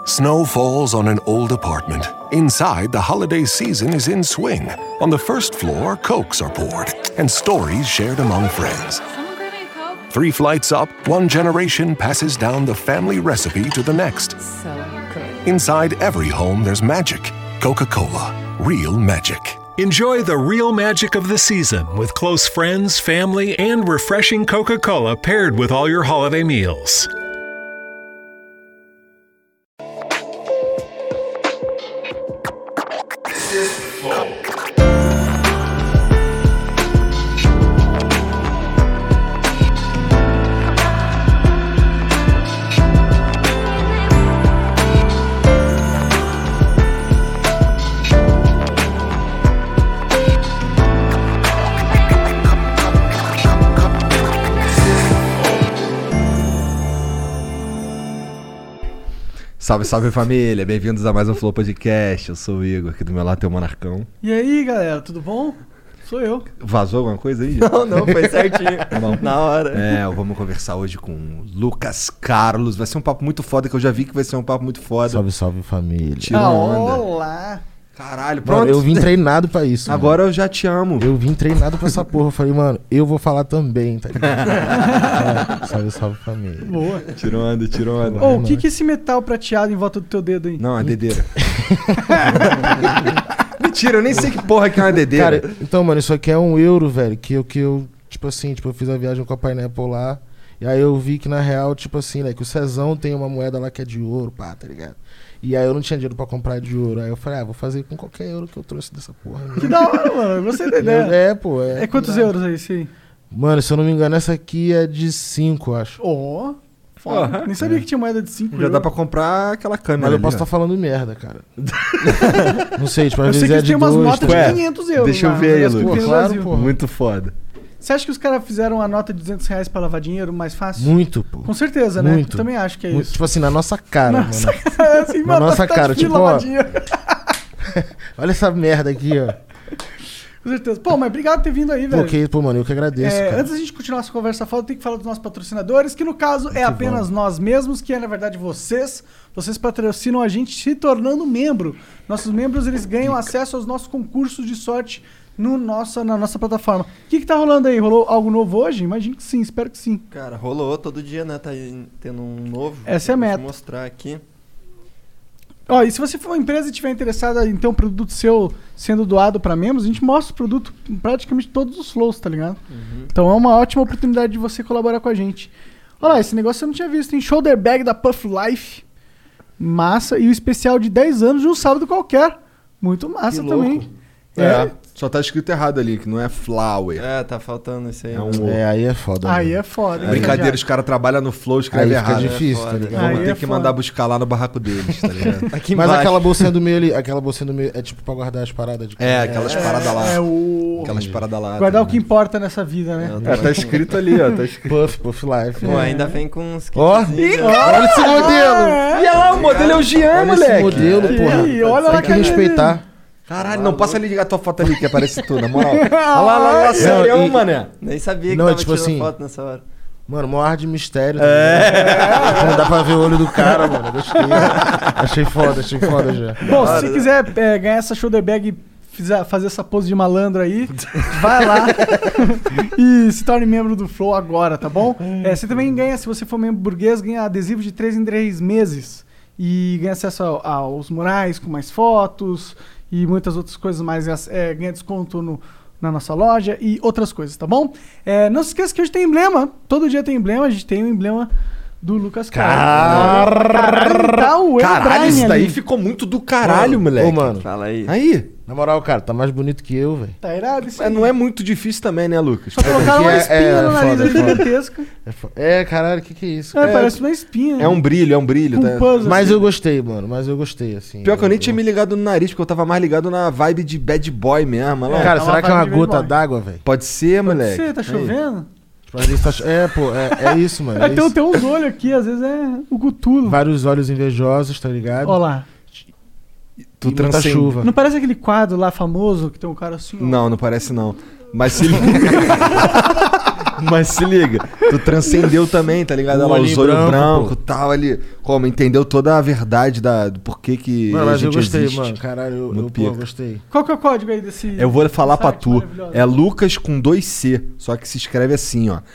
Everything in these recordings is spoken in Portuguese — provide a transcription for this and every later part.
Snow falls on an old apartment. Inside, the holiday season is in swing. On the first floor, Cokes are poured and stories shared among friends. 3 flights up, one generation passes down the family recipe to the next. So good. Inside every home, there's magic. Coca-Cola. Real magic. Enjoy the real magic of the season with close friends, family, and refreshing Coca-Cola paired with all your holiday meals. Salve, salve família, bem-vindos a mais um Flow Podcast. Eu sou o Igor, aqui do meu lado tem o Monarcão. E aí, galera, tudo bom? Sou eu. Vazou alguma coisa aí? Não, foi certinho. Na hora. Vamos conversar hoje com o Lucas Carlos. Vai ser um papo muito foda, que eu já vi que vai ser um papo muito foda. Salve, salve família. Tira onda. Olá. Caralho, pronto. Mano, eu vim treinado pra isso. Agora eu já te amo. Eu vim treinado pra essa porra. Eu falei, mano, eu vou falar também, tá ligado? Salve, salve família. Boa. Tira onda, tira onda. Ô, o que é esse metal prateado em volta do teu dedo aí? Não, é dedeira. Mentira, eu nem sei que porra que é uma dedeira. Cara, então, mano, isso aqui é €1, velho. Que eu tipo assim, eu fiz a viagem com a Pineapple lá. E aí eu vi que na real, tipo assim, né, que o Cezão tem uma moeda lá que é de ouro, pá, tá ligado? E aí eu não tinha dinheiro pra comprar de ouro. Aí eu falei, vou fazer com qualquer euro que eu trouxe dessa porra. Que da hora, mano. Eu gostei da ideia. Pô. É quantos euros aí, sim? Mano, se eu não me engano, essa aqui é de 5, eu acho. Ó. Foda. Nem sabia que tinha moeda de 5 Já dá pra comprar aquela câmera. Mas eu ali, posso ó. estar falando merda, cara. Não sei, tipo, às Eu sei vezes que é de tem umas 2, notas de 500 euros. Deixa eu lá, ver aí, um negócio que Lucas. tem no Claro, Brasil. pô. Muito foda. Você acha que os caras fizeram a nota de R$200 pra lavar dinheiro mais fácil? Muito, pô. Com certeza, né? Muito. Eu também acho que é Muito, isso. tipo assim, na nossa cara, Nossa, mano. cara, assim, Na mano, nossa tá cara, difícil tipo, lavar ó. dinheiro. Olha essa merda aqui, ó. Com certeza. Pô, mas obrigado por ter vindo aí, velho. Pô, mano, eu que agradeço, cara. Antes da gente continuar essa conversa fora, tem que falar dos nossos patrocinadores, que no caso é apenas nós mesmos, que é na verdade vocês. Vocês patrocinam a gente se tornando membro. Nossos membros, eles ganham acesso aos nossos concursos de sorte na nossa plataforma. O que tá rolando aí? Rolou algo novo hoje? Imagino que sim, espero que sim. Cara, rolou todo dia, né? Tá tendo um novo. Essa é a meta. Vou mostrar aqui. Ó, e se você for uma empresa e estiver interessada em ter um produto seu sendo doado pra membros, a gente mostra o produto em praticamente todos os flows, tá ligado? Então é uma ótima oportunidade de você colaborar com a gente. Olha lá, esse negócio eu não tinha visto. Tem shoulder bag da Puff Life. Massa. E o especial de 10 anos de um sábado qualquer. Muito massa Que também. louco. Só tá escrito errado ali, que não é flower. Tá faltando isso aí. É um Aí é foda. Aí mano. é foda. hein, Brincadeira, já. os caras trabalham no Flow, Aí escreve fica errado. difícil, foda. tá ligado? Aí Vamos ter é que foda. mandar buscar lá no barraco deles, tá ligado? Aqui Mas embaixo. aquela bolsinha do meio ali, é tipo pra guardar as paradas de Aquelas paradas lá. Aquelas paradas lá. Guardar tá o que importa nessa vida, né? Tá escrito ali, ó. Tá escrito. Puff Life. Pô, ainda vem com uns Ó, kitzinhos. olha esse modelo. Olha lá, o modelo é o Jean, Olha esse moleque. modelo, porra. Aí, olha lá, Tem que cara. respeitar. Caralho, não, passa ali a tua foto ali, que aparece tudo, na moral. Olha lá, sério, Não, e- mané. Nem sabia que Não, tava tipo tirando assim, foto nessa hora. Mano, maior ar de mistério. Tá Não dá pra ver o olho do cara, mano. Gostei. Achei foda já. Bom, se você quiser ganhar essa shoulder bag e fazer essa pose de malandro aí, vai lá e se torne membro do Flow agora, tá bom? Você também ganha, se você for membro burguês, ganha adesivo de 3 em 3 meses. E ganha acesso aos murais com mais fotos e muitas outras coisas mais. Ganha desconto na nossa loja e outras coisas, tá bom? Não se esqueça que hoje tem emblema. Todo dia tem emblema. A gente tem o emblema do Lucas Carlos. Tá o Caralho, isso daí ali. ficou muito do caralho, moleque. Ô, mano. Fala aí. Aí, Na moral, cara, tá mais bonito que eu, velho. Tá irado isso aí. não é muito difícil também, né, Lucas? Só colocaram uma porque espinha no nariz foda, ali foda. gigantesca. Caralho, que é isso? Parece uma espinha. É um brilho, um tá? puzzle. Mas assim. eu gostei, mano. Assim. Pior que eu nem tinha me ligado no nariz, porque eu tava mais ligado na vibe de bad boy mesmo. Olha lá. Cara, É será uma que é uma vibe de gota bad boy. d'água, velho? Pode ser, moleque. Você tá chovendo? Tipo, às vezes tá... É isso, mano. É Aí tem isso. uns olhos aqui, às vezes é o Gutulo. Vários olhos invejosos, tá ligado? Olha lá. Tu E muita transcende. chuva. Não parece aquele quadro lá famoso que tem um cara assim? ó? Não parece não. Mas se liga. Mas se liga, tu transcendeu também, tá ligado? Ela os olhos brancos e tal, ali. Como? Entendeu toda a verdade do porquê que Mano, a mas eu gente gostei, existe. mano. Caralho, eu gostei. Qual que é o código aí desse... Eu vou falar pra site tu. maravilhoso? É Lucas com 2C, só que se escreve assim, ó.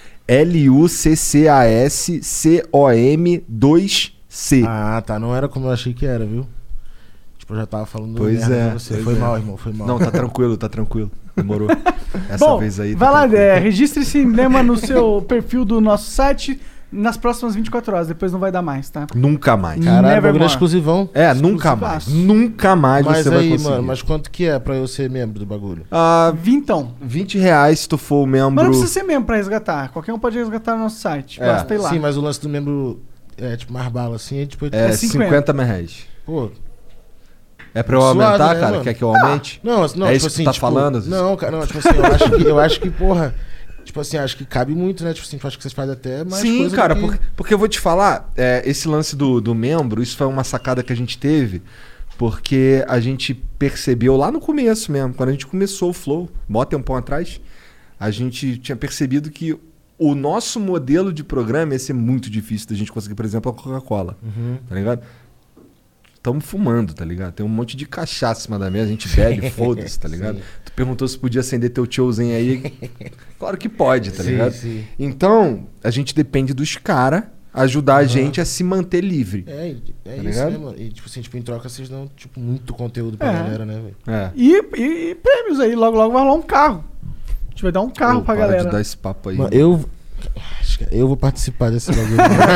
LUCCASCOM2C. Ah, tá. Não era como eu achei que era, viu? Tipo, eu já tava falando Pois merda é, pra você. pois Foi é. mal, irmão, foi mal. Não, tá tranquilo. Demorou. Essa Bom, vez aí. vai lá, tranquilo. registre esse emblema no seu perfil do nosso site nas próximas 24 horas, depois não vai dar mais, tá? Nunca mais. Caralho, Nevermore. bagulho é exclusivão. É, nunca mais. Nunca mais Mas você vai aí, conseguir. mano, mas quanto que é pra eu ser membro do bagulho? Ah, Vintão. R$20 se tu for membro. Mas não precisa ser membro pra resgatar. Qualquer um pode resgatar no nosso site. É. Basta ir lá. Sim, mas o lance do membro é tipo mais bala assim, é tipo... É, 50 R$50. Pô, É pra eu Suave, aumentar, né, cara? mano? Quer que eu aumente? não, É tipo isso que assim, tu tá tipo, falando? Não, cara, não, tipo assim, eu acho que, porra, tipo assim, acho que cabe muito, né? Tipo assim, eu acho que vocês fazem até mais Sim, coisa cara, do que... porque eu vou te falar, esse lance do membro, isso foi uma sacada que a gente teve, porque a gente percebeu lá no começo mesmo, quando a gente começou o Flow, mó tempão atrás, a gente tinha percebido que o nosso modelo de programa ia ser muito difícil da gente conseguir, por exemplo, a Coca-Cola, tá ligado? Estamos fumando, tá ligado? Tem um monte de cachaça em cima da mesa, a gente bebe, foda-se, tá ligado? Sim. Tu perguntou se podia acender teu tiozinho aí. Claro que pode, tá Sim, ligado? sim. Então, a gente depende dos caras ajudar a gente a se manter livre. É isso, ligado? né, mano? E tipo assim, tipo, em troca vocês dão, tipo, muito conteúdo pra É. galera, né, velho? É. E prêmios aí. Logo, logo vai rolar um carro. A gente vai dar um carro Pô, pra para galera. de dar esse papo aí. Mano, eu vou participar desse bagulho.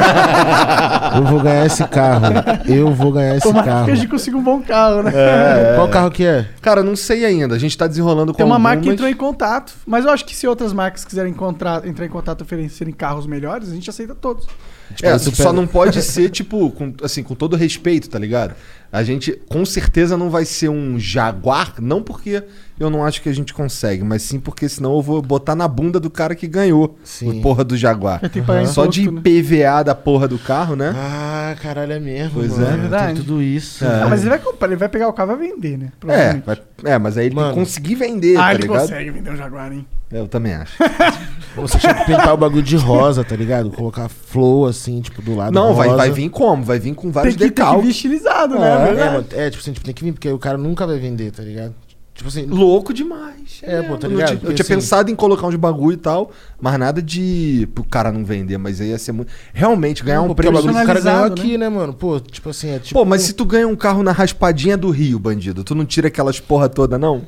Eu vou ganhar esse carro. Eu vou ganhar esse Tomara carro. que a gente consiga um bom carro, né? Qual carro que é? Cara, não sei ainda. A gente tá desenrolando com Tem uma marca que algumas. entrou em contato. Mas eu acho que se outras marcas quiserem entrar em contato e oferecerem carros melhores, a gente aceita todos. Só não pode ser, tipo, com todo respeito, tá ligado? A gente, com certeza, não vai ser um Jaguar, não porque eu não acho que a gente consegue, mas sim porque senão eu vou botar na bunda do cara que ganhou Sim. o porra do Jaguar. Vai ter que pagar Só de imposto, né? IPVA da porra do carro, né? Ah, caralho, é mesmo. Pois mano. é. Verdade. Tem tudo isso. É. Ah, mas ele vai comprar, ele vai pegar o carro e vai vender, né? Provavelmente. Mas aí ele tem Mano. que conseguir vender, tá ele ligado? consegue vender um Jaguar, hein? Eu também acho. Você tinha que pintar o bagulho de rosa, tá ligado? Colocar flow assim, tipo, do lado Não, rosa. vai vir como? Vai vir com vários Tem que vir decalques. estilizado, É, né? É, Verdade. mano, tipo assim, tipo, tem que vir, porque o cara nunca vai vender, tá ligado? Tipo assim, Louco demais. Pô, tá Eu ligado? tinha- Eu Porque, tinha assim, pensado em colocar uns bagulho e tal, mas nada de pro cara não vender, mas aí ia ser muito. Realmente, ganhar um porque o prêmio. bagulho que o cara ganhou personalizado, aqui, né, mano? Pô, tipo assim, é tipo... Pô, mas se tu ganha um carro na raspadinha do Rio, bandido, tu não tira aquelas porra toda, não?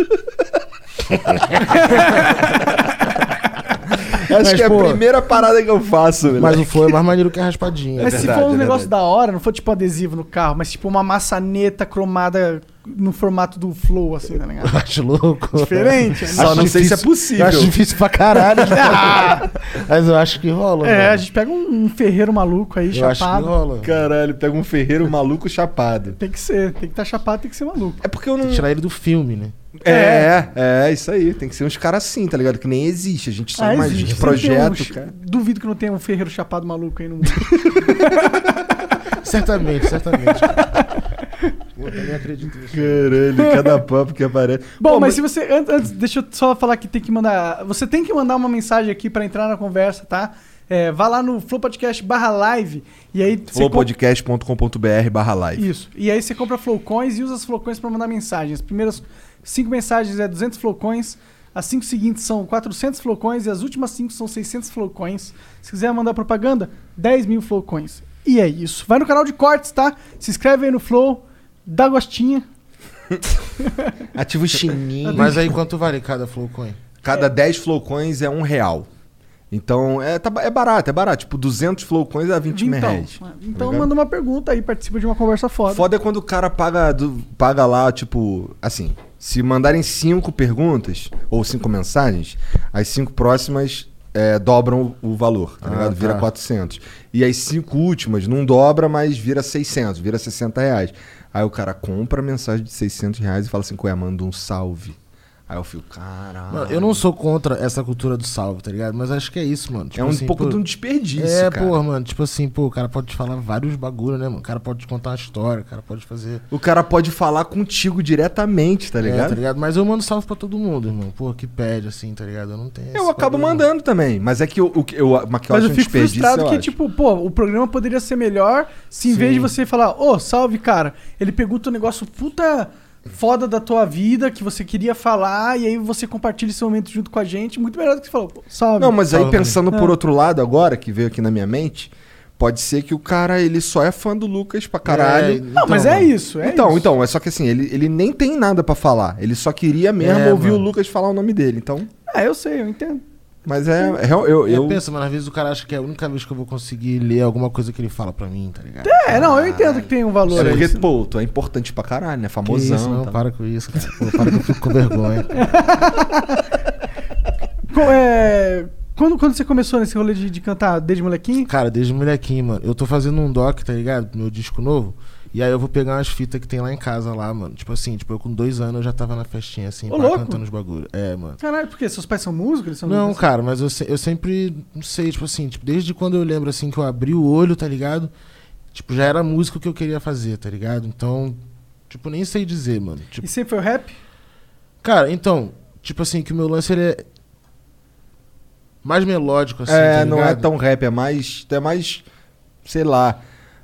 Acho Mas, que é pô, a primeira parada que eu faço, velho. Mas o flow é mais maneiro que a raspadinha. Mas né? se verdade, for um é negócio verdade. da hora, não for tipo adesivo no carro, mas tipo uma maçaneta cromada no formato do Flow, assim, tá ligado? Eu acho louco. Diferente. Só Acho não sei se é difícil. possível. Eu acho difícil pra caralho. Mas eu acho que rola, É, a mano. gente pega um ferreiro maluco aí, Eu acho que chapado. rola. Caralho, pega um ferreiro maluco chapado. Tem que ser, tem que estar chapado, tem que ser maluco. É porque eu não. Tem que tirar ele do filme, né? Isso aí. Tem que ser uns caras assim, tá ligado? Que nem existe. A gente só imagina existe. de projeto, Sempre tem cara. Duvido que não tenha um ferreiro chapado maluco aí no mundo. Certamente. Pô, também acredito nisso. Caralho, cada papo que aparece. Bom, Pô, mas se você. Antes, deixa eu só falar que tem que mandar. Você tem que mandar uma mensagem aqui pra entrar na conversa, tá? Vá lá no Flow Podcast /live e aí você flowpodcast.com.br/live. Isso. E aí você compra Flowcoins e usa as Flowcoins pra mandar mensagens. As primeiras 5 mensagens é 200 Flowcoins, as 5 seguintes são 400 Flowcoins e as últimas 5 são 600 Flowcoins. Se quiser mandar propaganda, 10 mil Flowcoins. E é isso. Vai no canal de cortes, tá? Se inscreve aí no Flow, dá gostinha. Ativa o sininho. Mas aí quanto vale cada flowcoin? Cada 10 flowcoins é R$1. Então, é barato. Tipo, 200 flowcoins é 20 reais. Então ligado? manda uma pergunta aí, participa de uma conversa foda. Foda é quando o cara paga lá, tipo, assim, se mandarem 5 perguntas ou 5 mensagens, as 5 próximas dobram o valor, tá ligado? Vira 400. E as 5 últimas não dobra, mas vira 600, vira R$60. Aí o cara compra a mensagem de R$600 e fala assim, manda um salve. Aí eu fico, caralho. Mano, eu não sou contra essa cultura do salve, tá ligado? Mas acho que é isso, mano. Tipo É um assim, pouco pô, de um desperdício, É, cara. porra, mano. Tipo assim, pô, o cara pode te falar vários bagulho, né, mano? O cara pode te contar uma história, o cara pode fazer... O cara pode falar contigo diretamente, tá ligado? tá ligado? Mas eu mando salve pra todo mundo, irmão. Pô, que pede, assim, tá ligado? Eu não tenho Eu esse acabo bagulho, mandando também, mas é que mas que eu Mas acho eu um fico desperdício, frustrado eu que, acho. tipo, pô, o programa poderia ser melhor se em vez de você falar, ô, salve, cara, ele pergunta um negócio puta foda da tua vida que você queria falar e aí você compartilha esse momento junto com a gente, muito melhor do que você falou, pô, salve. Não, mas aí Salve. pensando por outro lado agora, que veio aqui na minha mente, pode ser que o cara, ele só é fã do Lucas pra caralho. Não, mas é isso, é isso. Então, é só que assim, ele nem tem nada pra falar. Ele só queria mesmo É, ouvir mano. o Lucas falar o nome dele. Então, Eu sei, eu entendo. mas eu Pensa, mano, às vezes o cara acha que é a única vez que eu vou conseguir ler alguma coisa que ele fala pra mim, tá ligado? Não, eu entendo que tem um valor É aí. porque, pô, tu é importante pra caralho, né? Que Famosão. isso, não, tá? para com isso, cara. Pô, para que eu fico com vergonha. Quando você começou nesse rolê de cantar desde molequinho? Cara, desde molequinho, mano. Eu tô fazendo um doc, tá ligado? Meu disco novo. E aí eu vou pegar umas fitas que tem lá em casa lá, mano. Tipo assim, eu com 2 anos eu já tava na festinha, assim, Ô, louco. cantando os bagulho. É, mano. Caralho, por quê? Seus pais são músicos? Eles são Não, músicos? cara, mas eu sempre, não sei, tipo assim, desde quando eu lembro, assim, que eu abri o olho, tá ligado? Tipo, já era música que eu queria fazer, tá ligado? Então, tipo, nem sei dizer, mano. Tipo, E sempre foi o rap? cara, então, tipo assim, que o meu lance, ele é mais melódico, assim, tá Não é ligado? tão rap, é mais, sei lá,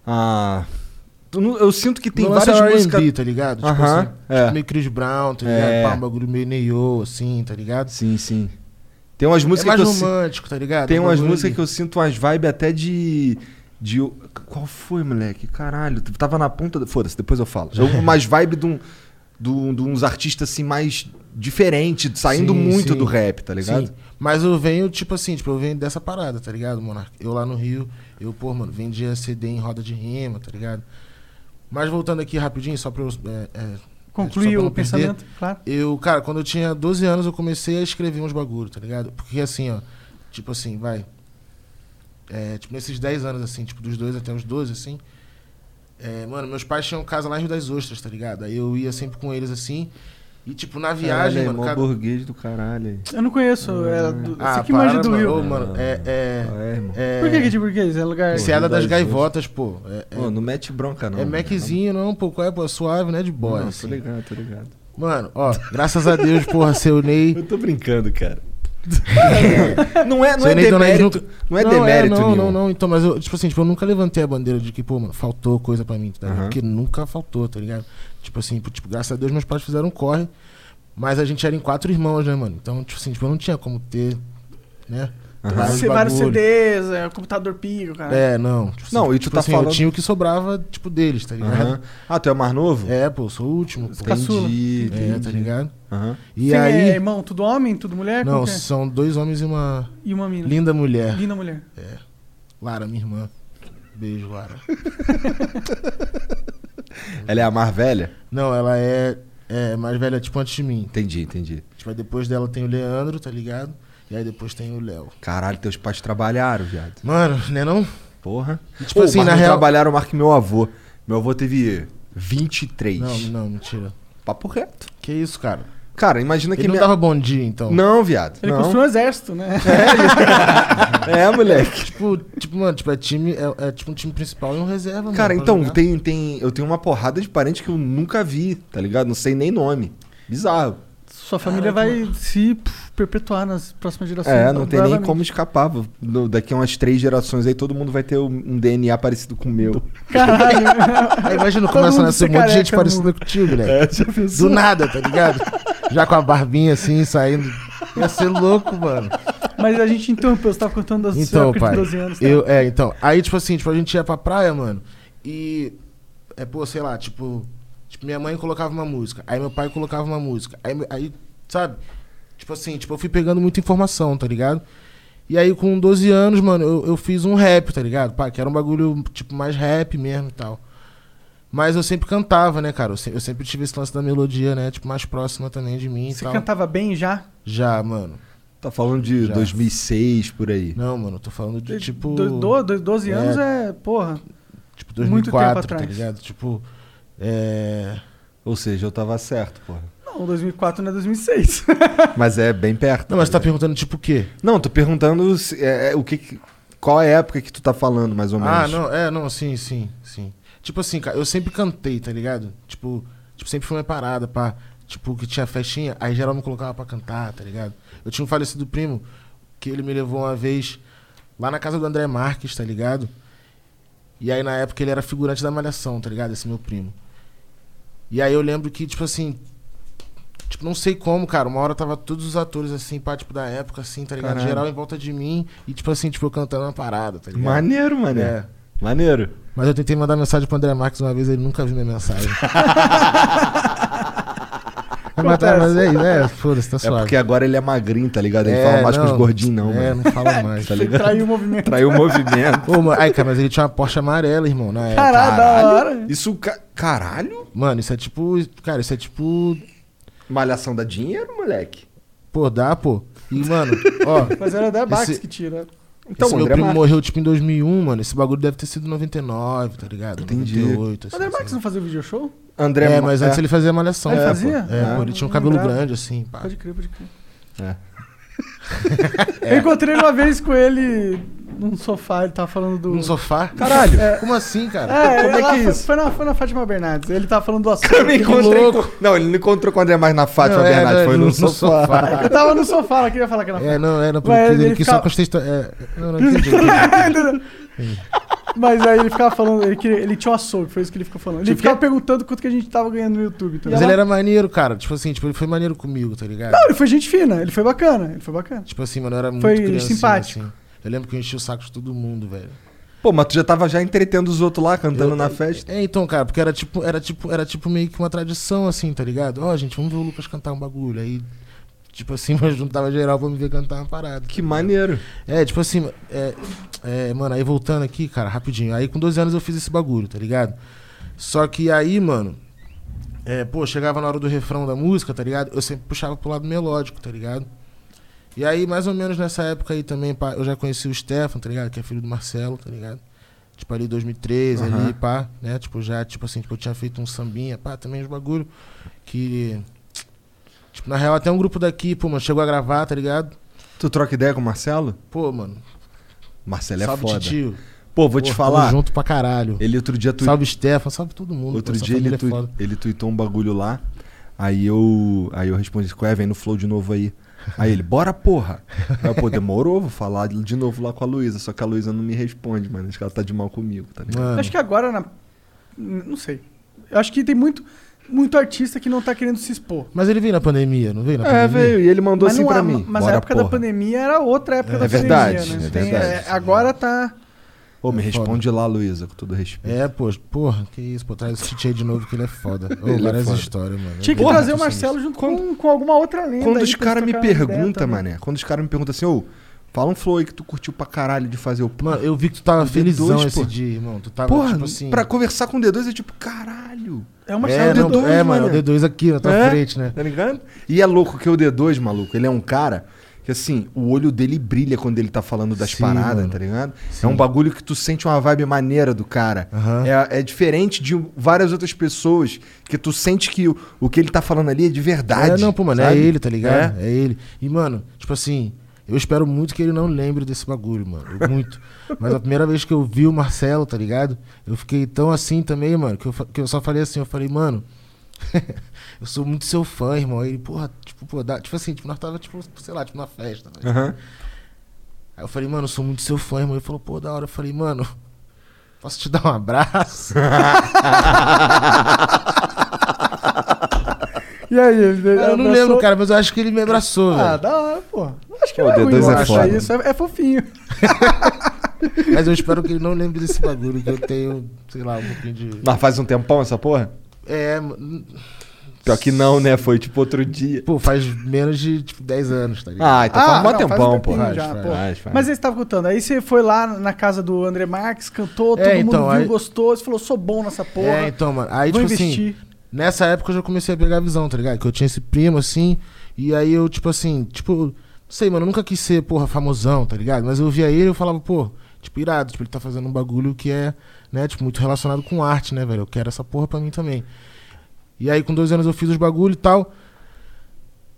eu sinto que tem Meu lance várias é músicas... R&B, tá ligado? Tipo Aham, assim, é. tipo meio Chris Brown, tá ligado? É. Pá, um bagulho meio Neo, assim, tá ligado? Sim, sim. Tem umas É músicas mais que eu romântico, tá ligado? Tem Um umas bagulho músicas ali. que eu sinto umas vibes até de... Qual foi, moleque? Caralho, tava na ponta... Foda-se, depois eu falo. Umas vibes de uns artistas assim mais diferentes, saindo Sim, muito sim. do rap, tá ligado? Sim. Mas eu venho, tipo assim, eu venho dessa parada, tá ligado, Monark? Eu lá no Rio, mano, vendia CD em roda de rima, tá ligado? Mas voltando aqui rapidinho, só pra eu... Concluir só pra o não perder. pensamento, claro. Cara, quando eu tinha 12 anos, eu comecei a escrever uns bagulho, tá ligado? Porque assim, ó, tipo assim, tipo, nesses 10 anos, assim, tipo, dos 2 até os 12, assim, mano, meus pais tinham casa lá em Rio das Ostras, tá ligado? Aí eu ia sempre com eles, assim, e tipo, na viagem, mano, mó burguês do caralho aí. Eu não conheço. Você que para, manja do mano. Rio. Ô, mano, irmão. Por que de burguês? É lugar... Enseada Rio das das Gaivotas, pô. Pô, não mete bronca não. É Maczinho, não, pô, qual é, pô, suave, né, de boy, Não, assim. tô ligado. Mano, ó, graças a Deus, porra, seu Ney... Eu tô brincando, cara. não é Seu Ney demérito, nunca- não é demérito nenhum. não, então, mas eu, tipo assim, eu nunca levantei a bandeira de que, pô, mano, faltou coisa pra mim, tá ligado? Aham. Porque nunca faltou, tá ligado? Tipo assim, graças a Deus meus pais fizeram um corre, mas a gente era em 4 irmãos, né, mano? Então, tipo assim, eu não tinha como ter, né? Vários bagulho. CDs, computador pico, cara. Não. Tipo, Não, assim, e tu tipo tá assim, falando- eu tinha o que sobrava, tipo, deles, tá ligado? Aham. Ah, tu é o mais novo? Pô, eu sou o último, pô. Caçula. Entendi. Tá ligado? Aham. E Quem aí... é irmão? Tudo homem? Tudo mulher? Não, Como que é? são 2 homens e uma E uma mina. linda mulher. Linda mulher. Lara, minha irmã. Beijo, Lara. Ela é a mais velha? Não, ela é mais velha, tipo, antes de mim. Entendi. Tipo, aí depois dela tem o Leandro, tá ligado? E aí depois tem o Léo. Caralho, teus pais trabalharam, viado. Mano, né não? Porra. Tipo assim, mas na não real- trabalharam mais que meu avô. Meu avô teve 23. Não, mentira. Papo reto. Que isso, cara? Cara, imagina que Ele não minha... dava bom dia, então. Não, viado. Ele não. construiu um exército, né? É, moleque. Tipo, mano, tipo, é time, é tipo um time principal e um reserva, Cara, mano, pra então, jogar. eu tenho uma porrada de parente que eu nunca vi, tá ligado? Não sei nem nome. Bizarro. Sua família vai se perpetuar nas próximas gerações. Não tem nem provavelmente. como escapar. Daqui a umas 3 gerações aí, todo mundo vai ter um DNA parecido com o meu. Caralho. Aí imagina, Todo começa a mundo nascer ser um monte de gente careca no parecida contigo, né? Do nada, tá ligado? Já com a barbinha assim, saindo. Ia ser louco, mano. Mas a gente interrompeu, você tava contando da sua Então, época pai. de 12 anos. Tá? Então. Aí, tipo assim, a gente ia pra praia, mano. E. Sei lá, tipo, minha mãe colocava uma música. Aí meu pai colocava uma música. Aí sabe? Tipo assim, eu fui pegando muita informação, tá ligado? E aí, com 12 anos, mano, eu fiz um rap, tá ligado? Pá, que era um bagulho, tipo, mais rap mesmo e tal. Mas eu sempre cantava, né, cara? Eu sempre tive esse lance da melodia, né? Tipo, mais próxima também de mim Você e tal. cantava bem já? Já, mano. Tá falando de Já. 2006, por aí. Não, mano, eu tô falando de, tipo... 12 anos porra. Tipo, muito tempo 2004, atrás. tá ligado? Tipo, Ou seja, eu tava certo, porra. Não, 2004 não é 2006. Mas é bem perto. Não, mas você tá perguntando tipo o quê? Não, tô perguntando qual é a época que tu tá falando, mais ou menos. Não, sim. Tipo assim, cara, eu sempre cantei, tá ligado? Tipo sempre foi uma parada, pá. Tipo, que tinha festinha, aí geral me colocava pra cantar, tá ligado? Eu tinha um falecido primo, que ele me levou uma vez lá na casa do André Marques, tá ligado? E aí na época ele era figurante da Malhação, tá ligado? Esse meu primo. E aí eu lembro que, tipo assim... Tipo, não sei como, cara. Uma hora tava todos os atores, assim, pá, tipo, da época, assim, tá ligado? Caralho. Geral em volta de mim e, tipo assim, tipo, eu cantando uma parada, tá ligado? Maneiro, mané. É. Maneiro. Mas eu tentei mandar mensagem pro André Marques uma vez, ele nunca viu minha mensagem. Mas é isso, foda-se, tá É suave. porque agora ele é magrinho, tá ligado? Ele fala mais com os gordinhos, não, mano. Não fala mais. Tá ligado? Traiu o movimento. Traiu o movimento. Ô, mano, ai, cara, mas ele tinha uma Porsche amarela, irmão, na época. Caralho, da hora. Isso, caralho? Mano, isso é tipo... Cara, isso é tipo... Malhação dá dinheiro, moleque? Pô, dá, pô. E, mano, ó... Mas era da Bax Esse- que tira. Então, esse meu André primo Marques. morreu, tipo, em 2001, mano. Esse bagulho deve ter sido 99, tá ligado? Entendi. 98, Mas assim. o Max não fazia video show? André Mas antes ele fazia malhação. Ele pô. fazia? Pô, ele tinha um não cabelo lembrava. grande, assim, pá. Pode crer. É. Eu encontrei uma vez com ele num sofá, ele tava falando do... Num sofá? Caralho. Como assim, cara? Como é que é isso? Foi na Fátima Bernardes. Ele tava falando do assunto. Eu me encontrei louco. Não, ele não encontrou com o André mais na Fátima Não, Bernardes, foi no no sofá. Eu tava no sofá, ela queria falar que era Era porque Mas ele ele quis ficava- só contextualizar. Não, entendi. Mas aí ele ficava falando, ele tinha um açougue, foi isso que ele ficou falando. Ele Tipo, ficava quê? perguntando quanto que a gente tava ganhando no YouTube. Tá Mas ele era maneiro, cara. Tipo assim, ele foi maneiro comigo, tá ligado? Não, ele foi gente fina, ele foi bacana. Tipo assim, mano, eu era muito Foi criancinha, simpático. assim. Eu lembro que eu enchi o saco de todo mundo, velho. Pô, mas tu já tava já entretendo os outros lá, cantando na festa. Então, cara, porque era tipo meio que uma tradição, assim, tá ligado? Ó, gente, vamos ver o Lucas cantar um bagulho. Aí, tipo assim, mas juntava geral pra me ver cantar uma parada. Que maneiro. Tipo assim, mano, aí voltando aqui, cara, rapidinho. Aí com 12 anos eu fiz esse bagulho, tá ligado? Só que aí, mano, chegava na hora do refrão da música, tá ligado? Eu sempre puxava pro lado melódico, tá ligado? E aí, mais ou menos nessa época aí também, pá, eu já conheci o Stefan, tá ligado? Que é filho do Marcelo, tá ligado? Tipo, ali 2013, ali, pá, né? Tipo, já, tipo assim, eu tinha feito um sambinha, pá, também os bagulho que... Tipo, na real, até um grupo daqui, pô, mano, chegou a gravar, tá ligado? Tu troca ideia com o Marcelo? Pô, mano, Marcelo é salve, foda. tio. Pô, vou te Pô, falar. tamo junto pra caralho. Ele outro dia... Salve, Stefan, salve todo mundo. Outro pô, essa dia família é foda. ele tweetou um bagulho lá. Aí eu respondi, vem no Flow de novo aí. Aí ele, bora porra. Aí eu, pô, demorou, vou falar de novo lá com a Luísa. Só que a Luísa não me responde, mano. Acho que ela tá de mal comigo, tá ligado? Mano, Acho que agora, não sei. Eu acho que tem muito artista que não tá querendo se expor. mas ele veio na pandemia, não veio na pandemia? Veio. E ele mandou assim não pra há- mim. Mas bora a época porra. da pandemia era outra época da verdade, pandemia, né? é verdade. Agora tá... Ô, me É foda. responde lá, Luísa, com todo respeito. Porra, que isso, pô, traz esse Tite aí de novo que ele é foda. Ô, Ele é várias foda. histórias, mano. Tinha que Eu trazer o gosto Marcelo disso. junto com alguma outra lenda. Quando aí os pra caras me trocar ideia perguntam, também. mané, quando os caras me perguntam assim, fala um flow aí que tu curtiu pra caralho de fazer o... Mano, eu vi que tu tava O felizão D2, esse pô. dia, irmão. Tu tava, Porra, tipo assim... pra conversar com o D2 é tipo, caralho. É o Marcelo não, D2, mano, o mané. D2 aqui na tua É? frente, né? Tá ligado? E é louco que o D2, maluco, ele é um cara que, assim, o olho dele brilha quando ele tá falando das Sim, paradas, mano. tá ligado? Sim. É um bagulho que tu sente uma vibe maneira do cara. Aham. É diferente de várias outras pessoas que tu sente que o que ele tá falando ali é de verdade. Não, pô, mano, sabe? é ele, tá ligado? É ele. E, mano, tipo assim, eu espero muito que ele não lembre desse bagulho, mano. Muito. Mas a primeira vez que eu vi o Marcelo, tá ligado? Eu fiquei tão assim também, mano, que eu só falei assim, eu falei, mano, eu sou muito seu fã, irmão. Aí ele, porra, tipo assim, nós tava, tipo, sei lá, tipo, numa festa, tá ligado? Aham. Aí eu falei, mano, eu sou muito seu fã, irmão. Ele falou, pô, da hora. Eu falei, mano, posso te dar um abraço? E aí, ele Eu não lembro, cara, mas eu acho que ele me abraçou, Ah, velho. da hora, pô. Acho que Pô, não é o ruim, D2 eu é acho foda. isso. É fofinho. Mas eu espero que ele não lembre desse bagulho, que eu tenho, sei lá, um pouquinho de... Mas faz um tempão essa porra? Pior que não, né? Foi tipo outro dia. Pô, faz menos de, tipo, 10 anos, tá ligado? Então faz um bom não, tempão, um pô. tempinho Faz, já, faz, pô. faz. Mas aí você tava contando. Aí você foi lá na casa do André Marques, cantou, todo então, mundo viu, aí- gostou. Você falou, sou bom nessa porra. Então, mano, aí, vou tipo investir. assim, nessa época eu já comecei a pegar a visão, tá ligado? Que eu tinha esse primo, assim, e aí eu, tipo assim, não sei, mano, eu nunca quis ser, porra, famosão, tá ligado? Mas eu via ele e eu falava, pô, tipo, irado, tipo, ele tá fazendo um bagulho que é, né, tipo, muito relacionado com arte, né, velho? Eu quero essa porra pra mim também. E aí, com 12 anos eu fiz os bagulho e tal.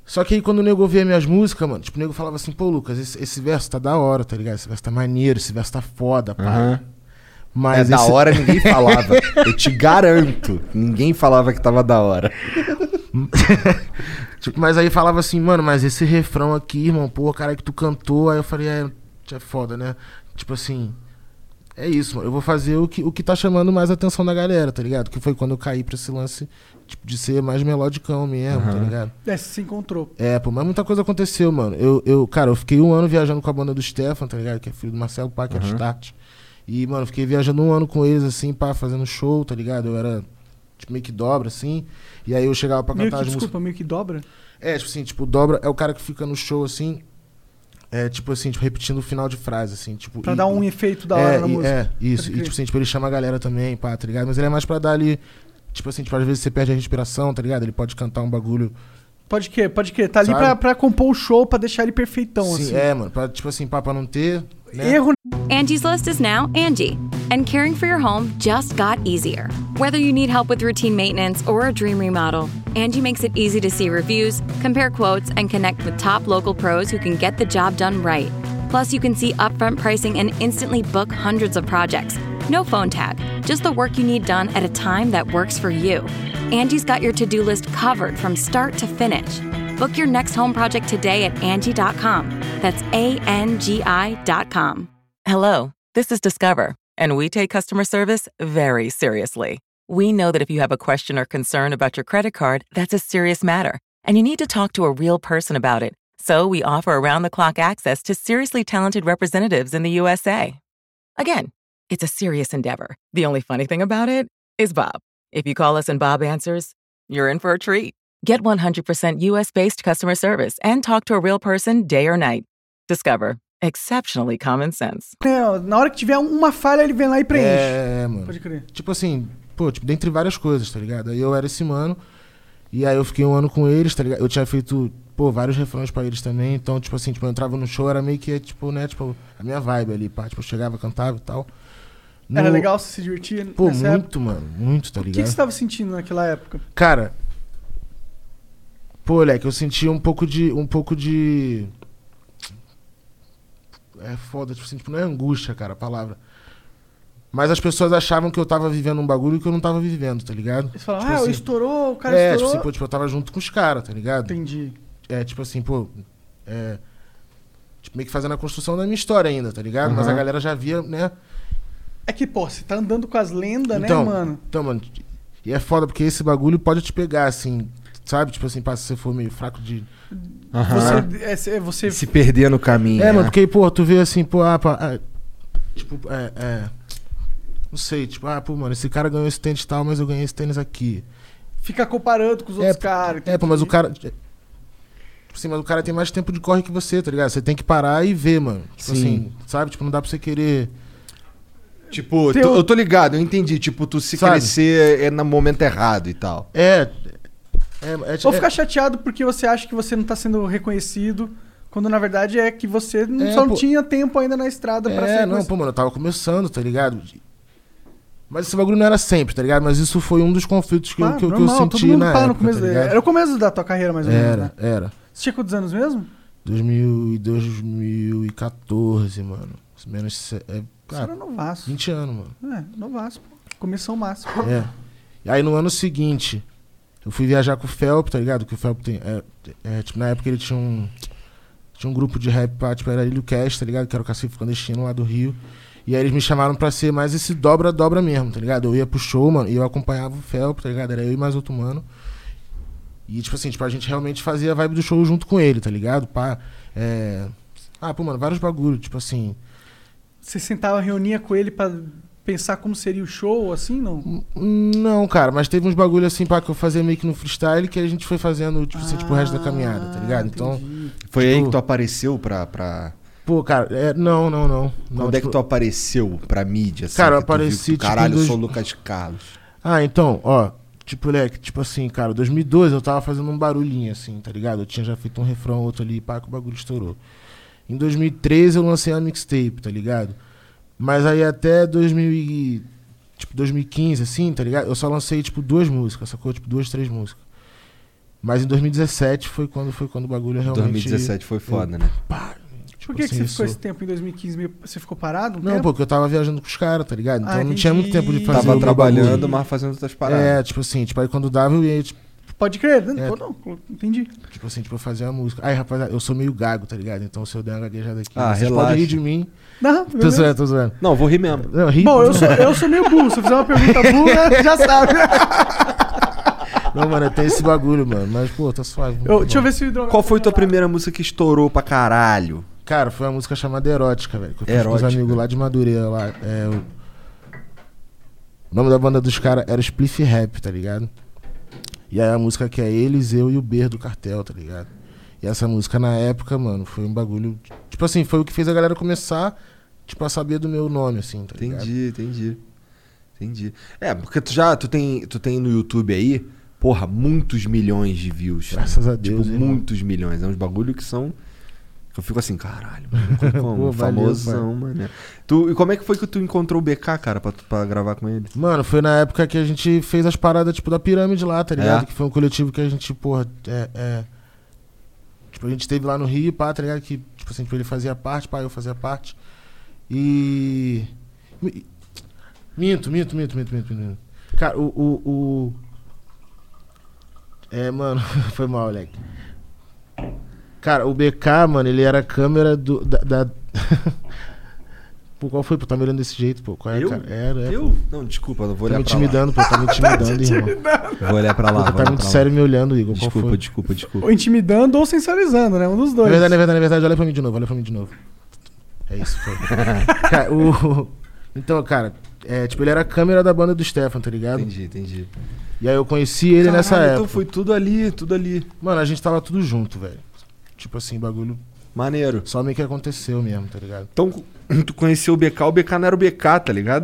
Só que aí quando o nego ouvia minhas músicas, mano, tipo, o nego falava assim, pô, Lucas, esse verso tá da hora, tá ligado? Esse verso tá maneiro, esse verso tá foda, pá. Mas da hora ninguém falava. Eu te garanto. Ninguém falava que tava da hora. Tipo, mas aí falava assim, mano, mas esse refrão aqui, irmão, pô, cara, que tu cantou. Aí eu falei, é foda, né? Tipo assim, é isso, mano. Eu vou fazer o que tá chamando mais a atenção da galera, tá ligado? Que foi quando eu caí pra esse lance, tipo, de ser mais melodicão mesmo, tá ligado? Você se encontrou. Pô, mas muita coisa aconteceu, mano. Cara, eu fiquei 1 ano viajando com a banda do Stefan, tá ligado? Que é filho do Marcelo Pá, que é do Start. E, mano, fiquei viajando 1 ano com eles, assim, pá, fazendo show, tá ligado? Eu era, tipo, meio que dobra, assim. E aí eu chegava pra cantar as músicas. Desculpa, meio que dobra? Tipo assim, tipo, dobra é o cara que fica no show, assim, tipo assim, tipo, repetindo o final de frase, assim, tipo... Pra dar um efeito da hora na música. Isso. E, tipo assim, tipo, ele chama a galera também, pá, tá ligado? Mas ele é mais pra dar ali, tipo assim, tipo, às vezes você perde a respiração, tá ligado? Ele pode cantar um bagulho... Pode crer. Tá ali pra compor o show, pra deixar ele perfeitão, Sim, assim. mano, pra, tipo assim, pra não ter... Né? Erro. Angie's List is now Angie, and caring for your home just got easier. Whether you need help with routine maintenance or a dream remodel, Angie makes it easy to see reviews, compare quotes, and connect with top local pros who can get the job done right. Plus, you can see upfront pricing and instantly book hundreds of projects. No phone tag, just the work you need done at a time that works for you. Angie's got your to-do list covered from start to finish. Book your next home project today at Angie.com. That's ANGI.com. Hello, this is Discover, and we take customer service very seriously. We know that if you have a question or concern about your credit card, that's a serious matter, and you need to talk to a real person about it. So we offer around-the-clock access to seriously talented representatives in the USA. Again, it's a serious endeavor. The only funny thing about it is Bob. If you call us and Bob answers, you're in for a treat. Get 100% US-based customer service and talk to a real person day or night. Discover. Exceptionally common sense. Na hora que tiver uma falha, ele vem lá e preenche. Mano. Pode crer. Tipo assim, pô, tipo, dentre várias coisas, tá ligado? Aí eu era esse mano, e aí eu fiquei 1 ano com eles, tá ligado? Eu tinha feito, pô, vários refrões pra eles também, então, tipo assim, tipo, eu entrava no show, era meio que, tipo, né, tipo, a minha vibe ali, pá. Tipo, eu chegava, cantava e tal. Era legal, você se divertia? Pô, muito, época? Mano, muito, tá ligado? O que você tava sentindo naquela época? Cara, pô, moleque, eu senti um pouco de... É foda, tipo assim, tipo, não é angústia, cara, a palavra. Mas as pessoas achavam que eu tava vivendo um bagulho que eu não tava vivendo, tá ligado? Eles falavam, tipo assim, estourou, o cara estourou. Tipo assim, pô, tipo, eu tava junto com os caras, tá ligado? Entendi. Tipo assim, pô, tipo, meio que fazendo a construção da minha história ainda, tá ligado? Mas a galera já via, né? É que, pô, você tá andando com as lendas, então, né, mano? Então, mano, e é foda porque esse bagulho pode te pegar, assim, sabe? Tipo assim, se você for meio fraco de... Você se perder no caminho. Mano, porque, pô, tu vê assim, pô, tipo, não sei, tipo, pô, mano, esse cara ganhou esse tênis e tal, mas eu ganhei esse tênis aqui. Fica comparando com os outros caras. Pô, mas o cara... Sim, mas o cara tem mais tempo de corre que você, tá ligado? Você tem que parar e ver, mano. Tipo assim, sabe? Tipo, não dá pra você querer... Tipo, eu tô ligado, eu entendi. Tipo, tu se crescer no momento errado e tal. Ou ficar chateado porque você acha que você não tá sendo reconhecido, quando na verdade é que você não tinha tempo ainda na estrada pra ser reconhecido. Pô, mano, eu tava começando, tá ligado? Mas esse bagulho não era sempre, tá ligado? Mas isso foi um dos conflitos que eu senti na época, no começo tá era o começo da tua carreira, mais ou menos, né? Era. Você tinha quantos anos mesmo? 2014, mano. Menos... Você era novaço. 20 anos, mano. Novaço, pô. Comissão máxima. E aí no ano seguinte, eu fui viajar com o Felp, tá ligado? Que o Felp tem... tipo, na época ele tinha um grupo de rap, tipo, era Ilho Cast, tá ligado? Que era o Cacife Clandestino lá do Rio. E aí eles me chamaram pra ser mais esse dobra-dobra mesmo, tá ligado? Eu ia pro show, mano, e eu acompanhava o Felp, tá ligado? Era eu e mais outro mano. E, tipo assim, tipo, a gente realmente fazia a vibe do show junto com ele, tá ligado? Pô, mano, vários bagulhos, tipo assim... Você sentava, reunia com ele pra pensar como seria o show, assim, não? Não, cara, mas teve uns bagulho assim, pá, que eu fazia meio que no freestyle, que a gente foi fazendo, tipo assim, tipo, o resto da caminhada, tá ligado? Entendi. Então... Foi aí que tu apareceu pra... Pô, cara, não. Quando é que tu apareceu pra mídia, assim? Cara, eu apareci, tipo... Caralho, eu sou o Lucas Carlos. Então, ó... Tipo, moleque, tipo assim, cara, 2012 eu tava fazendo um barulhinho, assim, tá ligado? Eu tinha já feito um refrão, outro ali, pá, que o bagulho estourou. Em 2013 eu lancei a mixtape, tá ligado? Mas aí até 2015, assim, tá ligado? Eu só lancei, tipo, 2 músicas, sacou? Tipo, 2, 3 músicas. Mas em 2017 foi quando o bagulho realmente... 2017 foi foda, né? Pá, Por que, assim, que você ficou isso- esse tempo em 2015? Você ficou parado? Não, porque eu tava viajando com os caras, tá ligado? Então Ah, não tinha muito entendi. tempo de fazer Tava o meu trabalhando, bagulho. mas fazendo outras paradas. É, tipo assim, aí quando dava eu ia, Pode crer, né? É. Não, entendi. eu fazia a música. Aí, rapaziada, eu sou meio gago, tá ligado? Então se eu der uma gaguejada aqui, Ah, vocês relaxa. podem rir de mim. Não, Tô zoando, tô zoando. Não, vou rir mesmo. Não, ri. Bom, eu sou meio burro. Se eu fizer uma pergunta burra, já sabe. Não, mano, eu tenho esse bagulho, mano. Mas, pô, tá suave. Deixa eu ver se o Hidromel... Qual foi tua primeira música que estourou pra caralho? Cara, foi uma música chamada Erótica, velho. Que eu fiz com Erótica. os amigos lá de Madureira. Lá. O nome da banda dos caras era Spliff Rap, tá ligado? E aí a música que é eles, eu e o Ber do Cartel, tá ligado? E essa música na época, mano, foi um bagulho... Tipo assim, foi o que fez a galera começar, tipo, a saber do meu nome, assim, tá ligado? Entendi. É, porque tu tem no YouTube aí, porra, muitos milhões de views. Graças a Deus, Tipo, irmão. muitos milhões. É uns bagulho que são... que eu fico assim, caralho, mano. Como? Pô, valeu, Famosão, mano. E como é que foi que tu encontrou o BK, cara, pra gravar com ele? Mano, foi na época que a gente fez as paradas, tipo, da pirâmide lá, tá ligado? É? Que foi um coletivo que a gente, porra, Tipo, a gente teve lá no Rio, pá, tá ligado? Que, tipo assim, tipo, ele fazia parte, pá, eu fazia parte. E... Minto. Cara, mano, foi mal, moleque. Cara, o BK, mano, ele era a câmera da... Pô, qual foi? Pô, tá me olhando desse jeito, pô. Qual é, Eu? cara? Era. Eu? Não, desculpa, não vou Tá olhar me pra lá. intimidando, pô. Tá me intimidando, irmão. Vou olhar pra lá. Pô, tá muito sério me olhando, Igor. Qual foi? Desculpa. Ou intimidando ou sensualizando, né? Um dos dois. Na verdade, olha pra mim de novo. É isso, foi. Cara, Então, cara, tipo, ele era a câmera da banda do Stefan, tá ligado? Entendi. E aí eu conheci ele nessa época. Então foi tudo ali. Mano, a gente tava tudo junto, velho. Tipo assim, bagulho Maneiro. só meio que aconteceu mesmo, tá ligado? Então, tu conheceu o BK não era o BK, tá ligado?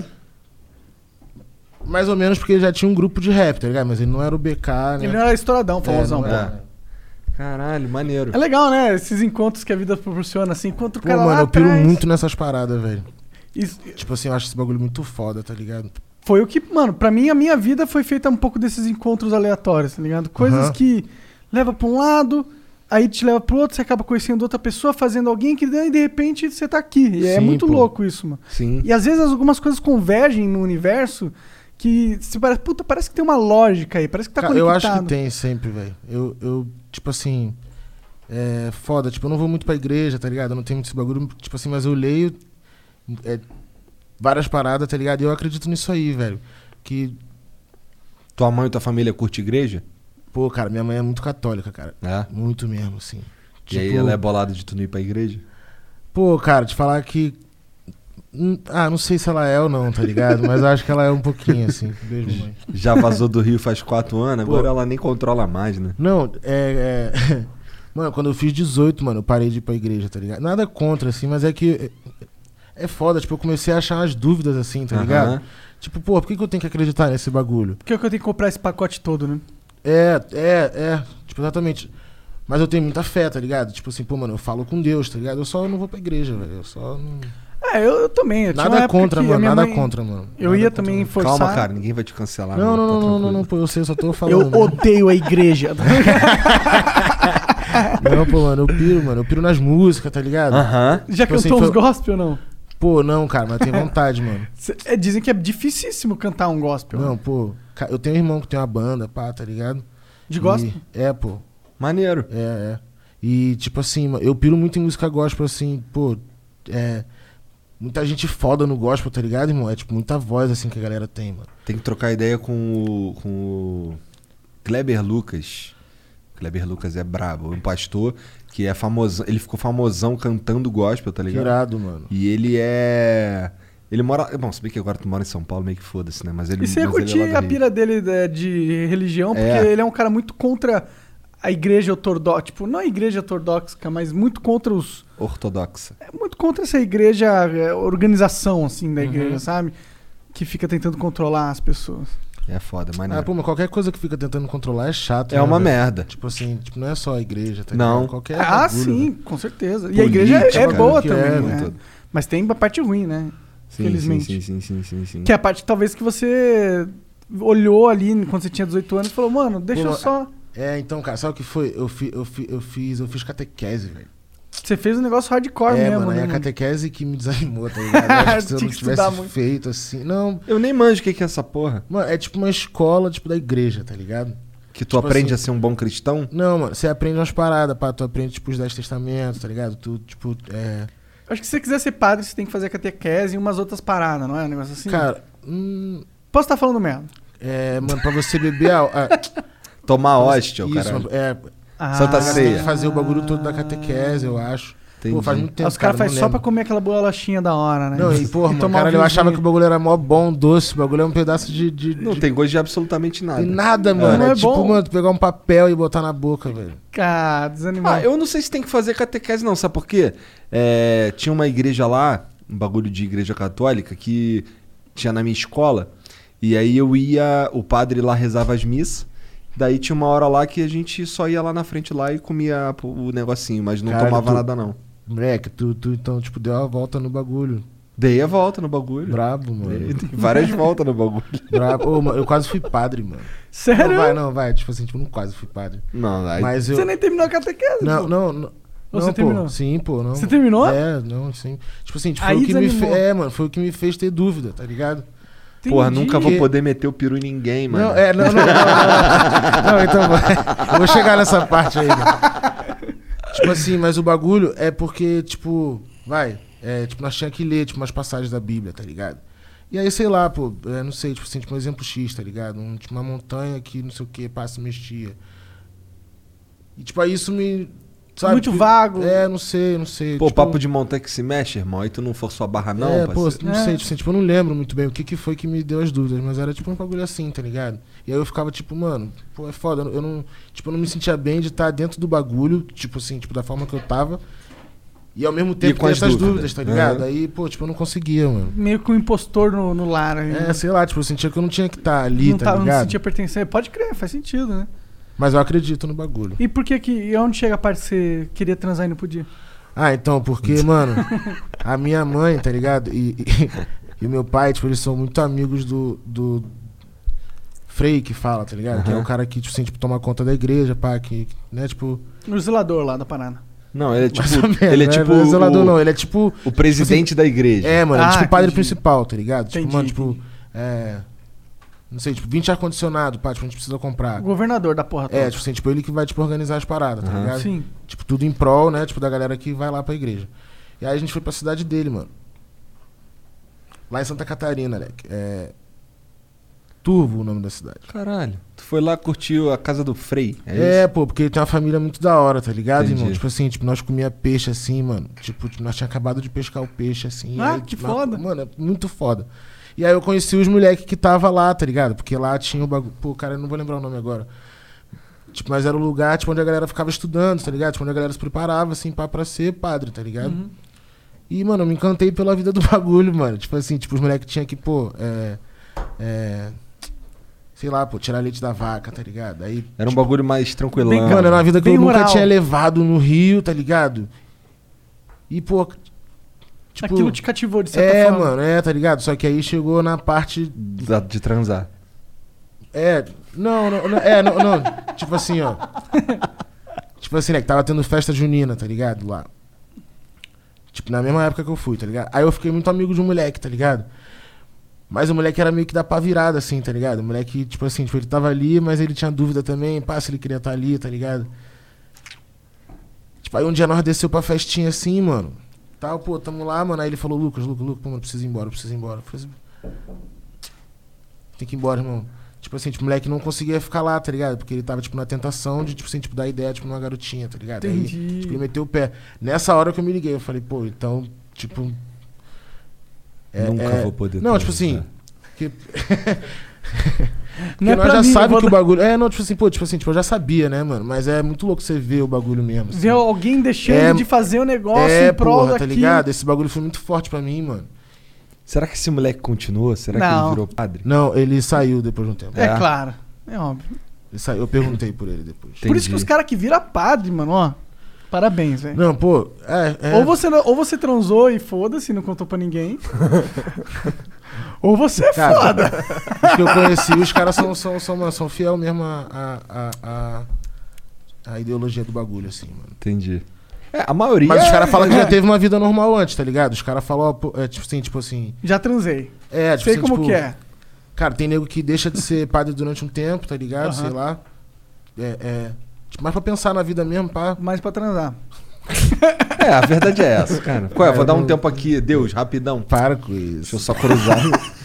Mais ou menos porque ele já tinha um grupo de rap, tá ligado? Mas ele não era o BK, né? Ele não era estouradão, famosão. não pô. era. Caralho, maneiro. É legal, né? Esses encontros que a vida proporciona, assim. Encontra o Pô, cara mano, lá eu piro atrás. muito nessas paradas, velho. Isso- Tipo assim, eu acho esse bagulho muito foda, tá ligado? Foi o que, mano, pra mim a minha vida foi feita um pouco desses encontros aleatórios, tá ligado? Coisas Aham. que leva pra um lado, aí te leva pro outro, você acaba conhecendo outra pessoa, fazendo alguém que daí de repente você tá aqui. E é Sim, muito pô. louco isso, mano. Sim. E às vezes algumas coisas convergem no universo que se parece, puta, parece que tem uma lógica aí, parece que tá Cara, eu conectado. acho que tem sempre, velho. Eu, tipo assim, foda, tipo, eu não vou muito pra igreja, tá ligado? Eu não tenho muito esse bagulho, tipo assim, mas eu leio várias paradas, tá ligado? E eu acredito nisso aí, velho. Que, Tua mãe e tua família curte igreja? pô, cara, minha mãe é muito católica, cara. É. Muito mesmo, assim. E aí ela é bolada de tu não ir pra igreja? Pô, cara, te falar que... não sei se ela é ou não, tá ligado? Mas eu acho que ela é um pouquinho, assim. Beijo, mãe. Já vazou do Rio faz 4 anos, Pô. agora ela nem controla mais, né? Não, Mano, quando eu fiz 18, mano, eu parei de ir pra igreja, tá ligado? Nada contra, assim, mas é que... É foda, tipo, eu comecei a achar umas dúvidas, assim, tá ligado? Aham. Tipo, pô, por que eu tenho que acreditar nesse bagulho? Por que eu tenho que comprar esse pacote todo, né? Tipo, exatamente. Mas eu tenho muita fé, tá ligado? Tipo assim, pô, mano, eu falo com Deus, tá ligado? Eu só não vou pra igreja, velho. Eu só não... Eu também. Eu tinha uma Nada época contra, que a mano, minha nada mãe- contra, mano. Eu Nada ia contra, também mano. forçar. Calma, cara, ninguém vai te cancelar. Não, tá não, pô, eu sei, eu só tô falando. Eu odeio a igreja. Não, pô, mano, eu piro nas músicas, tá ligado? Aham. Já Tipo cantou assim, uns foi- gospel ou não? Pô, não, cara, mas tem vontade, mano. Dizem que é dificílimo cantar um gospel. Não, pô, eu tenho um irmão que tem uma banda, pá, tá ligado? De gospel? Pô, Maneiro. E, tipo assim, eu piro muito em música gospel, assim, pô, muita gente foda no gospel, tá ligado, irmão? É, tipo, muita voz, assim, que a galera tem, mano. Tem que trocar ideia com o Kleber Lucas. Kleber Lucas é brabo, um pastor que é famosão, ele ficou famosão cantando gospel, tá Que ligado? irado, mano. E ele mora, bom, se bem que agora tu mora em São Paulo, meio que foda-se, né? Mas ele E você ia mas ele é curtir lá do a Rio. pira dele de religião, porque ele é um cara muito contra a igreja ortodoxa. Tipo, não a igreja ortodoxa, mas muito contra os... Ortodoxa. É muito contra essa igreja, organização, assim, da igreja, sabe? Que fica tentando controlar as pessoas. É foda, maneiro. Pô, mas qualquer coisa que fica tentando controlar é chato, É né, uma velho? merda. Tipo assim, tipo, não é só a igreja, tá Não. ligado? Qualquer Ah, bagulho, sim, velho. com certeza. E a igreja é Política, boa que também, é, né? tudo. Mas tem a parte ruim, né? Sim, Felizmente. sim. Que é a parte, talvez, que você olhou ali quando você tinha 18 anos e falou, mano, deixa Pô, eu só... Então, cara, sabe o que foi? Eu fiz catequese, velho. Você fez um negócio hardcore mesmo, mano, né? É a catequese que me desanimou, tá ligado? Eu acho que se eu não tivesse feito assim... Não, Eu nem manjo o que é essa porra. mano, é tipo uma escola, tipo, da igreja, tá ligado? Que tu Tipo aprende assim, a ser um bom cristão? Não, mano, você aprende umas paradas, pá. Tu aprende, tipo, os 10 testamentos, tá ligado? Tu, tipo, Acho que se você quiser ser padre, você tem que fazer catequese e umas outras paradas, não é? Um negócio assim? Cara, Posso estar falando merda? mano, pra você beber... Tomar hóstia, o isso, caralho. mano, Santa você tem Ceia. que fazer o bagulho todo da catequese, eu acho. Entendi. Pô, faz muito tempo, Os caras cara, fazem não só pra lembro. comer aquela bolachinha da hora, né? Não, e porra, mano, tomar um cara, eu achava vinhozinho. que o bagulho era mó bom, doce. O bagulho é um pedaço de Não tem gosto de absolutamente nada. Tem nada, mano. Não É é tipo, bom. mano, tu pegar um papel e botar na boca, velho. Cara, desanimado. Eu não sei se tem que fazer catequese não, sabe por quê? Tinha uma igreja lá, um bagulho de igreja católica, que tinha na minha escola, e aí eu ia, o padre lá rezava as missas, daí tinha uma hora lá que a gente só ia lá na frente lá e comia o negocinho, mas não Caralho, tomava tu- nada não. Moleque, tu então, tipo, deu a volta no bagulho. Dei a volta no bagulho. Brabo, mano. Tem várias voltas no bagulho. Brabo. Ô, mano, eu quase fui padre, mano. Sério? Não, vai. Tipo assim, tipo, não quase fui padre. Não, aí... Mas eu... Você nem terminou a catequese, Não, pô. não. Ou Não, você pô. terminou? Sim, pô, não. Você terminou? Não, sim. Tipo assim, Aí foi o que me desanimou. fez. mano, foi o que me fez ter dúvida, tá ligado? Porra, Entendi. nunca vou poder meter o peru em ninguém, mano. Não, não, então vai. Eu vou chegar nessa parte aí, mano. Tipo assim, mas o bagulho é porque, tipo, tipo, nós tínhamos que ler, tipo, umas passagens da Bíblia, tá ligado? E aí, sei lá, pô, não sei, tipo assim, tipo um exemplo X, tá ligado? Tipo, uma montanha que não sei o que, passa e mexia. E, tipo, aí isso me... Sabe? Muito Tipo, vago. Não sei. Pô, tipo, papo de montanha que se mexe, irmão, aí tu não forçou a barra não, pô, parceiro? não sei, tipo, assim, tipo, eu não lembro muito bem o que foi que me deu as dúvidas, mas era tipo um bagulho assim, tá ligado? E aí eu ficava tipo, mano, pô, é foda, eu não me sentia bem de estar dentro do bagulho, tipo assim, tipo, da forma que eu tava, e ao mesmo tempo com ter as essas dúvidas, dúvidas, tá ligado? Uhum. Aí, pô, tipo, eu não conseguia, mano. Meio que um impostor no lar. Aí. Sei lá, tipo, eu sentia que eu não tinha que estar ali, não tá não ligado? sentia pertencer. Pode crer, faz sentido, né? Mas eu acredito no bagulho. E por que e onde chega a parte que você queria transar e não podia? Então, porque, mano, a minha mãe, tá ligado? E o meu pai, tipo, eles são muito amigos do Frei que fala, tá ligado? Que é o cara que, tipo, assim, tipo, toma conta da igreja, pá, que, né, tipo... O zelador lá da parada. Não, ele é tipo... mais ou menos, ele é né? tipo... Não é zelador, não, ele é tipo... O presidente da igreja. Mano, ele é tipo o padre entendi. principal, tá ligado? Tipo, Entendi, mano, tipo, entendi. não sei, tipo, 20 ar-condicionado, pá, tipo, a gente precisa comprar. O governador da porra toda. Tipo assim, tipo, ele que vai, tipo, organizar as paradas, tá ligado? Sim. Tipo, tudo em prol, né, tipo, da galera que vai lá pra igreja. E aí a gente foi pra cidade dele, mano. Lá em Santa Catarina, Alec. Turvo o nome da cidade. Caralho. Tu foi lá, curtiu a casa do Frei, é isso? Pô, porque ele tem uma família muito da hora, tá ligado, Entendi. irmão? Tipo assim, tipo, nós comia peixe assim, mano. Tipo, nós tinha acabado de pescar o peixe assim. e aí, Que tipo, foda. Mano, é muito foda. E aí eu conheci os moleques que tava lá, tá ligado? Porque lá tinha o bagulho. Pô, cara, eu não vou lembrar o nome agora. Tipo, mas era o lugar, tipo, onde a galera ficava estudando, tá ligado? Tipo, onde a galera se preparava, assim, pra ser padre, tá ligado? Uhum. E, mano, eu me encantei pela vida do bagulho, mano. Tipo assim, tipo, os moleques tinham que, pô, sei lá, pô, tirar leite da vaca, tá ligado? Aí, Era um bagulho mais tranquilão. Bem, mano, era uma vida que Bem eu nunca rural. tinha levado no Rio, tá ligado? E, pô, tipo... Aquilo te cativou de certa forma. mano, tá ligado? Só que aí chegou na parte... De transar. Não, tipo assim, ó. Tipo assim, né, que tava tendo festa junina, tá ligado? Lá. Tipo, na mesma época que eu fui, tá ligado? Aí eu fiquei muito amigo de um moleque, tá ligado? Mas o moleque era meio que da pá virada, assim, tá ligado? O moleque, tipo assim, tipo, ele tava ali, mas ele tinha dúvida também, pá, se ele queria estar ali, tá ligado? Tipo, aí um dia nós desceu pra festinha assim, mano. Tal, pô, tamo lá, mano. Aí ele falou, Lucas, pô, mano, preciso ir embora. Eu falei assim, tem que ir embora, irmão. Tipo assim, tipo, o moleque não conseguia ficar lá, tá ligado? Porque ele tava, tipo, na tentação de, tipo assim, tipo, dar ideia, tipo, numa garotinha, tá ligado? Entendi. Aí, tipo, ele meteu o pé. Nessa hora que eu me liguei, eu falei, pô, então, tipo... Nunca vou poder Não, transar. tipo assim... Que... Não é Porque nós pra já mim, sabe eu que vou o bagulho... não, tipo assim, pô, tipo assim, tipo, eu já sabia, né, mano? Mas é muito louco você ver o bagulho mesmo. Assim. Ver alguém deixando de fazer o negócio em prol porra, tá daquilo. ligado? Esse bagulho foi muito forte pra mim, mano. Será que esse moleque continuou? Será que Não. ele virou padre? Não, ele saiu depois de um tempo. É claro. É óbvio. Ele saiu, eu perguntei por ele depois. Entendi. Por isso que os caras que viram padre, mano, ó. Parabéns, velho. Não, pô, Ou você transou e foda-se, não contou pra ninguém. Ou você é Cara, foda. Os que eu conheci, os caras são fiel mesmo a a ideologia do bagulho, assim, mano. Entendi. A maioria... Mas os caras falam que já teve uma vida normal antes, tá ligado? Os caras falam, tipo assim... Já transei. Tipo Sei assim, como tipo, que é. Cara, tem nego que deixa de ser padre durante um tempo, tá ligado? Sei lá. Tipo, mais pra pensar na vida mesmo, pá. Mais pra transar. A verdade é essa, cara. Qual é? Vou dar um tempo aqui, Deus, rapidão. Para com isso. Deixa eu só cruzar.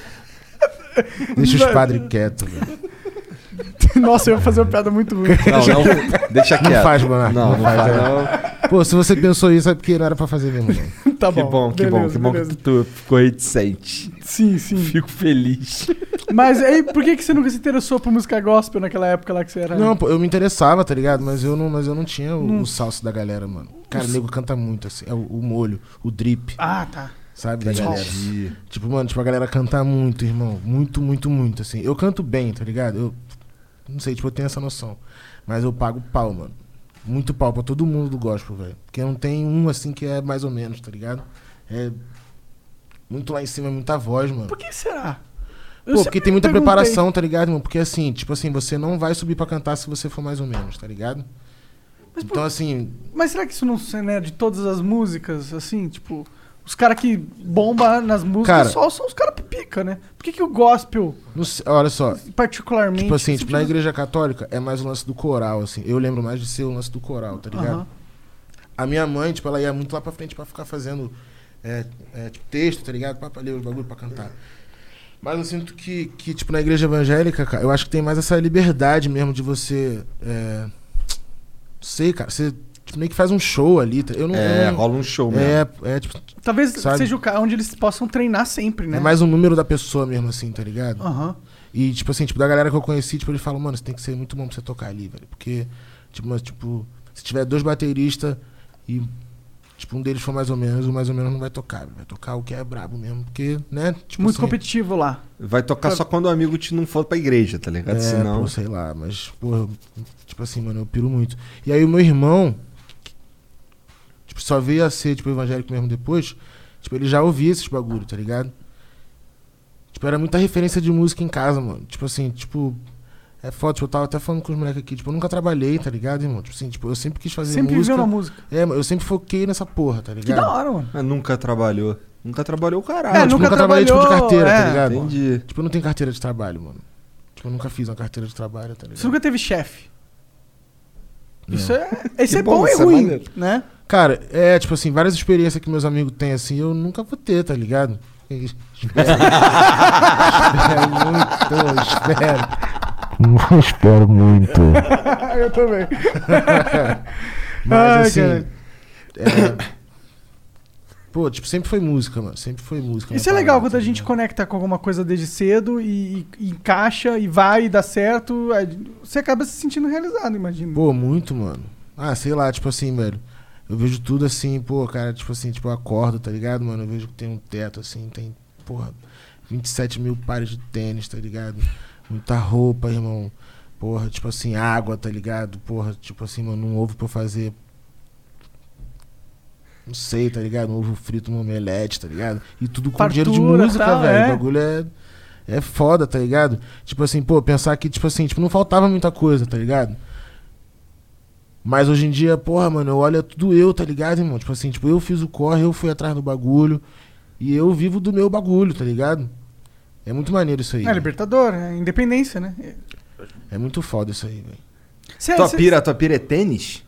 Deixa os padres quietos, velho. Nossa, eu ia fazer uma piada muito ruim. Não, deixa quieto. Não faz, mano. Não faz, não. Pô, se você pensou isso é porque não era pra fazer mesmo, não. Tá bom. Que bom que tu ficou reticente. Sim. Fico feliz. Mas aí, por que você nunca se interessou por música gospel naquela época lá que você era? Não, pô, eu me interessava, tá ligado? Mas eu não tinha o salso da galera, mano. Cara, o nego canta muito, assim. É o molho, o drip. Ah, tá. Sabe, da galera. Tipo, mano, a galera canta muito, irmão. Muito, muito, muito, assim. Eu canto bem, tá ligado? Eu não sei, tipo, eu tenho essa noção. Mas eu pago pau, mano. Muito pau pra todo mundo do gospel, velho. Porque não tem um, assim, que é mais ou menos, tá ligado? É muito lá em cima, muita voz, mano. Por que será? Pô, porque tem muita preparação, tá ligado, mano? Porque assim, tipo assim, você não vai subir pra cantar se você for mais ou menos, tá ligado? Então, assim... Mas será que isso não é de todas as músicas, assim, tipo... Os caras que bombam nas músicas cara, só são os caras pica, né? Por que o gospel... Olha só. Particularmente... Tipo assim, na igreja católica é mais o lance do coral, assim. Eu lembro mais de ser o lance do coral, tá ligado? A minha mãe, tipo, ela ia muito lá pra frente pra ficar fazendo tipo, texto, tá ligado? Pra ler os bagulho, pra cantar. Mas eu sinto que, tipo, na igreja evangélica, cara, eu acho que tem mais essa liberdade mesmo de você... Não sei, cara, você... Tipo, meio que faz um show ali. Eu não, rola um show mesmo. Tipo, talvez seja o cara onde eles possam treinar sempre, né? É mais um número da pessoa mesmo, assim, tá ligado? E, tipo assim, da galera que eu conheci, tipo, eles falam, mano, você tem que ser muito bom pra você tocar ali, velho. Porque, tipo, se tiver 2 bateristas e, tipo, um deles for mais ou menos, o mais ou menos não vai tocar. Vai tocar o que é brabo mesmo, porque, né? Tipo, muito assim, competitivo lá. Vai tocar só quando o amigo não for pra igreja, tá ligado? Senão... pô, sei lá, mas, pô, tipo assim, mano, eu piro muito. E aí o meu irmão... Tipo, só veio a ser, tipo, evangélico mesmo depois. Tipo, ele já ouvia esses bagulho, tá ligado? Tipo, era muita referência de música em casa, mano. Tipo assim, tipo... É foda, tipo, eu tava até falando com os moleques aqui. Tipo, eu nunca trabalhei, tá ligado, irmão? Tipo assim, tipo, eu sempre quis fazer sempre música. Sempre viveu na música. Eu sempre foquei nessa porra, tá ligado? Que da hora, mano. Mas nunca trabalhou. Nunca trabalhou o caralho. Tipo, nunca trabalhei, tipo, de carteira, tá ligado? Entendi. Tipo, eu não tenho carteira de trabalho, mano. Tipo, eu nunca fiz uma carteira de trabalho, tá ligado? Você nunca teve chefe? Isso é bom, bom e ruim, né? Cara, tipo assim, várias experiências que meus amigos têm, assim, eu nunca vou ter, tá ligado? Espero muito. Eu também. Mas, assim... Pô, tipo, sempre foi música, mano. Sempre foi música. Isso é legal quando a gente conecta com alguma coisa desde cedo e encaixa e vai e dá certo. Você acaba se sentindo realizado, imagina. Pô, muito, mano. Ah, sei lá, tipo assim, velho. Eu vejo tudo assim, pô, cara, tipo assim, tipo, eu acordo, tá ligado, mano? Eu vejo que tem um teto, assim, tem, porra, 27 mil pares de tênis, tá ligado? Muita roupa, irmão. Porra, tipo assim, água, tá ligado? Porra, tipo assim, mano, um ovo pra eu fazer. Não sei, tá ligado? Um ovo frito, um omelete, tá ligado? E tudo com Fartura, dinheiro de música, tal, velho. O bagulho é foda, tá ligado? Tipo assim, pô, pensar que, tipo assim, tipo, não faltava muita coisa, tá ligado? Mas hoje em dia, porra, mano, eu olho tudo eu, tá ligado, irmão? Tipo assim, tipo, eu fiz o corre, eu fui atrás do bagulho. E eu vivo do meu bagulho, tá ligado? É muito maneiro isso aí. É Libertador, é independência, né? É muito foda isso aí, velho. Tua pira é tênis?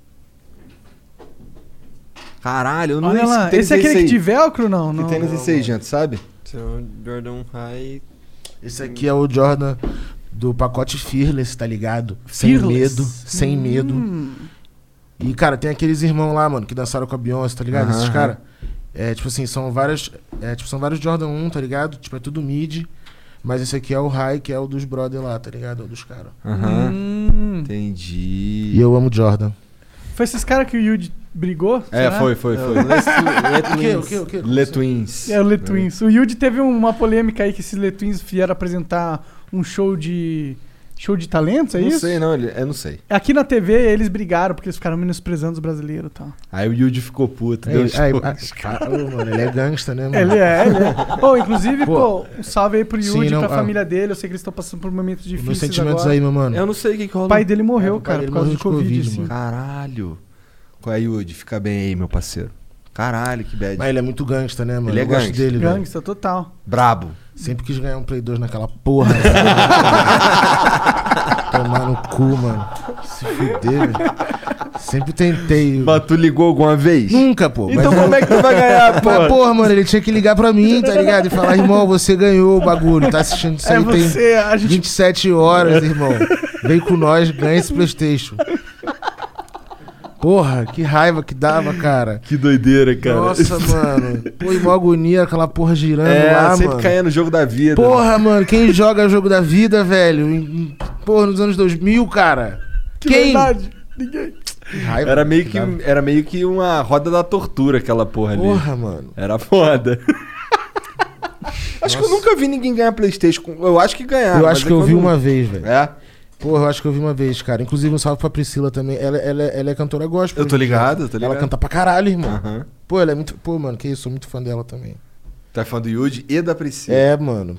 Caralho, eu não sei. Olha lá, esse é aquele que de velcro, não? Que tênis esse aí, gente, sabe? Esse é o Jordan High. Esse aqui é o Jordan do pacote Fearless, tá ligado? Fearless? Sem medo. E, cara, tem aqueles irmãos lá, mano, que dançaram com a Beyoncé, tá ligado? Esses caras. Tipo assim, são vários Jordan 1, tá ligado? Tipo, é tudo mid. Mas esse aqui é o High, que é o dos brother lá, tá ligado? É o dos caras. Entendi. E eu amo Jordan. Foi esses caras que o Yuji brigou? Foi. O quê? Le Twins. É, o Le Twins. O Yuji teve uma polêmica aí que esses Le Twins vieram apresentar um show de show de talentos, é não isso? Sei, não. Eu não sei. Aqui na TV eles brigaram, porque eles ficaram menosprezando os brasileiros e tal. Aí o Yuji ficou puto. Mano, ele é gangsta, né, mano? Ele é. Inclusive, um salve aí pro Yuji, pra família dele. Eu sei que eles estão passando por momentos difíceis meus sentimentos agora. aí, meu mano. Eu não sei o que rolou. O pai dele morreu, cara, por causa de Covid, assim. mano. Caralho. Qual é, Yuji? Fica bem aí, meu parceiro. Caralho, que bad. Mas ele é muito gangsta, né, mano? Ele é gangsta. gangsta. Dele, gangsta, total. Brabo. Sempre quis ganhar um Play 2 naquela porra. Tomar no cu, mano. Se fuder, velho. Sempre tentei. Mas tu ligou alguma vez? Nunca, pô. Então como é que tu vai ganhar, pô? Mas, porra, mano, ele tinha que ligar pra mim, tá ligado? E falar, irmão, você ganhou o bagulho. Tá assistindo isso aí, tem 27 horas, irmão. Vem com nós, ganha esse PlayStation. Porra, que raiva que dava, cara. Que doideira, cara. Nossa, mano. Pô, e mó agonia, aquela porra girando lá, sempre mano. caindo no jogo da vida. Porra, mano, quem joga o jogo da vida, velho? Porra, nos anos 2000, cara. Quem? Verdade. Ninguém. Raiva, era meio que uma roda da tortura aquela porra ali. Porra, mano. Era foda. Acho que eu nunca vi ninguém ganhar PlayStation. Eu acho que ganharam. Eu acho que eu vi uma vez, velho. É? Porra, eu acho que eu vi uma vez, cara. Inclusive, um salve pra Priscila também. Ela é cantora gospel. Eu tô ligado, Ela canta pra caralho, irmão. Uhum. Pô, ela é muito... Pô, mano, que isso. Sou muito fã dela também. Tu é fã do Yuji e da Priscila. É, mano.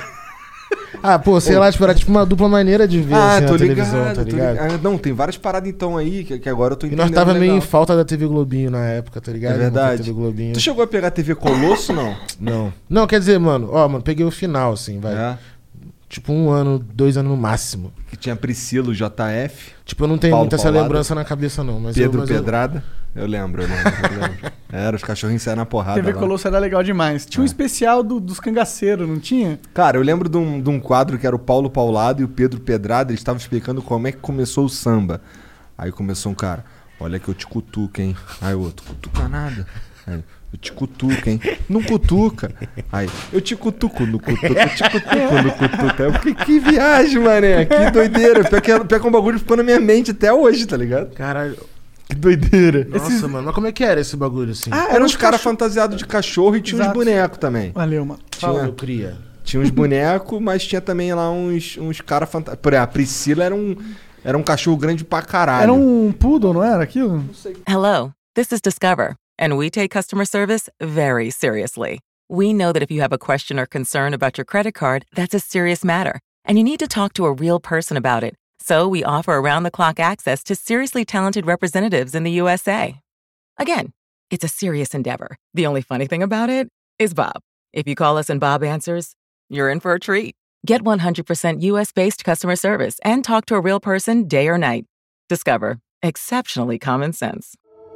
Pô, sei lá, tipo, era tipo uma dupla maneira de ver assim, na televisão, tá ligado? Não, tem várias paradas então aí que agora eu tô entendendo. E nós tava legal. meio em falta da TV Globinho na época, tá ligado? É verdade. TV Globinho. Tu chegou a pegar a TV Colosso, não? Não. Não, quer dizer, mano, peguei o final, assim, vai. É. Tipo 1 ano, 2 anos no máximo. Que tinha Priscila, o JF. Tipo, eu não tenho muita essa lembrança na cabeça, não. Mas Pedro Pedrada. Eu lembro. Era, os cachorrinhos saíram na porrada. TV Colosso era legal demais. Tinha um especial dos cangaceiros, não tinha? Cara, eu lembro de um quadro que era o Paulo Paulado e o Pedro Pedrada. Eles estavam explicando como é que começou o samba. Aí começou um cara, olha que eu te cutuco, hein? Aí o outro, cutuca nada. Aí, eu te cutuco, hein? Não cutuca. Aí, eu te cutuco no cutuco, eu te cutuco no cutuco. Aí eu fiquei, que viagem, mané. Que doideira. Pior que um bagulho ficou na minha mente até hoje, tá ligado? Caralho. Que doideira. Nossa, mano, mas como é que era esse bagulho assim? Eram uns caras fantasiados de cachorro e tinha uns bonecos também. Valeu, mano. Fala, eu cria. Tinha uns bonecos, mas tinha também lá uns caras fantásticos. Por exemplo, a Priscila era um cachorro grande pra caralho. Era um poodle, não era aquilo? Não sei. Hello, this is Discover, and we take customer service very seriously. We know that if you have a question or concern about your credit card, that's a serious matter, and you need to talk to a real person about it. So we offer around-the-clock access to seriously talented representatives in the USA. Again, it's a serious endeavor. The only funny thing about it is Bob. If you call us and Bob answers, you're in for a treat. Get 100% US-based customer service and talk to a real person day or night. Discover. Exceptionally common sense.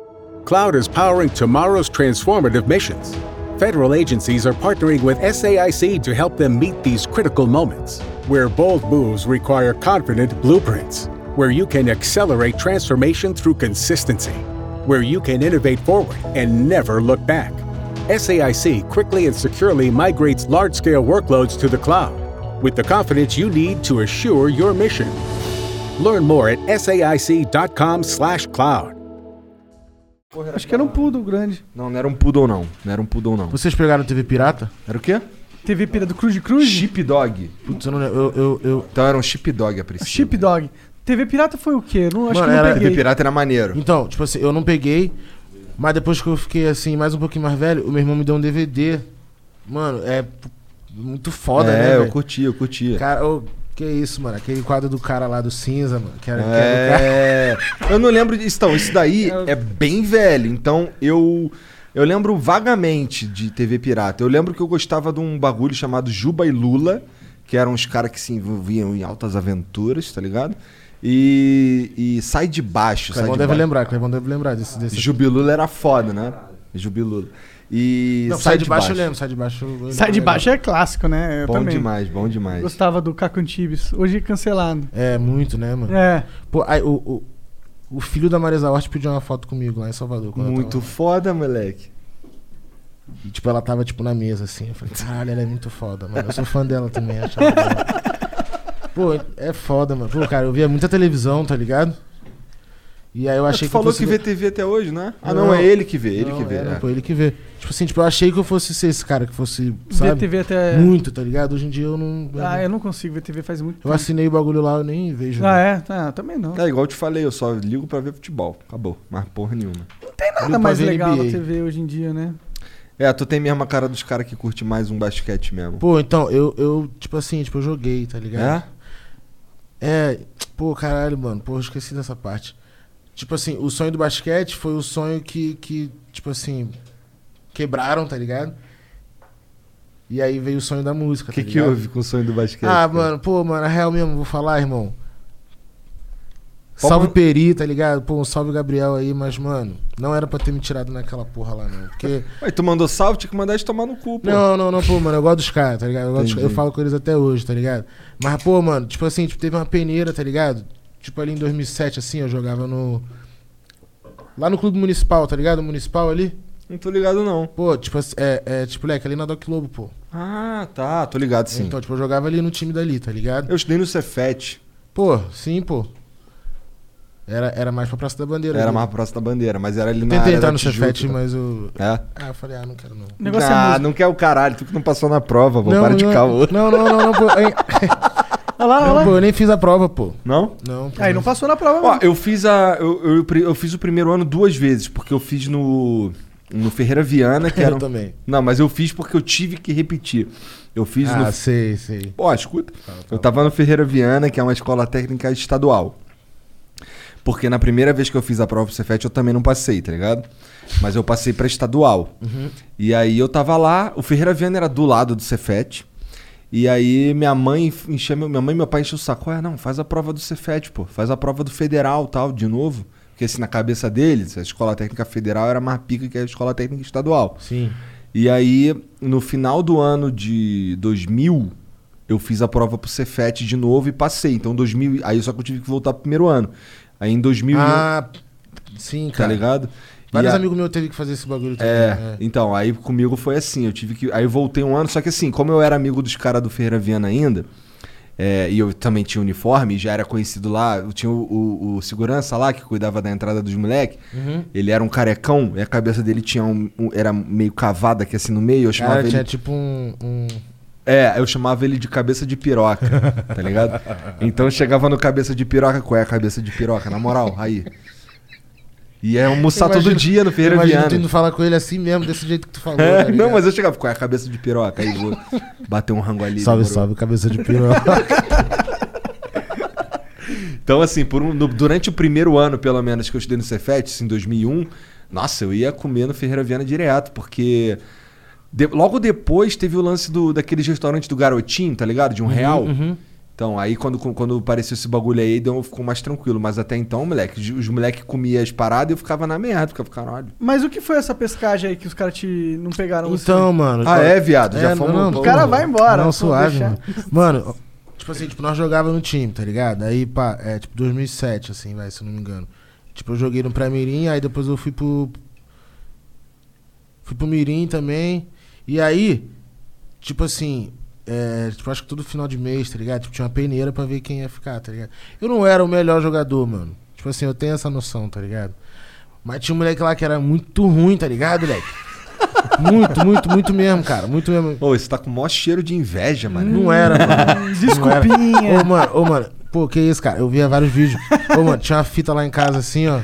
Cloud is powering tomorrow's transformative missions. Federal agencies are partnering with SAIC to help them meet these critical moments, where bold moves require confident blueprints, where you can accelerate transformation through consistency, where you can innovate forward and never look back. SAIC quickly and securely migrates large-scale workloads to the cloud with the confidence you need to assure your mission. Learn more at saic.com/cloud. Acho que era um poodle grande. Não era um poodle não. Não era um poodle não. Vocês pegaram TV pirata? Era o quê? TV pirata do Cruz? Chip Dog. Putz, eu não lembro. Então era um Chip Dog a Priscila. Chip Dog. TV pirata foi o quê? Não, acho Mano, que não era- peguei. TV Pirata era maneiro. Então, tipo assim, eu não peguei, mas depois que eu fiquei assim, mais um pouquinho mais velho, o meu irmão me deu um DVD. Mano, é muito foda, né, eu velho? curtia. Cara, que isso, mano? Aquele quadro do cara lá do cinza, mano. Que era, Eu não lembro disso. Então, isso daí é bem velho. Então, eu lembro vagamente de TV Pirata. Eu lembro que eu gostava de um bagulho chamado Juba e Lula, que eram uns caras que se envolviam em altas aventuras, tá ligado? E Sai de Baixo. Clevão deve lembrar desse. Jubilula era foda, né? Jubilula. E Não, Sai de Baixo eu lembro, Sai de Baixo. Sai de Baixo é clássico, né? Eu Bom também. bom demais. Gostava do Caco Antibes. Hoje cancelado. É, muito, né, mano? É. Pô, aí, o filho da Marisa Hort pediu uma foto comigo lá em Salvador. quando eu Muito tava lá. foda, moleque. E, tipo, ela tava, tipo, na mesa, assim. Eu falei, caralho, ela é muito foda, mano. Eu sou fã dela também, achava dela. Pô, é foda, mano. Pô, cara, eu via muita televisão, tá ligado? E aí eu achei tu que eu falou fosse... que vê TV até hoje, né? Ah, Não, não, é ele que vê, ele Não, que vê. não, pô, ele que vê. Tipo assim, eu achei que eu fosse ser esse cara que fosse, sabe? Ver TV até... Muito, tá ligado? Hoje em dia eu não... eu não consigo ver TV faz muito tempo. Eu assinei o bagulho lá, eu nem vejo. É? Também não. É, igual eu te falei, eu só ligo pra ver futebol. Acabou. Mas porra nenhuma. Não tem nada Ligo mais pra ver legal NBA. na TV hoje em dia, né? Tu tem mesmo a cara dos caras que curte mais um basquete mesmo. Pô, então, eu tipo assim, eu joguei, tá ligado? Pô, caralho, mano. Pô, eu esqueci dessa parte. Tipo assim, o sonho do basquete foi o sonho que tipo assim, quebraram, tá ligado? E aí veio o sonho da música, O que tá ligado? houve com o sonho do basquete? Mano, na real mesmo, vou falar, irmão. Como- Salve Peri, tá ligado? Pô, um salve Gabriel aí, mas, mano, não era pra ter me tirado naquela porra lá, não. Porque. Ué, tu mandou salve, tinha que mandar eles tomar no cu, pô. Não, pô, mano, eu gosto dos caras, tá ligado? Entendi. Eu falo com eles até hoje, tá ligado? Mas, pô, mano, tipo assim, teve uma peneira, tá ligado? Tipo ali em 2007, assim, eu jogava no... Lá no clube municipal, tá ligado? Municipal ali. Não tô ligado, não. Pô, tipo assim, tipo, moleque, ali na Doc Lobo, pô. Ah, tá, tô ligado, sim. Então, tipo, eu jogava ali no time dali, tá ligado? Eu estudei no Cefet. Pô, sim, pô. Era mais pra Praça da Bandeira. Era ali. mais pra Praça da Bandeira, mas era ali na Tentei área entrar da no Tijuca, Cefet, tá? mas eu... É? Eu falei, não quero não. O negócio é música. Não quer o caralho, tu que não passou na prova, pô, para de caô. Não, pô. Olha lá, Não, pô, eu nem fiz a prova, pô. Não? Não, pô. Aí não passou na prova, Ó, mesmo. eu fiz eu fiz o primeiro ano 2 vezes, porque eu fiz no Ferreira Viana, que era... Eu também. Não, mas eu fiz porque eu tive que repetir. Eu fiz no... sei. Ó, escuta. Eu tava no Ferreira Viana, que é uma escola técnica estadual. Porque na primeira vez que eu fiz a prova pro Cefet, eu também não passei, tá ligado? Mas eu passei pra estadual. E aí eu tava lá, o Ferreira Viana era do lado do Cefet. E aí minha mãe e meu pai encheu o saco. Não, faz a prova do Cefet, pô. Faz a prova do Federal, tal, de novo. Porque assim, na cabeça deles, a escola técnica federal era mais pica que a escola técnica estadual. Sim. E aí, no final do ano de 2000, eu fiz a prova pro Cefet de novo e passei. Então, 2000, aí só que eu tive que voltar pro primeiro ano. Aí em 2001, Sim, tá cara. ligado? Vários E amigos meus teve que fazer esse bagulho também. então, aí comigo foi assim, eu tive que... Aí eu voltei um ano, só que assim, como eu era amigo dos caras do Ferreira Viana ainda, e eu também tinha uniforme, já era conhecido lá, eu tinha o segurança lá, que cuidava da entrada dos moleques, ele era um carecão, e a cabeça dele tinha era meio cavada aqui assim no meio, eu chamava ele... tinha tipo eu chamava ele de cabeça de piroca, tá ligado? Então eu chegava no cabeça de piroca, qual é a cabeça de piroca? Na moral, aí... E é almoçar todo dia no Ferreira Viana. Imagina tu indo falar com ele assim mesmo, desse jeito que tu falou. É, tá não, ligado? mas eu chegava, qual é a cabeça de piroca? Aí vou bater um rango ali. Salve, demorou. salve, cabeça de piroca. Então, assim, durante o primeiro ano, pelo menos, que eu estudei no Cefet, assim, em 2001, nossa, eu ia comer no Ferreira Viana direto, porque logo depois teve o lance daqueles restaurantes do Garotinho, tá ligado? De R$1. Então, aí quando apareceu esse bagulho aí, ficou mais tranquilo. Mas até então, moleque, os moleques comiam as paradas e eu ficava na merda, ficava caralho. Mas o que foi essa pescagem aí que os caras não pegaram você? Então, mano... Viado? Já fomos... Não, O cara vai embora. Não, pô, suave, deixa. mano. Tipo assim, nós jogávamos no time, tá ligado? Aí, pá, tipo 2007, assim, se eu não me engano. Tipo, eu joguei no pré-mirim, aí depois eu fui pro mirim também. E aí, tipo assim... tipo, acho que todo final de mês, tá ligado? Tipo, tinha uma peneira pra ver quem ia ficar, tá ligado? Eu não era o melhor jogador, mano. Tipo assim, eu tenho essa noção, tá ligado? Mas tinha um moleque lá que era muito ruim, tá ligado, moleque? Muito mesmo, cara. Muito mesmo. Ô, você tá com o maior cheiro de inveja, mano. Não era, mano. Desculpinha. Ô, mano. Pô, que isso, cara? Eu via vários vídeos. Ô, mano, tinha uma fita lá em casa assim, ó.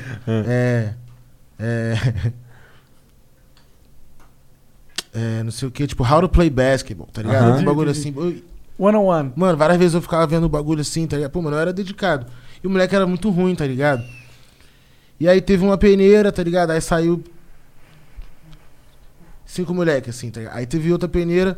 Não sei o que, tipo, how to play basketball, tá ligado? Um bagulho assim. One-on-one. Mano, várias vezes eu ficava vendo o bagulho assim, tá ligado? Pô, mano, eu era dedicado. E o moleque era muito ruim, tá ligado? E aí teve uma peneira, tá ligado? Aí saiu 5 moleques, assim, tá ligado? Aí teve outra peneira.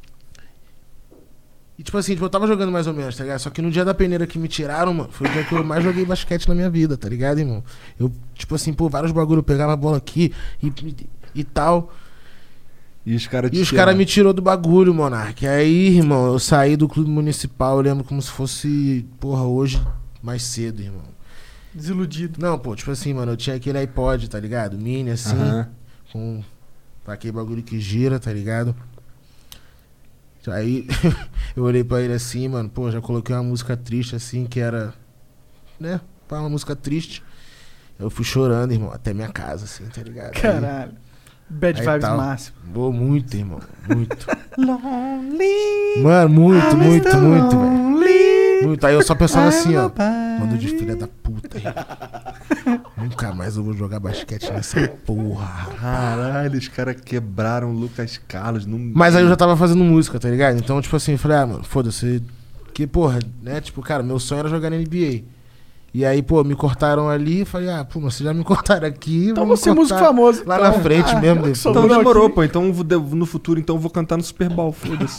E tipo assim, eu tava jogando mais ou menos, tá ligado? Só que no dia da peneira que me tiraram, mano, foi o dia que eu mais joguei basquete na minha vida, tá ligado, irmão? Eu, tipo assim, pô, vários bagulho, eu pegava a bola aqui e tal. E os caras me tirou do bagulho, Monark. Aí, irmão, eu saí do clube municipal, eu lembro como se fosse, porra, hoje, mais cedo, irmão. Desiludido. Não, pô, tipo assim, mano, eu tinha aquele iPod, tá ligado? Mini, assim, com aquele bagulho que gira, tá ligado? Aí, eu olhei pra ele assim, mano, pô, já coloquei uma música triste, assim, que era, né, uma música triste. Eu fui chorando, irmão, até minha casa, assim, tá ligado? Caralho. Bad Aí vibes tal. máximo. Boa, muito, irmão. Muito. Lonely. Mano, muito, muito, Mr. muito, velho. Lonely. Muito. Aí eu só pensava assim, ó. Bye. Mano de filha da puta, irmão. Nunca mais eu vou jogar basquete nessa porra. Caralho, os caras quebraram o Lucas Carlos. Mas aí eu já tava fazendo música, tá ligado? Então, tipo assim, eu falei, mano, foda-se. Que porra, né? Tipo, cara, meu sonho era jogar na NBA. E aí, pô, me cortaram ali, falei, pô, mas vocês já me cortaram aqui. Então vamos você é músico cortar famoso. lá então. na frente mesmo. eu que Depois. sou Então Bruno demorou, aqui. pô. Então no futuro então eu vou cantar no Super Bowl, foda-se.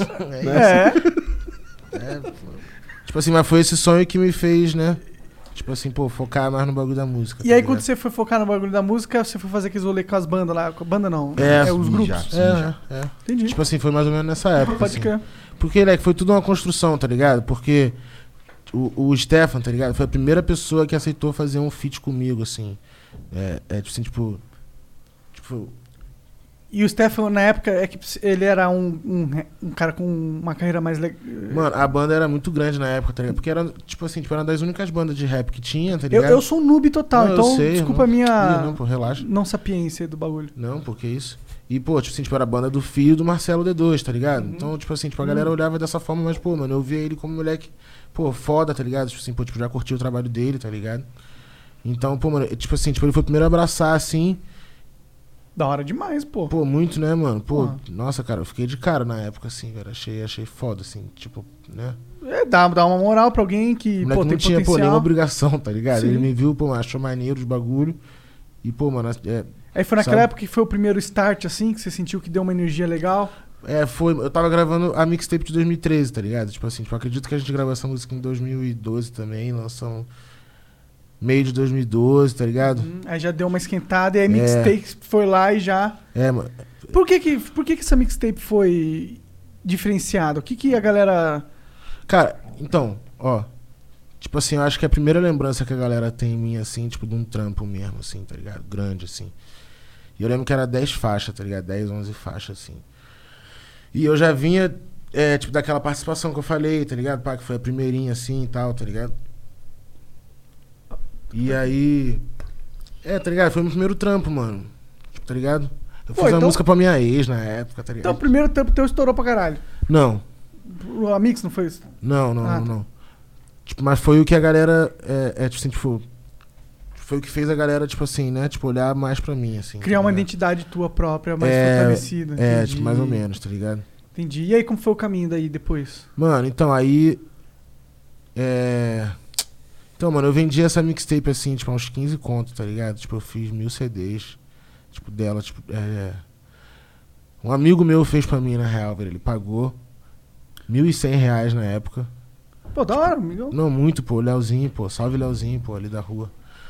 Pô. Tipo assim, mas foi esse sonho que me fez, né? Tipo assim, pô, focar mais no bagulho da música. E tá aí, ligado? quando você foi focar no bagulho da música, você foi fazer aqueles rolês com as bandas lá. Com a banda não. Os grupos. Já. Entendi. Tipo assim, foi mais ou menos nessa época. Pode assim. crer. Porque, né, foi tudo uma construção, tá ligado? Porque o Stefan, tá ligado? Foi a primeira pessoa que aceitou fazer um feat comigo, assim. Tipo. E o Stefan, na época, é que ele era um cara com uma carreira mais legal. Mano, a banda era muito grande na época, tá ligado? Porque era, tipo assim, era uma das únicas bandas de rap que tinha, tá ligado? Eu sou um noob total, Não, eu então sei, desculpa a minha Não, pô, relaxa. não sapiência do bagulho. Não, pô, que isso. E, pô, tipo assim, era a banda do filho do Marcelo D2, tá ligado? Então, tipo assim, a galera olhava dessa forma, mas, pô, mano, eu via ele como moleque, pô, foda, tá ligado? Tipo assim, pô, já curti o trabalho dele, tá ligado? Então, pô, mano, tipo assim, ele foi o primeiro a abraçar, assim. Da hora demais, pô. Pô, muito, né, mano? Pô, Porra. Nossa, cara, eu fiquei de cara na época, assim, velho. Achei foda, assim, tipo, né? Dá uma moral pra alguém que, O moleque pô, não tem tinha, pô, potencial. nenhuma obrigação, tá ligado? Sim. Ele me viu, pô, achou maneiro os bagulho. E, pô, mano, Aí foi naquela sabe? época que foi o primeiro start, assim, que você sentiu que deu uma energia legal. foi. Eu tava gravando a mixtape de 2013, tá ligado? Tipo assim, acredito que a gente gravou essa música em 2012 também, lançamos meio de 2012, tá ligado? Aí já deu uma esquentada e aí mixtape foi lá e já... Mano. Por que essa mixtape foi diferenciada? O que a galera... Cara, então, ó. Tipo assim, eu acho que a primeira lembrança que a galera tem em mim, assim, tipo, de um trampo mesmo, assim, tá ligado? Grande, assim. E eu lembro que era 10 faixas, tá ligado? 10, 11 faixas, assim. E eu já vinha, tipo, daquela participação que eu falei, tá ligado? Pá, que foi a primeirinha, assim, e tal, tá ligado? E aí... tá ligado? Foi o meu primeiro trampo, mano. Tipo, tá ligado? Eu fiz uma música pra minha ex na época, tá ligado? Então o primeiro trampo teu estourou pra caralho. Não. A Mix não foi isso? Não. Tipo, mas foi o que a galera, tipo assim, tipo... Foi o que fez a galera, tipo assim, né? Tipo, olhar mais pra mim, assim. Criar uma identidade tua própria, mais fortalecida. Entendi. Tipo, mais ou menos, tá ligado? Entendi. E aí, como foi o caminho daí depois? Mano, então, aí... Então, mano, eu vendi essa mixtape, assim, tipo, uns 15 contos, tá ligado? Tipo, eu fiz 1000 CDs, tipo, dela, tipo... Um amigo meu fez pra mim, na real, velho. Ele pagou R$1.100 na época. Pô, da hora, amigão. Não, muito, pô. Leozinho, pô. Salve, Leozinho, pô, ali da rua.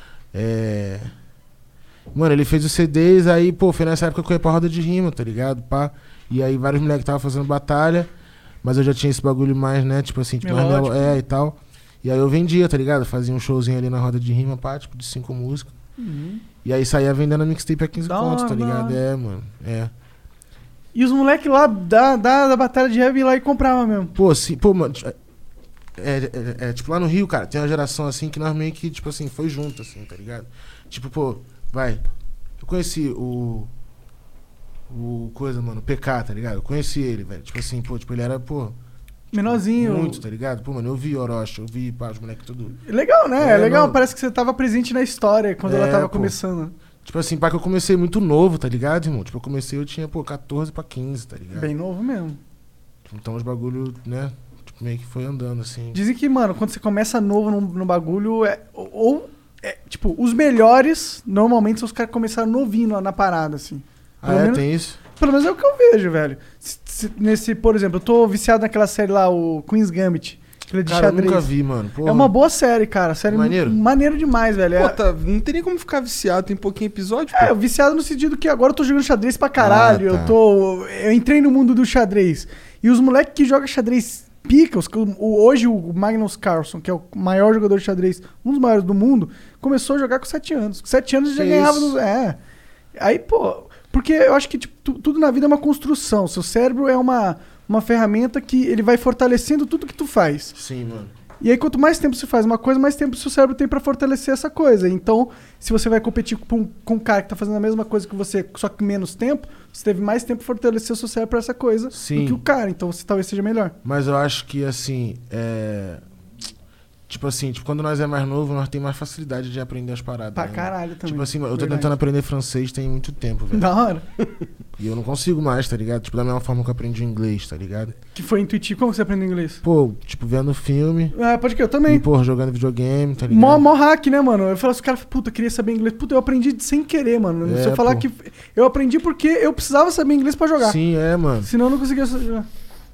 Mano, ele fez os CDs, aí, pô, foi nessa época que eu ia pra roda de rima, tá ligado? Pá. E aí vários moleques estavam fazendo batalha, mas eu já tinha esse bagulho mais, né? Tipo assim, tipo, melódico. E tal. E aí eu vendia, tá ligado? Fazia um showzinho ali na roda de rima, pá, tipo, de 5 músicas. Uhum. E aí saía vendendo a mixtape a 15 Da contos, tá hora, ligado? da hora. Mano. E os moleques lá da batalha de rap lá e compravam mesmo. Pô, sim, pô, mano. Tipo, lá no Rio, cara, tem uma geração assim que nós meio que, tipo assim, foi junto, assim, tá ligado? Tipo, pô, eu conheci o coisa, mano, o PK, tá ligado? Eu conheci ele, velho. Tipo assim, pô, tipo, ele era, pô... Menorzinho. Muito, tá ligado? Pô, mano, eu vi Orochi, eu vi, pá, os moleques tudo... Legal, né? É legal, mano. Parece que você tava presente na história quando ela tava pô. começando. Tipo assim, pá, que eu comecei muito novo, tá ligado, irmão? Tipo, eu tinha, pô, 14 pra 15, tá ligado? Bem novo mesmo. Então os bagulho, né, tipo, meio que foi andando, assim. Dizem que, mano, quando você começa novo no bagulho, tipo, os melhores, normalmente, são os caras que começaram novinho na parada, assim. Pelo menos, tem isso? Pelo menos é o que eu vejo, velho. Por exemplo, eu tô viciado naquela série lá, o Queen's Gambit. Aquela de Cara, eu xadrez. nunca vi, mano. Porra. É uma boa série, cara. Série Maneiro? maneiro demais, velho. Pô, não tem nem como ficar viciado, tem pouquinho episódio, pô. Viciado no sentido que agora eu tô jogando xadrez pra caralho. Ah, tá. Eu entrei no mundo do xadrez. E os moleques que jogam xadrez pica, hoje o Magnus Carlsen, que é o maior jogador de xadrez, um dos maiores do mundo, começou a jogar com 7 anos. Com 7 anos já ganhava... Aí, pô... Porque eu acho que tipo, tudo na vida é uma construção. Seu cérebro é uma ferramenta que ele vai fortalecendo tudo que tu faz. Sim, mano. E aí, quanto mais tempo você faz uma coisa, mais tempo o seu cérebro tem pra fortalecer essa coisa. Então, se você vai competir com um cara que tá fazendo a mesma coisa que você, só que menos tempo, você teve mais tempo pra fortalecer o seu cérebro pra essa coisa do que o cara. Então, você talvez seja melhor. Mas eu acho que, assim, Tipo assim, quando nós é mais novo, nós temos mais facilidade de aprender as paradas. Pra caralho também. Tipo assim, eu tô tentando aprender francês tem muito tempo, velho. Da hora. E eu não consigo mais, tá ligado? Tipo, da mesma forma que eu aprendi inglês, tá ligado? Que foi intuitivo. Como você aprendeu inglês? Pô, tipo, vendo filme. Pode que eu também. E, porra, jogando videogame, tá ligado? Mó hack, né, mano? Eu falo assim, cara, puta, eu queria saber inglês. Puta, eu aprendi sem querer, mano. Se eu falar que eu aprendi porque eu precisava saber inglês pra jogar. Sim, mano. Senão eu não conseguia jogar.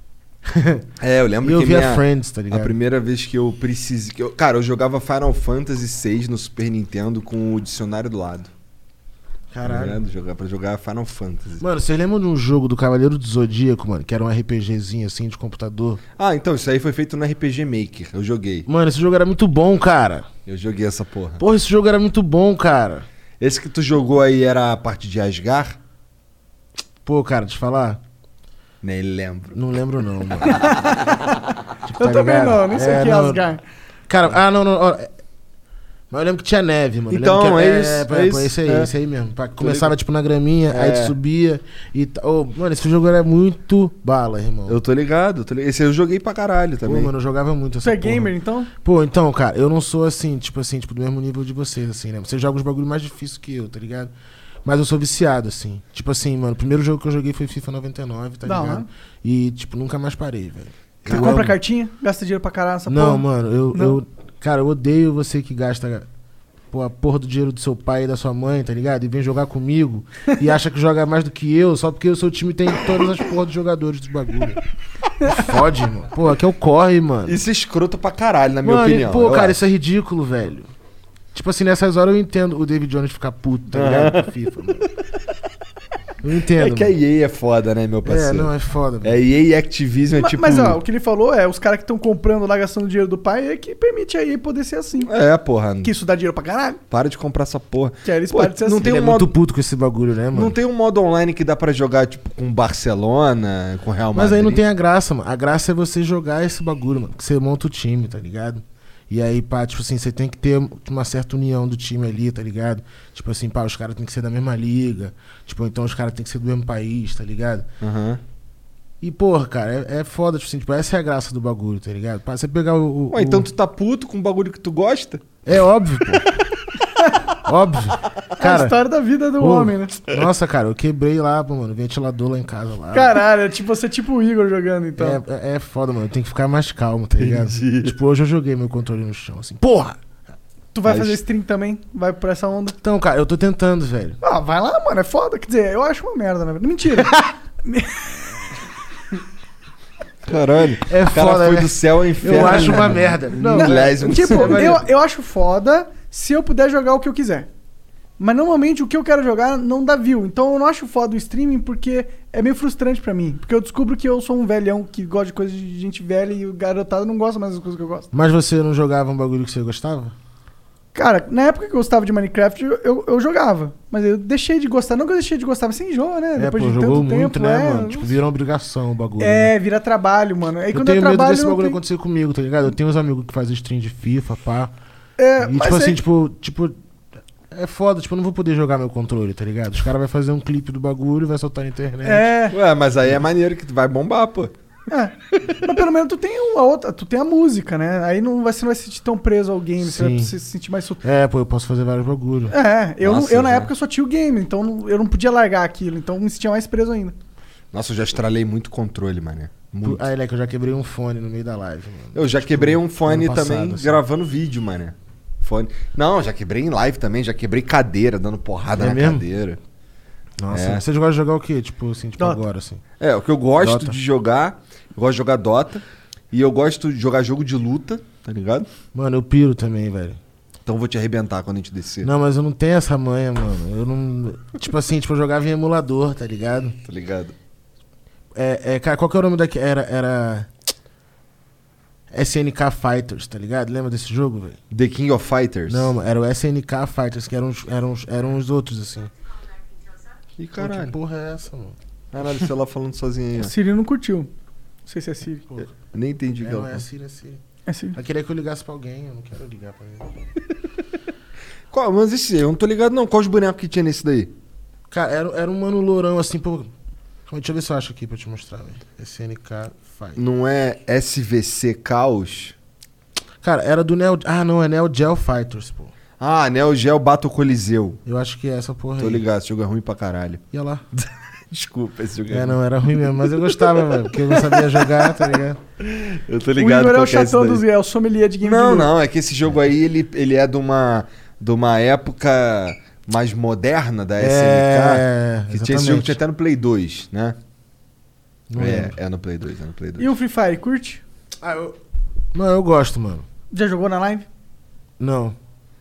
Eu lembro que via Friends, tá ligado? A primeira vez que eu precisei... Cara, eu jogava Final Fantasy VI no Super Nintendo com o dicionário do lado. Caralho. Pra jogar Final Fantasy. Mano, vocês lembram de um jogo do Cavaleiro do Zodíaco, mano? Que era um RPGzinho assim de computador? Então, isso aí foi feito no RPG Maker. Eu joguei. Mano, esse jogo era muito bom, cara. Eu joguei essa porra. Porra, esse jogo era muito bom, cara. Esse que tu jogou aí era a parte de Asgard? Pô, cara, te falar... Nem lembro. Não lembro não, mano. Tipo, eu também não, nem sei o que é Asgard. Cara, não. Mas eu lembro que tinha neve, mano. Então, Esse aí mesmo. Começava, tipo, na graminha, aí tu subia e tal. Mano, esse jogo era muito bala, irmão. Eu tô ligado. Esse eu joguei pra caralho também. Pô, mano, eu jogava muito essa porra. Você é gamer, então? Pô, então, cara, eu não sou assim, tipo, do mesmo nível de vocês, assim, né? Vocês jogam os bagulho mais difíceis que eu, tá ligado? Mas eu sou viciado, assim. Tipo assim, mano, o primeiro jogo que eu joguei foi FIFA 99, tá ligado? E, tipo, nunca mais parei, velho. Você compra cartinha? Gasta dinheiro pra caralho nessa porra? Não, mano, cara, eu odeio você que gasta a porra do dinheiro do seu pai e da sua mãe, tá ligado? E vem jogar comigo e acha que joga mais do que eu, só porque o seu time tem todas as porra dos jogadores dos bagulho. Fode, mano. Pô, aqui é o corre, mano. Isso é escroto pra caralho, na minha opinião. Pô, cara, isso é ridículo, velho. Tipo assim, nessas horas eu entendo o David Jones ficar puto, tá ligado? Com FIFA, mano. Eu entendo. É que a EA é foda, né, meu parceiro? É foda. Velho. A EA e Activision é tipo... Mas, o que ele falou os caras que estão comprando lá, gastando dinheiro do pai, é que permite a EA poder ser assim. Porra. Que isso dá dinheiro pra caralho. Para de comprar essa porra. Que aí eles param de ser não assim. Tem ele muito puto com esse bagulho, né, mano? Não tem um modo online que dá pra jogar, tipo, com Barcelona, com Real Madrid? Mas aí não tem a graça, mano. A graça é você jogar esse bagulho, mano. Que você monta o time, tá ligado? E aí, pá, tipo assim, você tem que ter uma certa união do time ali, tá ligado? Tipo assim, pá, os caras tem que ser da mesma liga. Tipo, então os caras tem que ser do mesmo país, tá ligado? E, porra, cara, é foda, tipo assim, tipo, essa é a graça do bagulho, tá ligado? Pra você pegar então tu tá puto com o bagulho que tu gosta? É óbvio, pô. Óbvio. Cara, a história da vida do homem, né? Nossa, cara, eu quebrei lá, mano, ventilador lá em casa. Lá. Caralho, você é tipo o Igor jogando, então. É foda, mano, tem que ficar mais calmo, tá ligado? Tipo, hoje eu joguei meu controle no chão, assim, porra! Tu vai fazer stream também? Vai por essa onda? Então, cara, eu tô tentando, velho. Vai lá, mano, é foda. Quer dizer, eu acho uma merda, na verdade. Mentira. Caralho. O cara foi né? do céu ao inferno. Eu acho uma merda. Não, tipo, eu acho foda se eu puder jogar o que eu quiser. Mas normalmente o que eu quero jogar não dá view. Então eu não acho foda o streaming porque é meio frustrante pra mim. Porque eu descubro que eu sou um velhão que gosta de coisa de gente velha e o garotado não gosta mais das coisas que eu gosto. Mas você não jogava um bagulho que você gostava? Cara, na época que eu gostava de Minecraft, eu jogava. Mas eu deixei de gostar. Não que eu deixei de gostar, mas você enjoa, né? Depois de tanto muito, tempo, né, mano? Tipo, vira uma obrigação o bagulho. Vira trabalho, mano. Aí, eu tenho medo desse bagulho acontecer comigo, tá ligado? Eu tenho uns amigos que fazem stream de FIFA, pá. E tipo assim, tipo... É foda, tipo, eu não vou poder jogar meu controle, tá ligado? Os caras vão fazer um clipe do bagulho e vai soltar na internet. Ué, mas aí é maneiro que tu vai bombar, pô. Mas pelo menos tu tem tu tem a música, né? Aí você não vai se sentir tão preso ao game, você vai se sentir mais... Pô, eu posso fazer vários bagulhos. Eu na época só tinha o game, então eu não podia largar aquilo, então me sentia mais preso ainda. Nossa, eu já estralei muito controle, mané. Muito. Aí, Leque, eu já quebrei um fone no meio da live, mano. Eu já quebrei um fone também, gravando vídeo, mané. Fone. Não, já quebrei em live também, já quebrei cadeira, dando porrada na cadeira. Nossa, você gosta de jogar o quê? Tipo assim, tipo Dota. agora, assim. O que eu gosto de jogar, eu gosto de jogar Dota. E eu gosto de jogar jogo de luta, tá ligado? Mano, eu piro também, velho. Então eu vou te arrebentar quando a gente descer. Não, mas eu não tenho essa manha, mano. Eu não... Tipo assim, eu jogava em emulador, tá ligado? Tá ligado? Cara, qual que é o nome daqui? Era... SNK Fighters, tá ligado? Lembra desse jogo, velho? The King of Fighters? Não, era o SNK Fighters, que eram uns outros, assim. Ih, caralho. Que porra é essa, mano? Caralho, o celular falando sozinho aí, ó. Siri não curtiu. Não sei se é Siri. Eu nem entendi o que ela é Siri, é Siri. Assim. Eu queria que eu ligasse pra alguém, eu não quero ligar pra ninguém. Mas esse eu não tô ligado não. Qual os bonecos que tinha nesse daí? Cara, era um mano lourão assim, pô. Deixa eu ver se eu acho aqui pra te mostrar, velho. SNK Fight. Não é SVC Caos? Cara, era do Neo... Ah, não, é Neo Geo Fighters, pô. Ah, Neo Geo Battle Coliseu. Eu acho que é essa porra aí. Tô ligado, esse jogo é ruim pra caralho. Ia lá. Desculpa, esse jogo É, não, era ruim mesmo, mas eu gostava, velho, porque eu não sabia jogar, tá ligado? Eu tô ligado. O Igor é o chatão dos... É o sommelier de game Não, de não, é que esse jogo aí, ele é de uma época mais moderna da SNK. Que tinha esse jogo, tinha até no Play 2, né? É no Play 2, é no Play 2. E o Free Fire, curte? Mano, eu gosto, mano. Já jogou na live? Não.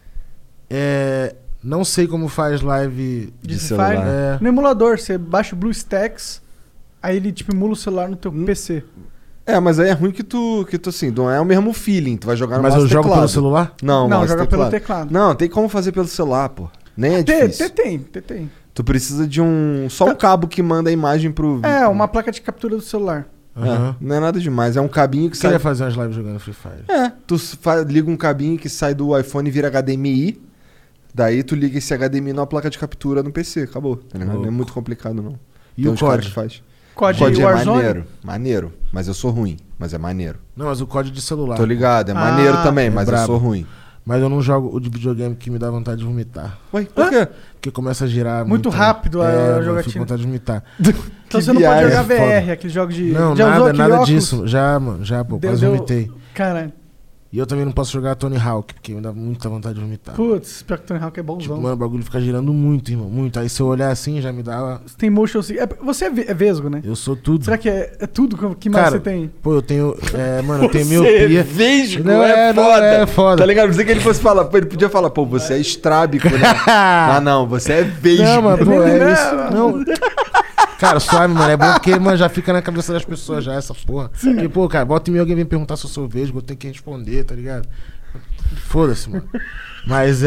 Não sei como faz live de celular. No emulador, você baixa o BlueStacks, aí ele tipo emula o celular no teu PC. Mas aí é ruim que tu assim, não é o mesmo feeling, tu vai jogar no Mas eu jogo pelo celular? Não, joga pelo teclado. Não, tem como fazer pelo celular, pô. Nem é difícil. Tem. Tu precisa de só um cabo que manda a imagem pro... uma placa de captura do celular. Não é nada demais, é um cabinho que sai... Queria fazer umas lives jogando Free Fire. Tu liga um cabinho que sai do iPhone e vira HDMI, daí tu liga esse HDMI numa placa de captura no PC, acabou. Tá ligado? Não é muito complicado, não. E o COD? COD é maneiro, mas eu sou ruim, mas é maneiro. Não, mas o COD de celular. Tô ligado, é maneiro também, mas eu sou ruim. Mas eu não jogo o de videogame que me dá vontade de vomitar. Ué, por quê? Porque começa a girar muito rápido a jogatina. Eu fico com vontade de vomitar. Então você não pode jogar VR, aqueles jogos de... Não, nada disso. Já, pô, quase vomitei. Caralho. E eu também não posso jogar Tony Hawk, porque me dá muita vontade de vomitar. Putz, pior que Tony Hawk é bonzão. Tipo, mano, o bagulho fica girando muito, irmão, muito. Aí se eu olhar assim, já me dá... Você tem motion sickness. Você é vesgo, né? Eu sou tudo. Será que é tudo que mais você tem? Pô, eu tenho... mano, eu tenho miopia. Você é vesgo, não, é foda. É foda. Tá ligado? Não sei que ele fosse falar, ele podia falar, pô, você é estrábico, né? Não, você é vesgo. Não, mano, pô, é isso. Não... Cara, suave, mano, é bom porque, mano, já fica na cabeça das pessoas já essa porra. Sim. Porque, pô, cara, volta e meia alguém vem perguntar se eu sou vesgo, eu tenho que responder, tá ligado? Foda-se, mano. Mas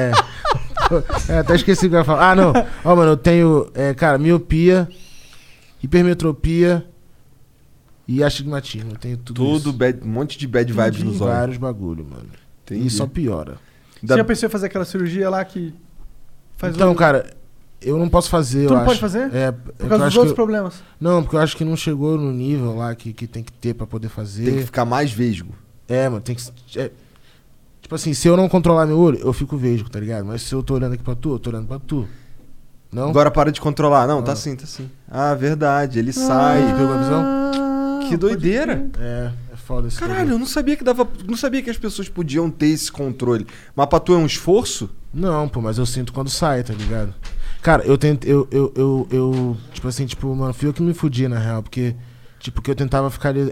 até esqueci o que eu ia falar. Não. Ó, mano, eu tenho, cara, miopia, hipermetropia e astigmatismo. Eu tenho tudo isso. Um monte de bad vibes nos olhos. Vários bagulho, mano. E só piora. Você já pensou em fazer aquela cirurgia lá que faz... Então, cara... Eu não posso fazer, tu não pode fazer? Por causa dos outros problemas? Não, porque eu acho que não chegou no nível lá que tem que ter pra poder fazer. Tem que ficar mais vesgo. Mano, tem que... tipo assim, se eu não controlar meu olho, eu fico vesgo, tá ligado? Mas se eu tô olhando aqui pra tu, eu tô olhando pra tu. Não? Agora para de controlar. Não, tá sim, tá sim. Ah, verdade, ele sai. Pegou a visão? Que doideira. É foda esse Caralho, eu não sabia que não sabia que as pessoas podiam ter esse controle. Mas pra tu é um esforço? Não, pô, mas eu sinto quando sai, tá ligado? Cara, eu tipo assim, tipo, mano, fui eu que me fudi, na real, porque, tipo, que eu tentava ficar ali,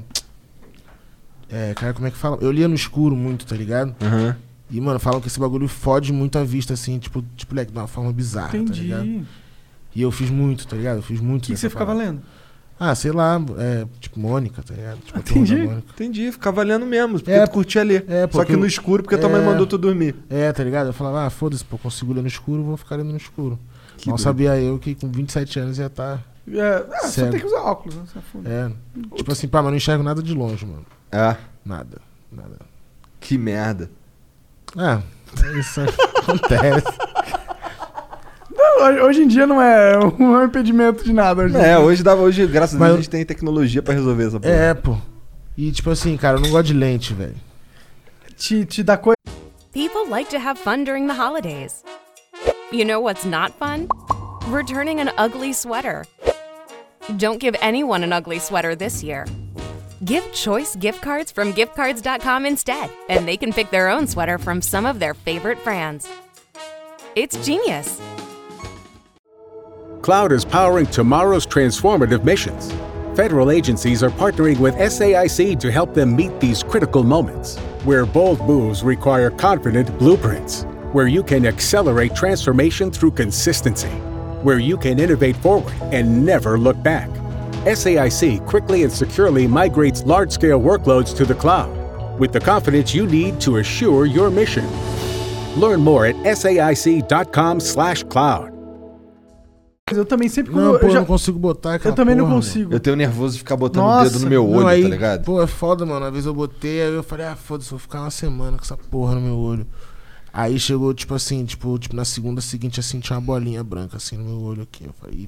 cara, como é que fala? Eu lia no escuro muito, tá ligado? Uhum. E, mano, falam que esse bagulho fode muito a vista, assim, tipo, de uma forma bizarra, entendi. Tá ligado? E eu fiz muito, tá ligado? Eu fiz muito. O que você ficava lendo? Ah, sei lá, tipo Mônica, tá ligado? Tipo, Entendi, ficava lendo mesmo, porque tu curtia ler. Só que no escuro, porque tua mãe mandou tu dormir. Tá ligado? Eu falava, foda-se, pô, consigo ler no escuro, vou ficar lendo no escuro. Não sabia eu que com 27 anos ia estar. Só tem que usar óculos, né? Tipo assim, pá, mas não enxergo nada de longe, mano. Nada. Que merda. Isso acontece. Hoje em dia não é um impedimento de nada. Hoje, graças a Deus, a gente tem tecnologia pra resolver essa porra. Pô. E tipo assim, cara, eu não gosto de lente, velho. Te dá coisa. People like to have fun during the holidays. You know what's not fun? Returning an ugly sweater. Don't give anyone an ugly sweater this year. Give choice gift cards from giftcards.com instead, and they can pick their own sweater from some of their favorite brands. It's genius. Cloud is powering tomorrow's transformative missions. Federal agencies are partnering with SAIC to help them meet these critical moments, where bold moves require confident blueprints, where you can accelerate transformation through consistency, where you can innovate forward and never look back. SAIC quickly and securely migrates large-scale workloads to the cloud with the confidence you need to assure your mission. Learn more at saic.com/cloud. Eu também sempre... Não, pô, eu não consigo botar aquela Eu também não porra, consigo. Eu tenho nervoso de ficar botando o Nossa, dedo no meu olho, Não, aí, tá ligado? pô, é foda, mano. Uma vez eu botei, aí eu falei, foda-se, vou ficar uma semana com essa porra no meu olho. Aí chegou, tipo assim, tipo na segunda seguinte, assim, tinha uma bolinha branca, assim, no meu olho aqui. Eu falei...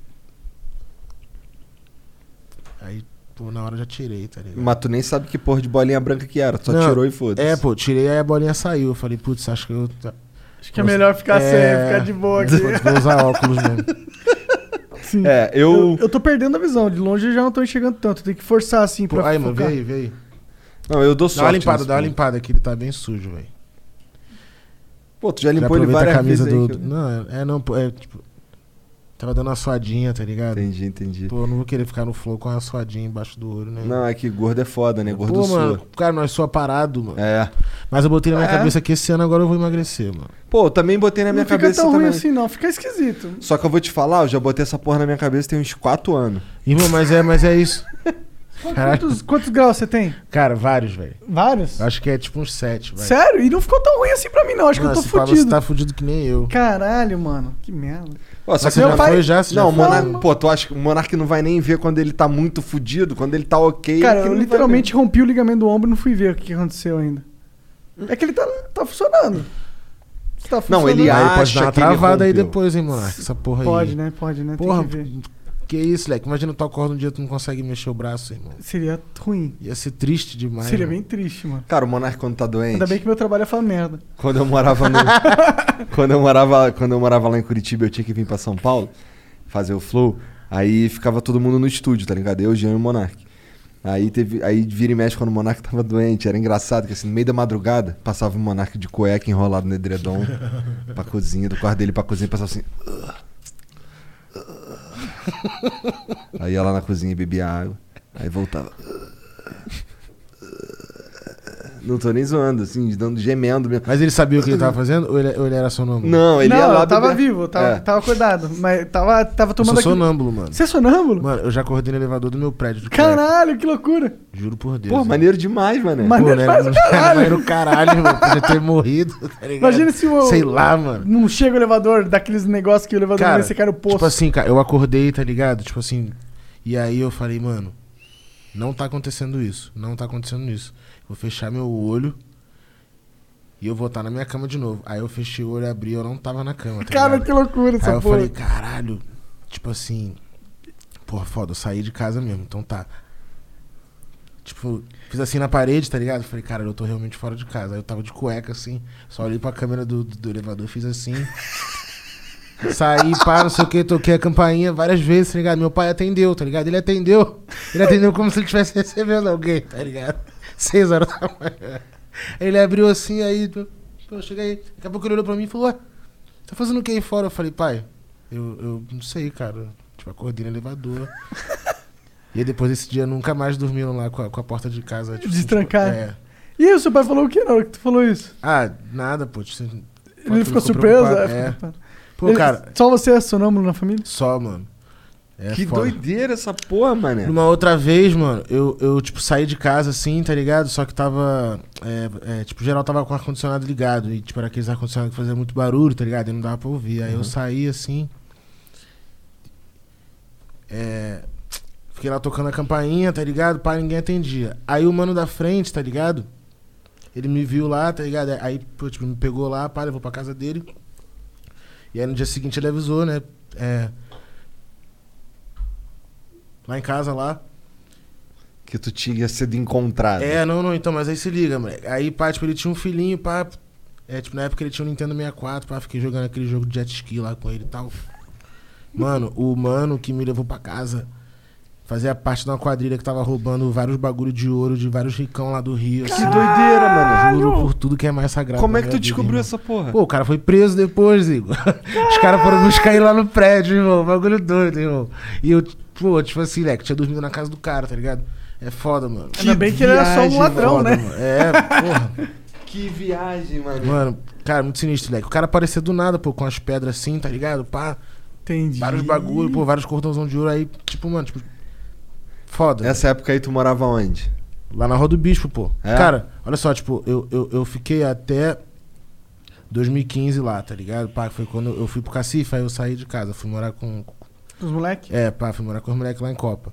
Aí, pô, na hora já tirei, tá ligado? Mas tu nem sabe que porra de bolinha branca que era, só Não, tirou e foda-se. pô, tirei, aí a bolinha saiu. Eu falei, putz, acho que eu... Acho que é melhor ficar sem, ficar de boa aqui. Vou usar óculos mesmo. Sim. Eu tô perdendo a visão. De longe eu já não tô enxergando tanto. Tem que forçar assim Pô, pra aí, mano, focar. vê aí. Não, eu dou sorte. Dá uma limpada aqui, ele tá bem sujo, velho. Pô, tu já limpou ele várias vezes aí. Não, pô, tipo... Tava dando uma suadinha, tá ligado? Entendi. Pô, eu não vou querer ficar no flow com uma suadinha embaixo do olho, né? Não, é que gordo é foda, né? Gordo Pô, sua. mano, cara, nós sua parado, mano. É. Mas eu botei na minha cabeça que esse ano agora eu vou emagrecer, mano. Pô, eu também botei na minha cabeça Não fica tão também. ruim assim não, fica esquisito. Só que eu vou te falar, eu já botei essa porra na minha cabeça tem uns 4 anos. Irmão, mas é isso. Quantos graus você tem? Cara, vários, velho. Vários? Acho que é tipo uns 7, velho. Sério? E não ficou tão ruim assim pra mim não, acho que eu tô fudido. Você tá fudido que nem eu. Caralho, mano, que merda. Ó, só Mas que você já foi já? Você não, já foi? Monark, pô, tu acha que o Monark não vai nem ver quando ele tá muito fudido, quando ele tá ok. Cara, ele eu não literalmente rompi o ligamento do ombro e não fui ver o que aconteceu ainda. É que ele tá funcionando. Tá funcionando. Não, ele Aí pode acha dar uma que ele travada aí rompeu. depois, hein, mano. Essa porra aí. Pode, né? Porra, tem que ver. que isso, Leque? Imagina tu acorda um dia e tu não consegue mexer o braço, irmão. Seria ruim. Ia ser triste demais. Seria mano. bem triste, mano. Cara, o Monark quando tá doente. Ainda bem que meu trabalho é falar merda. Quando eu morava no quando eu morava lá em Curitiba, eu tinha que vir pra São Paulo fazer o flow. Aí ficava todo mundo no estúdio, tá ligado? Eu, Jean e o Monark. Aí vira e mexe quando o Monark tava doente. Era engraçado que assim, no meio da madrugada, passava o Monark de cueca enrolado no edredom pra cozinha, do quarto dele pra cozinha, passava assim. Aí ia lá na cozinha e bebia água. Aí voltava. Não tô nem zoando, assim, gemendo mesmo. Mas ele sabia o que ele tava fazendo ou ele era sonâmbulo? Não, ele ia lá. Eu tava beber. vivo, tava acordado. Mas tava tomando Eu sou sonâmbulo, mano. Você é sonâmbulo? Mano, eu já acordei no elevador do meu prédio. De Caralho, que loucura. Juro por Deus. Pô, maneiro demais, mano. Maneiro demais, caralho. Maneiro caralho, mano. Podia ter morrido, tá ligado? Imagina se o... Sei lá, mano. Não chega o elevador, daqueles negócios que o elevador Cara, você cai no poço. tipo assim, cara, eu acordei, tá ligado? Tipo assim, e aí eu falei, mano, não tá acontecendo isso. Não tá acontecendo isso. Vou fechar meu olho e eu vou estar na minha cama de novo. Aí eu fechei o olho e abri, eu não tava na cama, tá Cara, ligado? que loucura essa Aí eu porra. falei, caralho, tipo assim, porra, foda, eu saí de casa mesmo, então tá. Tipo, fiz assim na parede, tá ligado? Falei, cara, eu tô realmente fora de casa. Aí eu tava de cueca, assim, só olhei pra câmera do elevador, fiz assim. Saí, pá, não sei o que, toquei a campainha várias vezes, tá ligado? Meu pai atendeu, tá ligado? Ele atendeu como se ele estivesse recebendo alguém, tá ligado? 6 horas da manhã. Ele abriu assim, aí, eu cheguei, daqui a pouco ele olhou pra mim e falou, ué, tá fazendo o que aí fora? Eu falei, pai, eu não sei, cara, tipo, acordei no elevador. E aí depois desse dia nunca mais dormiram lá com a porta de casa. Tipo, Destrancar. Tipo, E aí, o seu pai falou o que na hora que tu falou isso? Ah, nada, pô. Tipo, ele ficou surpreso? Pô, cara... Só você é sonâmbulo na família? Só, mano. Que foda. doideira essa porra, mané. Numa outra vez, mano, eu tipo, saí de casa assim, tá ligado? Só que tava... tipo, geral tava com o ar-condicionado ligado. E, tipo, era aqueles ar-condicionado que fazia muito barulho, tá ligado? E não dava pra ouvir. Aí eu saí assim... Fiquei lá tocando a campainha, tá ligado? Pá, ninguém atendia. Aí o mano da frente, tá ligado? Ele me viu lá, tá ligado? Aí, pô, tipo, me pegou lá, pá, levou pra casa dele. E aí no dia seguinte ele avisou, né? Lá em casa, lá. Que tu tinha sido encontrado. Não, então, mas aí se liga, moleque. Aí, pá, tipo, ele tinha um filhinho, pá. Tipo, na época ele tinha um Nintendo 64, pá, fiquei jogando aquele jogo de jet ski lá com ele e tal. Mano, o mano que me levou pra casa fazia parte de uma quadrilha que tava roubando vários bagulho de ouro de vários ricão lá do Rio. Que assim. doideira, mano. Juro por tudo que é mais sagrado. Como é que tu vida, descobriu irmão. essa porra? Pô, o cara foi preso depois, Igor. Os caras foram buscar ele lá no prédio, irmão. Bagulho doido, irmão. E eu, pô, tipo assim, leque, tinha dormido na casa do cara, tá ligado? É foda, mano. Ainda bem que ele era só um ladrão, foda, né? Mano. Porra. Que viagem, mano. Mano, cara, muito sinistro, leque. O cara apareceu do nada, pô, com as pedras assim, tá ligado? Pá. Entendi. Vários bagulho, pô, vários cordãozão de ouro aí, tipo, mano, tipo... Foda. Nessa época aí tu morava onde? Lá na Rua do Bispo, pô. É? Cara, olha só, tipo, eu fiquei até 2015 lá, tá ligado? Pá, foi quando eu fui pro Cacife, aí eu saí de casa, fui morar com Os moleques? É, pá, fui morar com os moleques lá em Copa.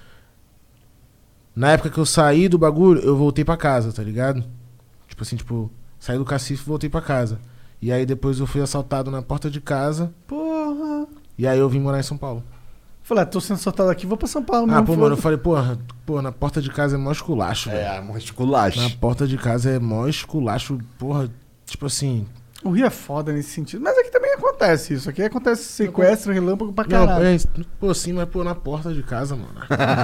Na época que eu saí do bagulho, eu voltei pra casa, tá ligado? Tipo assim, saí do cacife e voltei pra casa. E aí depois eu fui assaltado na porta de casa. Porra. E aí eu vim morar em São Paulo. Falei, tô sendo assaltado aqui, vou pra São Paulo Ah, mesmo. pô, mano, eu falei, porra, na porta de casa é mó esculacho, velho. É, mó esculacho. Na porta de casa é mó esculacho, porra, tipo assim... O Rio é foda nesse sentido. Mas aqui também acontece isso. Aqui acontece sequestro, relâmpago pra caralho. Pô, sim, mas pô, na porta de casa, mano.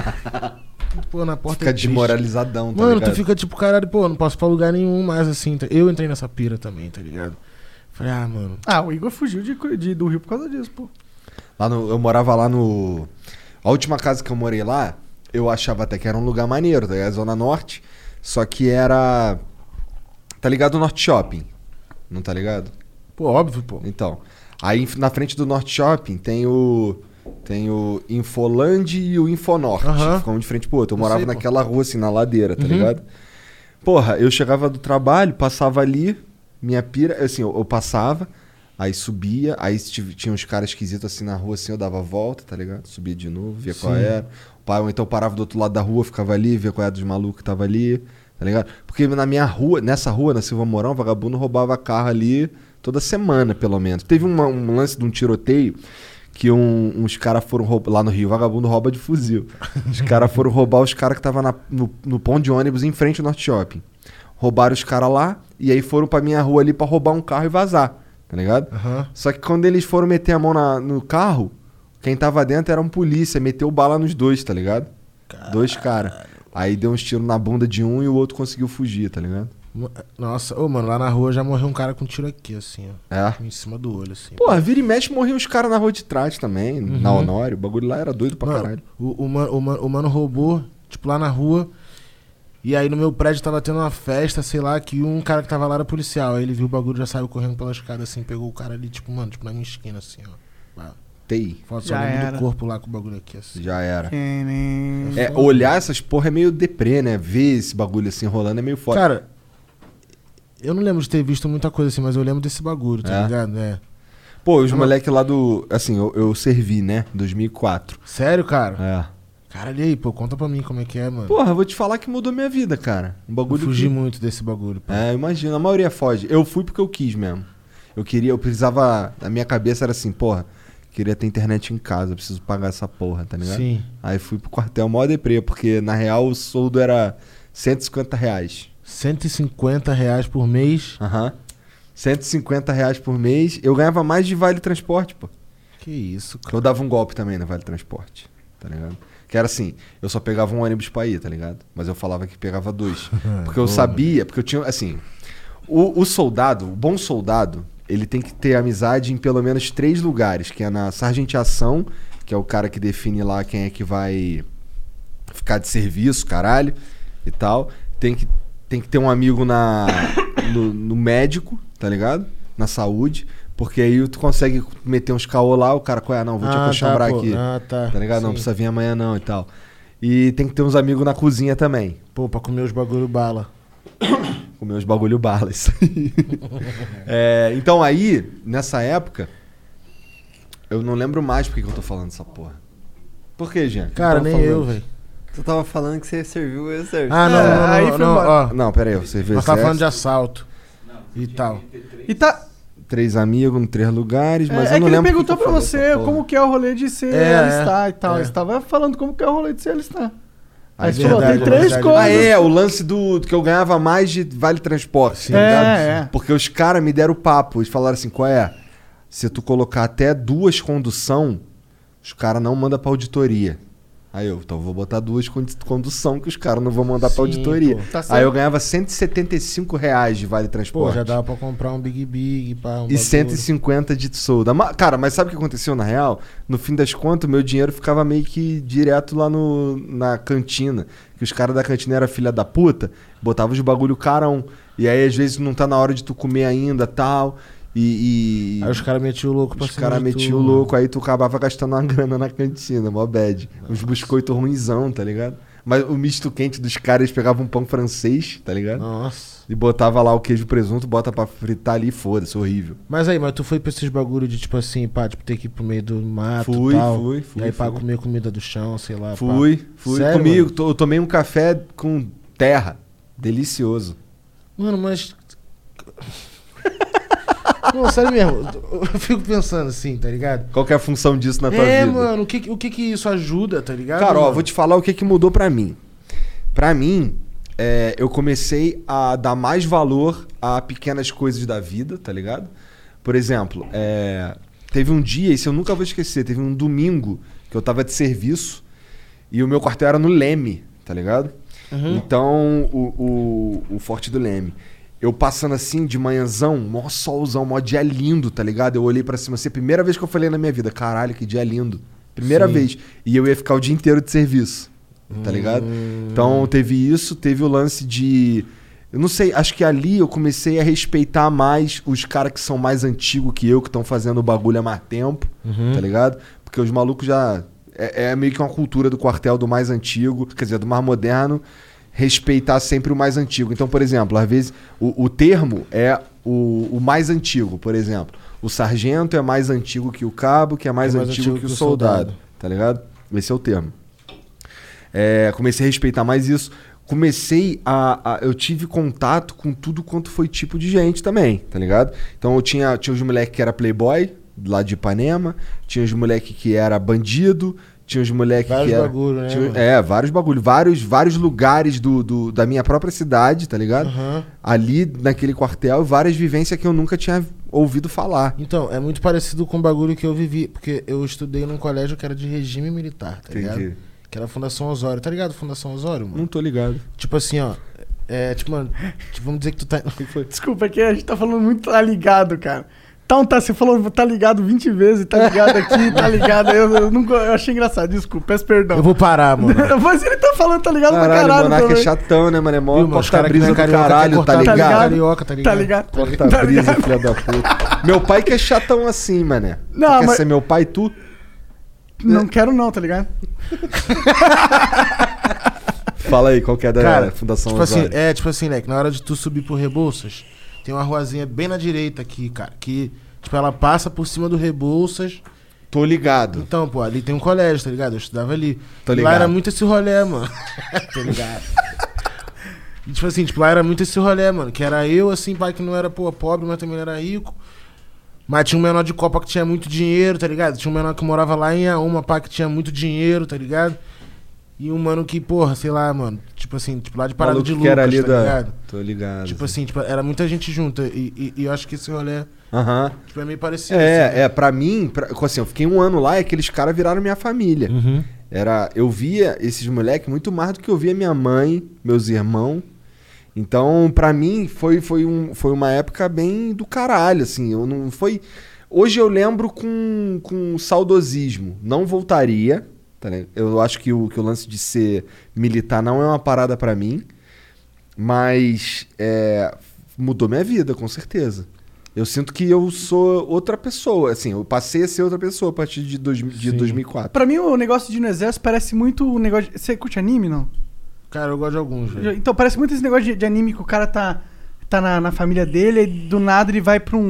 Pô, na porta Fica desmoralizadão, tá mano, ligado? tu fica tipo, caralho, pô, não posso pra lugar nenhum mais, assim. Eu entrei nessa pira também, tá ligado? Falei, mano... Ah, o Igor fugiu do Rio por causa disso, pô. Eu morava lá no... A última casa que eu morei lá, eu achava até que era um lugar maneiro, tá ligado? Zona Norte. Só que era... Tá ligado o Norte Shopping? Não tá ligado? Pô, óbvio, pô. Então, aí na frente do Norte Shopping tem o Infoland e o Infonorte. Ficam um de frente pro outro. Eu morava naquela rua, assim, na ladeira, tá ligado? Porra, eu chegava do trabalho, passava ali, minha pira... Assim, eu passava, aí subia, aí tinha uns caras esquisitos assim na rua, assim, eu dava a volta, tá ligado? Subia de novo, via qual era. Ou então parava do outro lado da rua, ficava ali, via qual era dos malucos que tava ali, tá ligado? Porque na minha rua, nessa rua, na Silva Mourão, vagabundo roubava carro ali toda semana, pelo menos. Teve um lance de um tiroteio que uns caras foram roubar, lá no Rio, vagabundo rouba de fuzil. Os caras foram roubar os caras que estavam no ponto de ônibus em frente ao Norte Shopping. Roubaram os caras lá e aí foram pra minha rua ali pra roubar um carro e vazar, tá ligado? Só que quando eles foram meter a mão no carro, quem tava dentro era um polícia, meteu bala nos dois, tá ligado? Caralho. 2 caras. Aí deu uns tiros na bunda de um e o outro conseguiu fugir, tá ligado? Nossa, mano, lá na rua já morreu um cara com tiro aqui, assim, ó. É? Em cima do olho, assim. Porra, vira e mexe morriam os caras na rua de trás também, na Honório. O bagulho lá era doido pra caralho. O mano roubou, tipo, lá na rua. E aí no meu prédio tava tendo uma festa, sei lá, que um cara que tava lá era policial. Aí ele viu o bagulho, já saiu correndo pela escada, assim, pegou o cara ali, tipo, mano, tipo, na minha esquina, assim, ó. Foto só do corpo lá com o bagulho aqui, assim. Já era. Olhar essas porra é meio deprê, né? Ver esse bagulho assim rolando é meio foda. Cara, eu não lembro de ter visto muita coisa assim, mas eu lembro desse bagulho, tá ligado? Pô, os moleques lá do... Assim, eu servi, né? 2004. Sério, cara? Caralho, e aí, pô, conta pra mim como é que é, mano. Porra, eu vou te falar que mudou minha vida, cara. Um bagulho eu fugi muito desse bagulho, pô. Imagina, a maioria foge. Eu fui porque eu quis mesmo. Eu precisava... A minha cabeça era assim, porra, queria ter internet em casa, preciso pagar essa porra, tá ligado? Sim. Aí fui pro quartel mó deprê, porque na real o soldo era R$150. R$150 por mês? R$150 por mês. Eu ganhava mais de vale transporte, pô. Que isso, cara. Eu dava um golpe também no vale transporte, tá ligado? Que era assim, eu só pegava um ônibus pra ir, tá ligado? Mas eu falava que pegava 2. Porque eu sabia, porque eu tinha, assim... O soldado, o bom soldado, ele tem que ter amizade em pelo menos 3 lugares, que é na sargenteação, que é o cara que define lá quem é que vai ficar de serviço, caralho, e tal. Tem que ter um amigo no médico, tá ligado? Na saúde, porque aí tu consegue meter uns caô lá, o cara, não, vou te acochambrar aqui. Tá ligado? Sim. Não precisa vir amanhã não e tal. E tem que ter uns amigos na cozinha também. Pô, pra comer os bagulho bala. Comer os bagulho bala, isso aí. Então aí, nessa época, eu não lembro mais por que eu tô falando essa porra. Por que, Jean? Cara, nem eu, velho. Tu tava falando que você serviu o exército. Não, pera aí, eu servi o exército. Nós tava falando de assalto e tal. E tá... 3 amigos em 3 lugares, mas eu não lembro. Ele perguntou pra você como que é o rolê de ser alistar e tal. Você tava falando como que é o rolê de ser alistar. Aí você falou, tem 3 coisas. O lance do que eu ganhava mais de vale transporte. Porque os caras me deram o papo. Eles falaram assim, qual é? Se tu colocar até 2 condução, os caras não mandam pra auditoria. Aí então vou botar 2 condução que os caras não vão mandar pra auditoria. Tá, aí eu ganhava R$175 de vale transporte. Pô, já dava pra comprar um Big pá, e 150 de solda. Cara, mas sabe o que aconteceu na real? No fim das contas, meu dinheiro ficava meio que direto lá na cantina. Que os caras da cantina eram filha da puta, botavam os bagulho carão. E aí às vezes não tá na hora de tu comer ainda, tal... Aí os caras metiam o louco pra cima. Os caras metiam o louco, aí tu acabava gastando uma grana na cantina, mó bad. Uns biscoitos ruinzão, tá ligado? Mas o misto quente dos caras, eles pegavam um pão francês, tá ligado? Nossa. E botava lá o queijo e presunto, bota pra fritar ali e foda-se, horrível. Mas tu foi pra esses bagulho de tipo assim, pá, tipo, ter que ir pro meio do mato Fui, e tal. fui. E aí, pá, comer comida do chão, sei lá. Fui. Sério, Comi, mano? eu tomei um café com terra. Delicioso. Mano, mas... Não, sério mesmo, eu fico pensando assim, tá ligado? Qual que é a função disso na tua vida? É, mano, o que isso ajuda, tá ligado? Cara, ó, mano? vou te falar o que mudou pra mim. Pra mim, eu comecei a dar mais valor a pequenas coisas da vida, tá ligado? Por exemplo, teve um dia, isso eu nunca vou esquecer, teve um domingo que eu tava de serviço e o meu quartel era no Leme, tá ligado? Uhum. Então, o Forte do Leme. Eu passando assim, de manhãzão, mó solzão, mó dia lindo, tá ligado? Eu olhei pra cima assim, a primeira vez que eu falei na minha vida, caralho, que dia lindo. Primeira vez. E eu ia ficar o dia inteiro de serviço, tá ligado? Então teve isso, teve o lance de... Eu não sei, acho que ali eu comecei a respeitar mais os caras que são mais antigos que eu, que estão fazendo o bagulho há mais tempo, tá ligado? Porque os malucos já... É meio que uma cultura do quartel do mais antigo, quer dizer, do mais moderno, respeitar sempre o mais antigo. Então, por exemplo, às vezes o termo é o mais antigo, por exemplo. O sargento é mais antigo que o cabo, que é mais antigo que o soldado, tá ligado? Esse é o termo. Comecei a respeitar mais isso. Eu tive contato com tudo quanto foi tipo de gente também, tá ligado? Então eu tinha os moleques que era playboy, lá de Ipanema, tinha os moleques que era bandido, tinha os moleques que era... Bagulho, né, vários bagulho, vários lugares da minha própria cidade, tá ligado? Uhum. Ali naquele quartel, várias vivências que eu nunca tinha ouvido falar. Então, é muito parecido com o bagulho que eu vivi, porque eu estudei num colégio que era de regime militar, tá ligado? Que era a Fundação Osório, tá ligado? Fundação Osório, mano? Não tô ligado. Tipo assim, ó, mano, vamos dizer que tu tá... Desculpa, é que a gente tá falando muito tá ligado, cara. Então você falou tá ligado 20 vezes, tá ligado aqui, tá ligado. Eu achei engraçado, desculpa, peço perdão. Eu vou parar, mano. Mas ele tá falando, tá ligado pra Caralho, caralho. o Monarca também. é chatão, né, mano? É mó porta-brisa do caralho, tá ligado? Carioca, tá ligado? Tá ligado? Porta-brisa, filha da puta. Meu pai que é chatão assim, mané. Não, quer mas... ser meu pai, tu? Não quero não, tá ligado? Fala aí, qual que é da Cara, Fundação tipo Osório? assim, tipo assim, né? Que na hora de tu subir pro Rebouças, tem uma ruazinha bem na direita aqui, cara, que, tipo, ela passa por cima do Rebouças. Tô ligado. Então, pô, ali tem um colégio, tá ligado? Eu estudava ali. Tô ligado. Lá era muito esse rolê, mano. Tô ligado. E, tipo assim, lá era muito esse rolê, mano. Que era eu, assim, pai que não era, pô, pobre, mas também não era rico. Mas tinha um menor de Copa que tinha muito dinheiro, tá ligado? Tinha um menor que morava lá em Auma, pá, que tinha muito dinheiro, tá ligado? E um mano que, porra, sei lá, mano, tipo assim, tipo lá de Parada Maluco de que Lucas, era ali tá ligado? Tô ligado. Tipo assim, tipo, era muita gente junta. E eu acho que esse rolê, tipo, é meio parecido. assim, pra mim, assim, eu fiquei um ano lá e aqueles caras viraram minha família. Uhum. Eu via esses moleques muito mais do que eu via minha mãe, meus irmãos. Então, pra mim, foi uma época bem do caralho, assim. Hoje eu lembro com saudosismo. Não voltaria. Tá, né? Eu acho que o lance de ser militar não é uma parada pra mim. Mas mudou minha vida, com certeza. Eu sinto que eu sou outra pessoa. Assim, eu passei a ser outra pessoa a partir de 2004. Pra mim, o negócio de ir no exército parece muito o negócio... Você curte anime, não? Cara, eu gosto de alguns, velho. Então, parece muito esse negócio de anime que o cara tá na família dele e do nada ele vai pra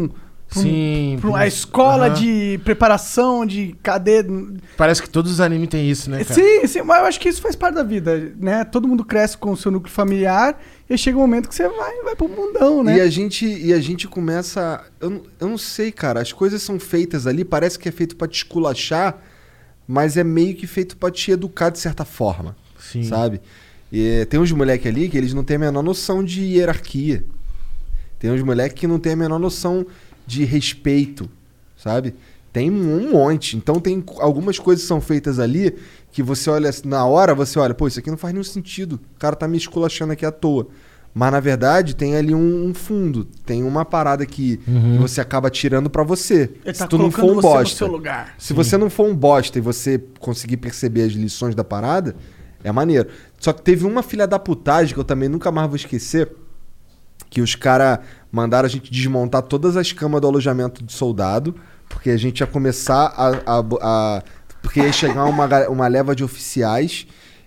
a escola de preparação, de cadeia. Parece que todos os animes têm isso, né, cara? Sim, mas eu acho que isso faz parte da vida, né? Todo mundo cresce com o seu núcleo familiar e aí chega um momento que você vai pro mundão, né? E a gente começa... Eu não sei, cara. As coisas são feitas ali, parece que é feito pra te esculachar, mas é meio que feito pra te educar de certa forma. Sim. Sabe? E tem uns moleques ali que eles não têm a menor noção de hierarquia. Tem uns moleques que não têm a menor noção de respeito, sabe? Tem um monte. Então tem algumas coisas que são feitas ali que você olha, na hora você olha, pô, isso aqui não faz nenhum sentido. O cara tá me esculachando aqui à toa. Mas na verdade tem ali um fundo. Tem uma parada que você acaba tirando pra você. Ele Se tá tu não for um colocando você bosta. no seu lugar. Se você não for um bosta e você conseguir perceber as lições da parada, é maneiro. Só que teve uma filha da putagem que eu também nunca mais vou esquecer, que os caras mandaram a gente desmontar todas as camas do alojamento de soldado, porque a gente ia começar porque ia chegar uma leva de oficiais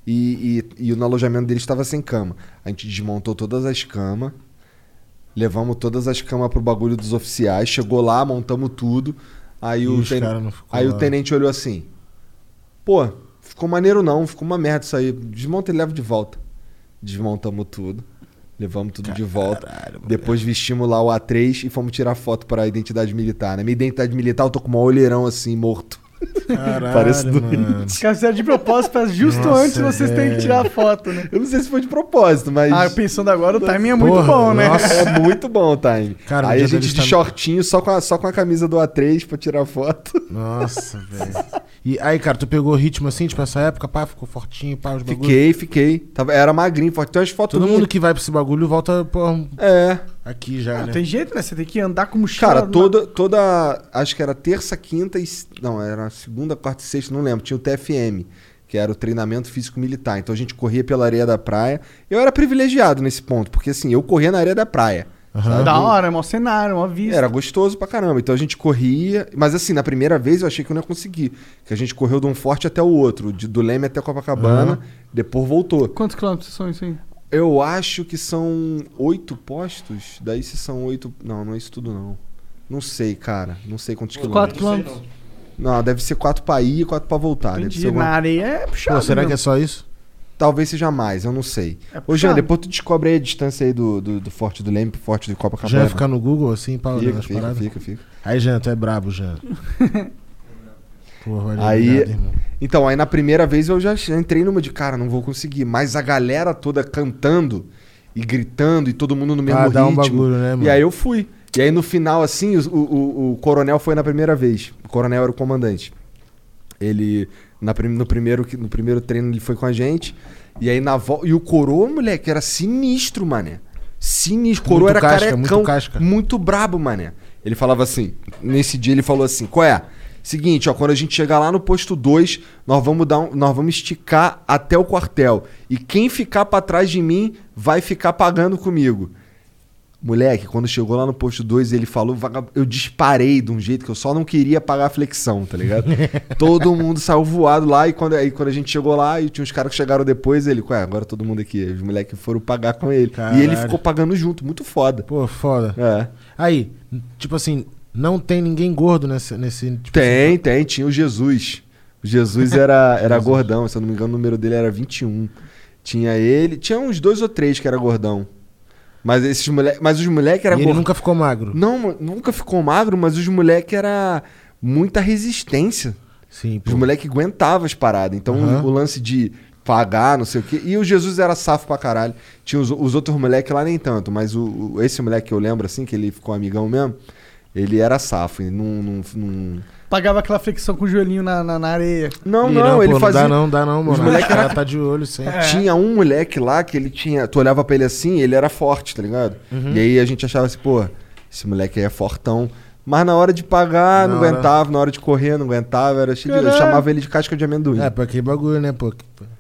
e no alojamento dele estava sem cama. A gente desmontou todas as camas, levamos todas as camas pro bagulho dos oficiais, chegou lá, montamos tudo. Aí, o tenente olhou assim, pô, ficou maneiro não, ficou uma merda isso aí, desmonta e leva de volta. Desmontamos tudo. Levamos tudo de volta. Depois vestimos lá o A3 e fomos tirar foto para a identidade militar. Na minha identidade militar eu tô com um olheirão assim, morto. Caralho, parece mano. Os caras fizeram de propósito, pra justo antes vocês têm que tirar a foto, né? Eu não sei se foi de propósito, mas... pensando agora, o timing é muito bom, né? Nossa, é muito bom o timing. Cara, aí a gente de shortinho, só com a camisa do A3 pra tirar foto. Nossa, velho. E aí, cara, tu pegou ritmo assim, tipo, essa época, pá, ficou fortinho, pá, os bagulhos? Fiquei. Era magrinho, forte. Tem umas fotos Todo mundo que vai pra esse bagulho volta, pô... Aqui já, não né? tem jeito, né? Você tem que andar com mochila. Cara, toda... Acho que era terça, quinta e... Não, era segunda, quarta e sexta, não lembro. Tinha o TFM, que era o treinamento físico militar. Então a gente corria pela areia da praia. Eu era privilegiado nesse ponto, porque assim, eu corria na areia da praia. Da hora, é mó cenário, mó vista. Era gostoso pra caramba. Então a gente corria... Mas assim, na primeira vez eu achei que eu não ia conseguir. Que a gente correu de um forte até o outro. Do Leme até Copacabana. Depois voltou. Quantos quilômetros são isso aí? Eu acho que são 8 postos. Daí se são 8... Não é isso tudo não. Não sei, cara. Não sei quantos quilômetros. 4 quilômetros? Não, deve ser 4 pra ir e 4 pra voltar. Entendi. Deve ser Na areia é puxado. Pô, será que é só isso? Talvez seja mais, eu não sei. Ô, Jean, depois tu descobre aí a distância aí do Forte do Leme pro Forte de Copacabana. Já ficar no Google assim, Paulo? Fica. Aí, Jean, tu é brabo, Jean. Porra, aí, então, aí na primeira vez eu já entrei numa de, cara, não vou conseguir. Mas a galera toda cantando e gritando e todo mundo no mesmo ritmo. Dar um bagulho, né, mano? E aí eu fui. E aí no final, assim, o coronel foi na primeira vez. O coronel era o comandante. Ele, no primeiro treino, ele foi com a gente. E aí na volta. E o coroa, moleque, era sinistro, mané. Sinistro. O coroa era carecão. Muito brabo, mané. Ele falava assim. Nesse dia ele falou assim: qual é? Seguinte, ó, quando a gente chegar lá no posto 2, nós vamos esticar até o quartel. E quem ficar pra trás de mim vai ficar pagando comigo. Moleque, quando chegou lá no posto 2, ele falou, eu disparei de um jeito que eu só não queria pagar a flexão, tá ligado? Todo mundo saiu voado lá, e quando a gente chegou lá, e tinha uns caras que chegaram depois, ele, ué, agora todo mundo aqui, os moleques foram pagar com ele. Caralho. E ele ficou pagando junto, muito foda. Pô, foda. É. Aí, tipo assim, não tem ninguém gordo nesse tipo tem, tinha o Jesus. O Jesus era gordão, se eu não me engano o número dele era 21. Tinha ele, tinha uns 2 ou 3 que era gordão. Mas os moleques eram... Ele nunca ficou magro? Não, nunca ficou magro, mas os moleques era muita resistência. Sim, os moleques aguentavam as paradas. Então o lance de pagar, não sei o quê. E o Jesus era safo pra caralho. Tinha os outros moleques lá nem tanto, mas esse moleque que eu lembro, assim, que ele ficou amigão mesmo, ele era safo. Ele não... Pagava aquela flexão com o joelhinho na areia. Não, ele fazia... Não dá não, mano. Os moleques tá de olho sempre. Tinha um moleque lá que ele tinha... Tu olhava pra ele assim, ele era forte, tá ligado? E aí a gente achava assim, pô, esse moleque aí é fortão. Mas na hora de pagar, não aguentava. Na hora de correr, não aguentava. Era cheio de... Eu chamava ele de casca de amendoim. É, pra que bagulho, né, pô?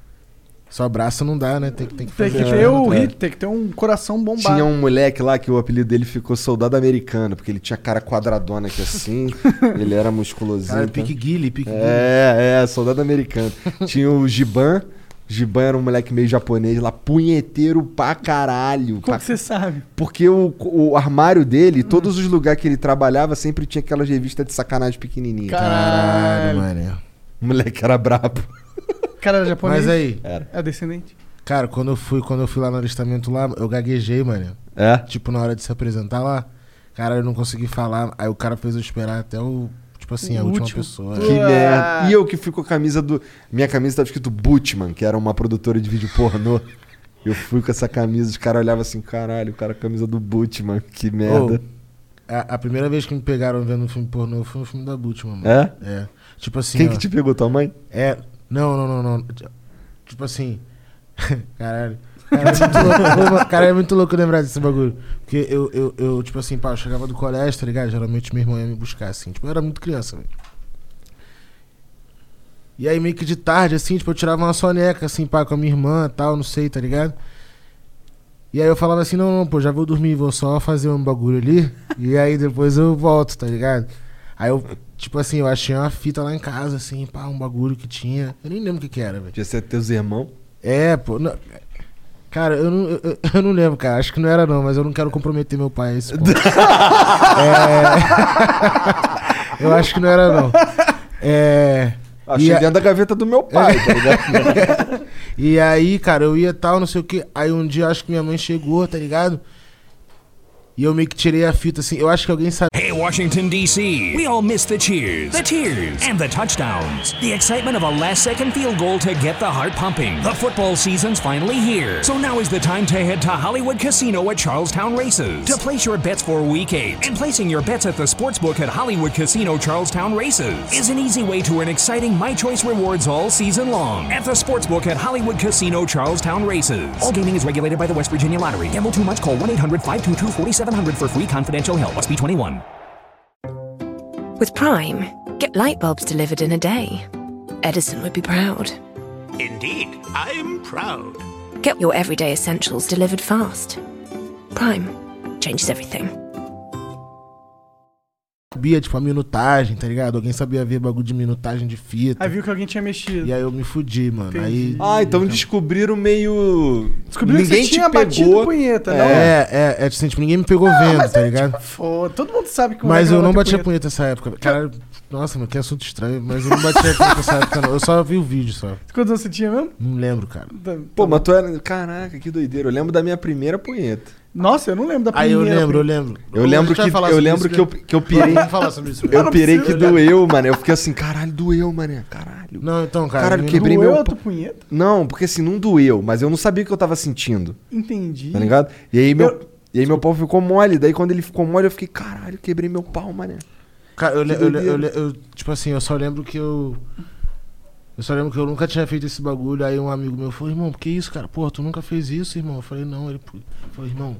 Só braço não dá, né? Tem que tem que ter um coração bombado. Tinha um moleque lá que o apelido dele ficou soldado americano, porque ele tinha cara quadradona aqui assim, ele era musculosinho. Cara, pique Guile. Soldado americano. Tinha o Giban. O Giban era um moleque meio japonês lá, punheteiro pra caralho. Como que você sabe? Porque o armário dele, todos os lugares que ele trabalhava, sempre tinha aquelas revistas de sacanagem pequenininha. Caralho, mano. O moleque era brabo. Cara era japonês? Mas aí... É descendente? Cara, quando eu fui lá no alistamento lá, eu gaguejei, mano. É? Tipo, na hora de se apresentar lá, cara, eu não consegui falar. Aí o cara fez eu esperar até o... Tipo assim, a última pessoa. Que merda. E eu que fui com a camisa do... Minha camisa tava escrito Butchman, que era uma produtora de vídeo pornô. Eu fui com essa camisa, os caras olhavam assim, caralho, o cara com a camisa do Butchman, que merda. A primeira vez que me pegaram vendo um filme pornô foi um filme da Butchman, mano. É? Tipo assim... Quem que te pegou, tua mãe? Não. Tipo assim... Caralho. Cara, é muito louco lembrar desse bagulho. Porque eu tipo assim, pá, eu chegava do colégio, tá ligado? Geralmente meu irmão ia me buscar, assim. Tipo, eu era muito criança, velho. E aí meio que de tarde, assim, tipo, eu tirava uma soneca, assim, pá, com a minha irmã e tal, não sei, tá ligado? E aí eu falava assim, não, pô, já vou dormir, vou só fazer um bagulho ali. E aí depois eu volto, tá ligado? Aí eu... Tipo assim, eu achei uma fita lá em casa, assim, pá, um bagulho que tinha. Eu nem lembro o que era, velho. Podia ser teus irmãos? Pô. Não, cara, eu não lembro, cara. Acho que não era, não, mas eu não quero comprometer meu pai a esse ponto. Eu acho que não era, não. Achei dentro da gaveta do meu pai, tá ligado? E aí, cara, eu ia tal, não sei o que. Aí um dia acho que minha mãe chegou, tá ligado? E eu meio que tirei a fita, assim. Eu acho que alguém sabe. Hey, Washington, D.C. We all miss the cheers, and the touchdowns. The excitement of a last-second field goal to get the heart pumping. The football season's finally here. So now is the time to head to Hollywood Casino at Charlestown Races to place your bets for Week 8. And placing your bets at the sportsbook at Hollywood Casino Charlestown Races is an easy way to earn exciting My Choice rewards all season long at the sportsbook at Hollywood Casino Charlestown Races. All gaming is regulated by the West Virginia Lottery. Gamble too much? Call 1-800-522-4700 for free confidential help. Must be 21. With Prime, get light bulbs delivered in a day. Edison would be proud. Indeed, I'm proud. Get your everyday essentials delivered fast. Prime changes everything. Sabia, tipo, a minutagem, tá ligado? Alguém sabia ver bagulho de minutagem de fita. Aí viu que alguém tinha mexido. E aí eu me fudi, mano. Aí... então descobriram meio... Descobriram ninguém que você tinha te pegou. batido punheta, não? Assim, tipo, ninguém me pegou vendo, tá ligado? Todo mundo sabe que o Mas moleque eu não bate batia punheta nessa época. Cara, nossa, mano, que assunto estranho. Mas eu não batia punheta nessa época, não. Eu só vi o vídeo, só. Quantos anos você tinha mesmo? Não lembro, cara. Pô, mas tu era... Caraca, que doideira. Eu lembro da minha primeira punheta. Nossa, eu não lembro da Aí primeira. eu lembro. Eu lembro que eu pirei. Vamos falar sobre isso. Eu pirei que doeu, mano. Eu fiquei assim, caralho, doeu, mano. Caralho. Não, então, cara. Caralho, quebrei doeu meu... a tua punheta? Não, porque assim, não doeu, mas eu não sabia o que eu tava sentindo. Entendi. Tá ligado? E aí meu pau ficou mole. Daí quando ele ficou mole, eu fiquei, caralho, quebrei meu pau, mano. Cara, eu tipo assim, eu só lembro que eu nunca tinha feito esse bagulho. Aí um amigo meu falou, irmão, por que isso, cara? Porra, tu nunca fez isso, irmão? Eu falei, não. Ele falou, irmão,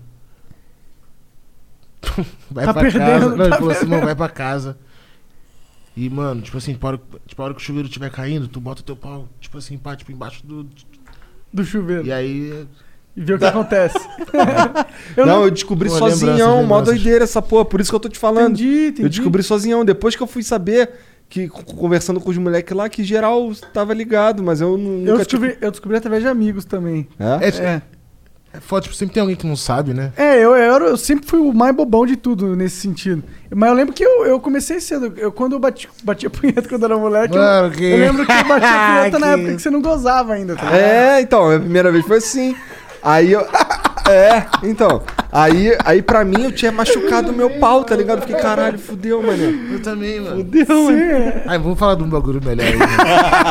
vai pra casa. Não, ele falou assim, irmão, vai pra casa. E, mano, tipo assim, a hora que o chuveiro estiver caindo, tu bota teu pau, tipo assim, pá, tipo, embaixo do chuveiro. E aí... E vê o que acontece. Eu descobri sozinhão, mó doideira essa porra, por isso que eu tô te falando. Entendi. Eu descobri sozinhão, depois que eu fui saber, que conversando com os moleques lá, que geral tava ligado, mas eu nunca eu descobri através de amigos também. É foda, tipo, sempre tem alguém que não sabe, né? Eu sempre fui o mais bobão de tudo nesse sentido. Mas eu lembro que eu comecei cedo. Quando eu bati a punheta quando era moleque, mano, eu lembro que eu bati a punheta na época que você não gozava ainda, tá ligado? Então, a primeira vez foi assim. Aí eu... então. Aí pra mim eu tinha machucado o meu pau, tá ligado? Fiquei, caralho, fudeu, mano. Eu também, mano. Fudeu, mano. Aí, vamos falar de um bagulho melhor aí, mano.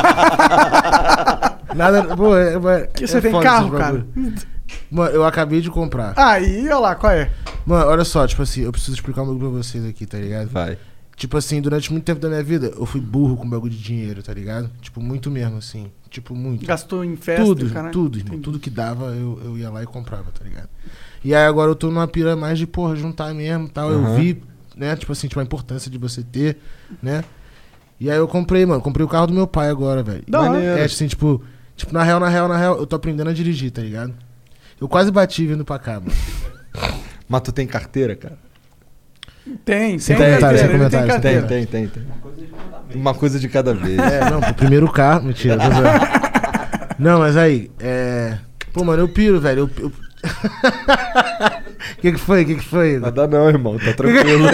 Nada... Pô, que você tem carro, cara? Mano, eu acabei de comprar. Aí, olha lá, qual é? Mano, olha só, tipo assim, eu preciso explicar um bagulho pra vocês aqui, tá ligado? Vai. Tipo assim, durante muito tempo da minha vida, eu fui burro com bagulho de dinheiro, tá ligado? Tipo, muito mesmo, assim. Tipo, muito. Gastou em festa, tudo, caralho? Tudo, irmão. Tudo que dava, eu ia lá e comprava, tá ligado? E aí agora eu tô numa pira mais de, porra, juntar mesmo e tal. Eu vi, né, tipo assim, tipo, a importância de você ter, né? E aí eu comprei, mano. Comprei o carro do meu pai agora, velho. Assim, tipo, na real, eu tô aprendendo a dirigir, tá ligado? Eu quase bati vindo pra cá, mano. Mas tu tem carteira, cara? Tem carteira. Tem. Uma coisa de cada vez. Não, pro primeiro carro, mentira. Não, mas aí, Pô, mano, eu piro, velho. Que foi? Nada não, irmão, tá tranquilo.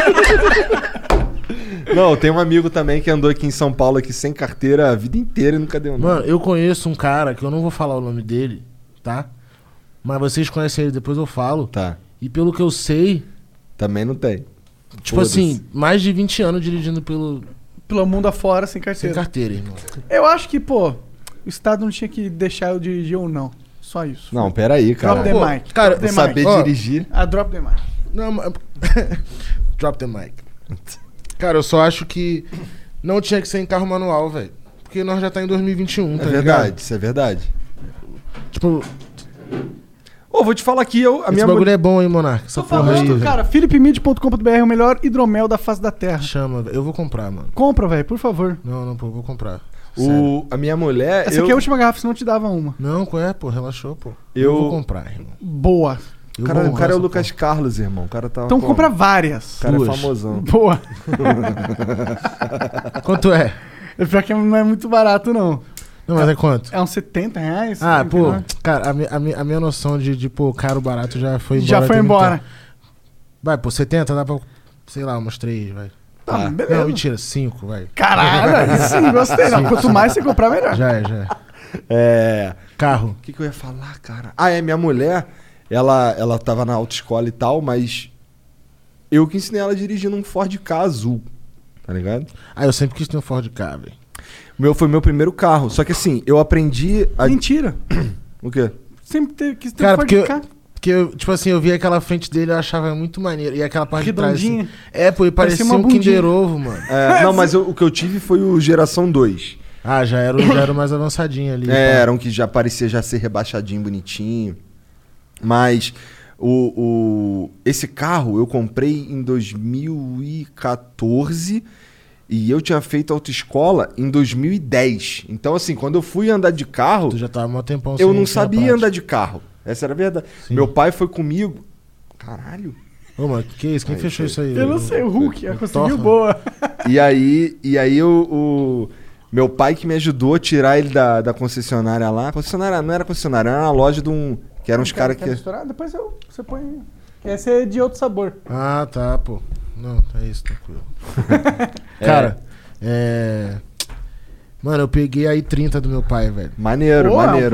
Não, tem um amigo também que andou aqui em São Paulo aqui sem carteira a vida inteira e nunca deu nada. Mano, eu conheço um cara que eu não vou falar o nome dele, tá? Mas vocês conhecem ele, depois eu falo. Tá. E pelo que eu sei... Também não tem. Tipo assim, mais de 20 anos dirigindo pelo mundo afora sem carteira. Sem carteira, irmão. Eu acho que, pô, o Estado não tinha que deixar eu dirigir ou não. Só isso. Não, peraí, cara. Drop the mic. Cara, drop the saber mic. dirigir. Drop the mic. Não, mas... Drop the mic. Cara, eu só acho que não tinha que ser em carro manual, velho. Porque nós já tá em 2021, tá ligado? É verdade, isso é verdade. Tipo... Vou te falar aqui, Esse bagulho é bom, hein, Monark? Essa porra aí, cara, philipmid.com.br é o melhor hidromel da face da terra. Chama, velho. Eu vou comprar, mano. Compra, velho, por favor. Não, pô, eu vou comprar. A minha mulher... Essa aqui é a última garrafa, senão eu te dava uma. Não, qual é, pô? Relaxou, pô. Eu vou comprar, irmão. Boa. O cara é o Lucas Carlos, irmão. O cara tá... Então compra várias. O cara é famosão. Boa. Quanto é? Pior que não é muito barato, não. Não, mas é quanto? É uns 70 reais. Ah, pô, cara, a minha noção de pô, caro, barato já foi embora. Já foi embora. Vai, pô, 70 dá pra, sei lá, umas 3, vai. Tá, beleza. Não, mentira, 5, vai. Caralho, aí sim, gostei. Não, quanto mais você comprar, melhor. Já é. Carro. O que eu ia falar, cara? Minha mulher, ela tava na autoescola e tal, mas eu que ensinei ela dirigindo um Ford Ka azul, tá ligado? Eu sempre quis ter um Ford Ka, velho. Foi meu primeiro carro, só que assim, eu aprendi a... Mentira. O quê? Sempre quis ter cara, um Ford Ka. Porque eu, tipo assim, eu vi aquela frente dele, eu achava muito maneiro. E aquela parte redondinha. de trás, assim, pô, ele parecia um Kinder Ovo, mano. Não, mas o que eu tive foi o geração 2. Já era mais avançadinho ali. Era um que já parecia já ser rebaixadinho, bonitinho. Mas esse carro eu comprei em 2014 e eu tinha feito autoescola em 2010. Então, assim, quando eu fui andar de carro... Tu já tava há um tempão eu não sabia andar de carro. Essa era a verdade. Sim. Meu pai foi comigo... Caralho. Ô, mano, que isso? Quem fechou isso aí? Eu não sei, o Hulk. Conseguiu boa. E aí o meu pai que me ajudou a tirar ele da concessionária lá. Concessionária não era concessionária, era uma loja de um... Que eram uns caras que... Misturar? Depois você põe... Esse é de outro sabor. Ah, tá, pô. Não, é isso, tranquilo. Cara, Mano, eu peguei a i30 do meu pai, velho. Maneiro.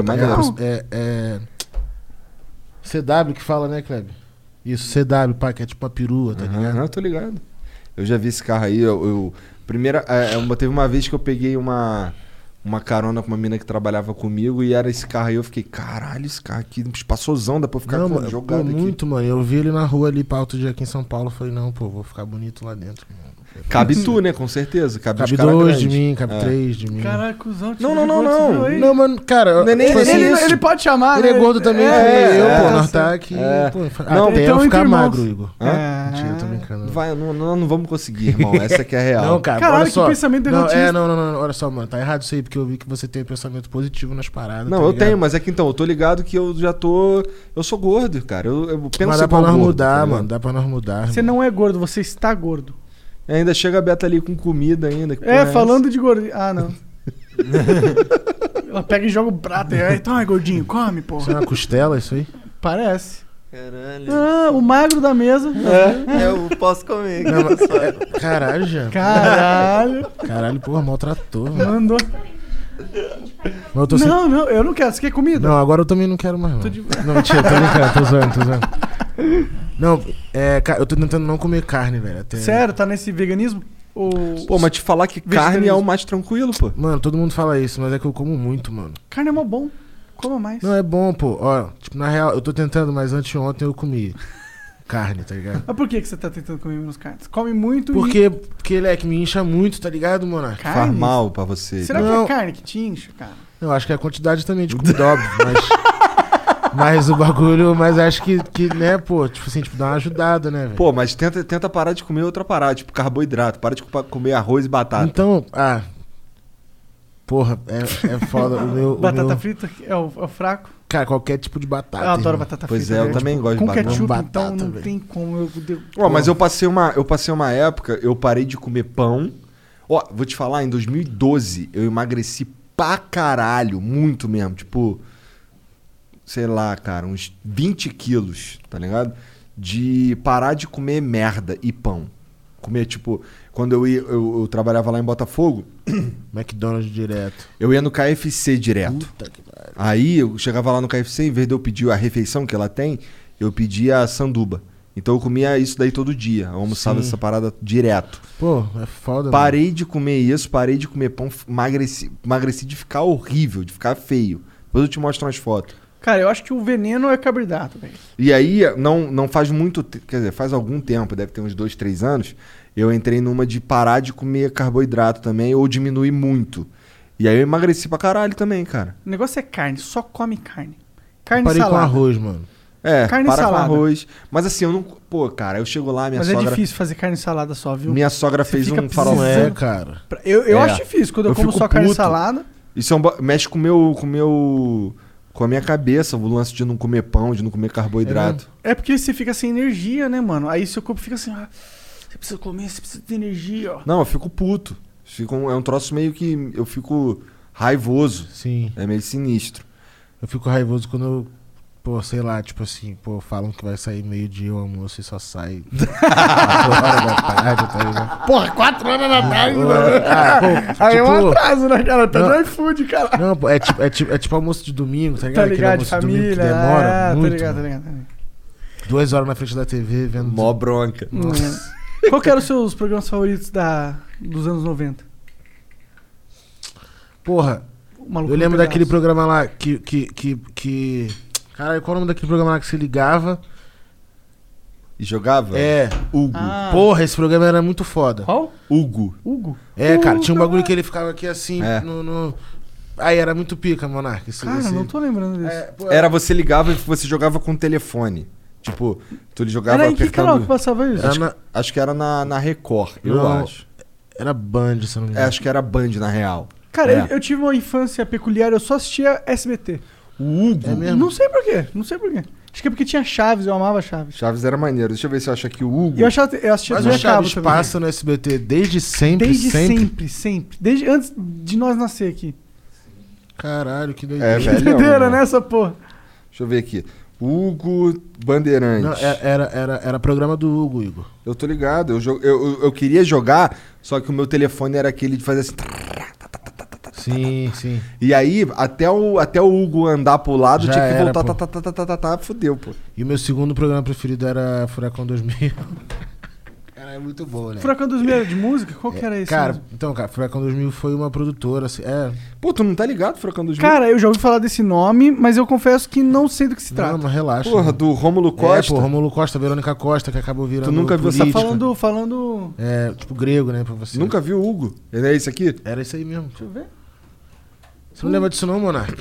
CW que fala, né, Kleber? Isso, CW, pá, que é tipo uma perua, tá ligado? Não, tô ligado. Eu já vi esse carro aí, teve uma vez que eu peguei uma carona com uma mina que trabalhava comigo e era esse carro aí, eu fiquei, caralho, esse carro aqui, espaçosão, dá pra ficar jogado aqui. Muito, mano, eu vi ele na rua ali pra outro dia aqui em São Paulo, falei, não, pô, vou ficar bonito lá dentro, mano. Cabe tu, né? Com certeza. Cabe 2 de mim, cabe 3 de mim. Caralho, cuzão. Não. Não, mano, cara... Ele pode chamar, ele né? é gordo também, pô, nós tá aqui. Não, até eu ficar magro, Igor. Mentira, eu tô brincando. Não vamos conseguir, irmão. Essa que é a real. Não, cara, caralho, olha só. Que pensamento derrotista. Não, olha só, mano, tá errado isso aí, porque eu vi que você tem um pensamento positivo nas paradas. Não, eu tenho, mas é que então, eu tô ligado que eu já tô... Eu sou gordo, cara. Eu penso mas dá pra nós mudar, mano. Dá pra nós mudar. Você não é gordo, você está gordo. Ainda chega a Beta ali com comida ainda. Falando de gordinho. Ah, não. Ela pega e joga o prato. Então, gordinho, come, porra. Isso é uma costela, isso aí? Parece. Caralho. O magro da mesa. Eu posso comer. Não, caralho, já. Caralho, porra, maltratou. Mandou. Não, eu não quero. Você quer comida? Não, agora eu também não quero mais, não. Não, mentira, tô brincando, tô zoando. Não, cara, eu tô tentando não comer carne, velho. Sério? Tá nesse veganismo? Pô, mas te falar que carne é o mais tranquilo, pô. Mano, todo mundo fala isso, mas é que eu como muito, mano. Carne é mó bom. Coma mais. Não, é bom, pô. Ó, tipo, na real, eu tô tentando, mas anteontem eu comi carne, tá ligado? Mas por que você tá tentando comer menos carne? Você come muito Porque ele é que me incha muito, tá ligado, mano? Faz mal pra você. Será que é carne que te incha, cara? Eu acho que é a quantidade também de comida, óbvio, mas o bagulho, mas acho que, né, pô, tipo assim, dá uma ajudada, né, velho? Pô, mas tenta parar de comer outra parada, tipo carboidrato. Para de comer arroz e batata. Então, porra, é foda. Batata frita é o fraco? Cara, qualquer tipo de batata. Eu adoro batata frita. Pois é, eu também gosto de batata. Com ketchup, batata, então, não véio. tem como. Mas eu passei uma época, eu parei de comer pão. Ó, vou te falar, em 2012, eu emagreci pra caralho, muito mesmo. Tipo, sei lá, cara, uns 20 quilos, tá ligado? De parar de comer merda e pão. Comer, tipo, quando eu trabalhava lá em Botafogo... McDonald's direto. Eu ia no KFC direto. Puta que pariu. Aí eu chegava lá no KFC, em vez de eu pedir a refeição que ela tem, eu pedia a sanduba. Então eu comia isso daí todo dia. Eu almoçava essa parada direto. Pô, é foda. Parei de comer isso, parei de comer pão, emagreci de ficar horrível, de ficar feio. Depois eu te mostro umas fotos. Cara, eu acho que o veneno é carboidrato, velho. E aí, não faz muito... Quer dizer, faz algum tempo, deve ter uns 2, 3 anos, eu entrei numa de parar de comer carboidrato também, ou diminuir muito. E aí eu emagreci pra caralho também, cara. O negócio é carne, só come carne. Carne parei salada. com arroz, mano. Carne para salada. com arroz. Mas assim, eu não... Pô, cara, eu chego lá, minha sogra... Mas é difícil fazer carne salada só, viu? Minha sogra fez um farol. Não é, cara. Eu acho difícil, quando eu como só carne salada... Isso mexe com a minha cabeça, o lance de não comer pão, de não comer carboidrato. É porque você fica sem energia, né, mano? Aí seu corpo fica assim, você precisa comer, você precisa ter energia, ó. Não, eu fico puto. É um troço meio que eu fico raivoso. Sim. É meio sinistro. Eu fico raivoso quando eu, pô, sei lá, tipo assim, pô, falam que vai sair meio-dia o almoço e só sai 4 horas da tarde, tá ligado? Porra, 4 horas da tarde, Pô, mano. Aí é um atraso, né, cara? Tá não. no iFood, cara. Não, pô, é tipo almoço de domingo, tá ligado? Tá Aquele ligado, de almoço de domingo família. que demora Tá muito. ligado, tá mano. ligado. 2 horas na frente da TV vendo. Mó bronca. Qual que eram os seus programas favoritos dos anos 90? Porra, eu lembro daquele programa lá que... Caralho, qual é o nome daquele programa lá que se ligava? E jogava? É. Hugo. Porra, esse programa era muito foda. Qual? Hugo. É, cara, tinha um bagulho que ele ficava aqui assim, É. no... Aí era muito pica, Monark. Cara, não tô lembrando disso. Era você ligava e você jogava com o telefone. Tipo, tu jogava Era em que apertando... canal que passava isso? Acho que era na Record, eu Não, acho. Era Band, se eu não me engano. Acho que era Band, na real. Cara, eu tive uma infância peculiar, eu só assistia SBT. O Hugo. É mesmo? Não sei por quê. Acho que é porque tinha Chaves, eu amava Chaves. Chaves era maneiro. Deixa eu ver se eu acho aqui o Hugo. Eu assistia Mas TV o Chaves também. passa no SBT desde sempre, Desde sempre. Desde antes de nós nascer aqui. Caralho, que É, doideira. velho. Doideira, né, essa porra? Deixa eu ver aqui. Hugo Bandeirantes. Não, era programa do Hugo, Igor. Eu tô ligado. Eu queria jogar, só que o meu telefone era aquele de fazer assim... Sim. E aí, até o Hugo andar pro lado, Já tinha que era, voltar, pô. fudeu, pô. E o meu segundo programa preferido era Furacão 2000. Cara, é muito bom, né? Furacão 2000 era de música? Qual que era esse? Cara, mesmo? então, Furacão 2000 foi uma produtora, assim, Pô, tu não tá ligado, Furacão 2000? Cara, eu já ouvi falar desse nome, mas eu confesso que não sei do que se trata. Não, mas relaxa. Porra, né? do Rômulo Costa. É, pô, Rômulo Costa, Verônica Costa, que acabou virando Tu nunca viu essa política. Falando... É, tipo grego, né, pra você. Nunca viu o Hugo? Ele é esse aqui? Era isso aí mesmo. Deixa eu ver. Você não lembra disso não, Monark?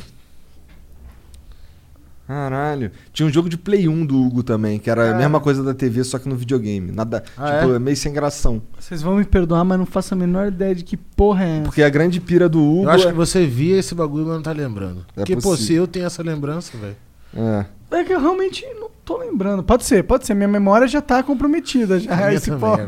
Caralho. Tinha um jogo de Play 1 do Hugo também, que era a mesma coisa da TV, só que no videogame. Nada, é meio sem gração. Vocês vão me perdoar, mas não faço a menor ideia de que porra é essa. Porque a grande pira do Hugo... Eu acho que você via esse bagulho, mas não tá lembrando. Porque, pô, possível. se eu tenho essa lembrança, velho... É que eu realmente não tô lembrando. Pode ser. Minha memória já tá comprometida. Já, esse ponto.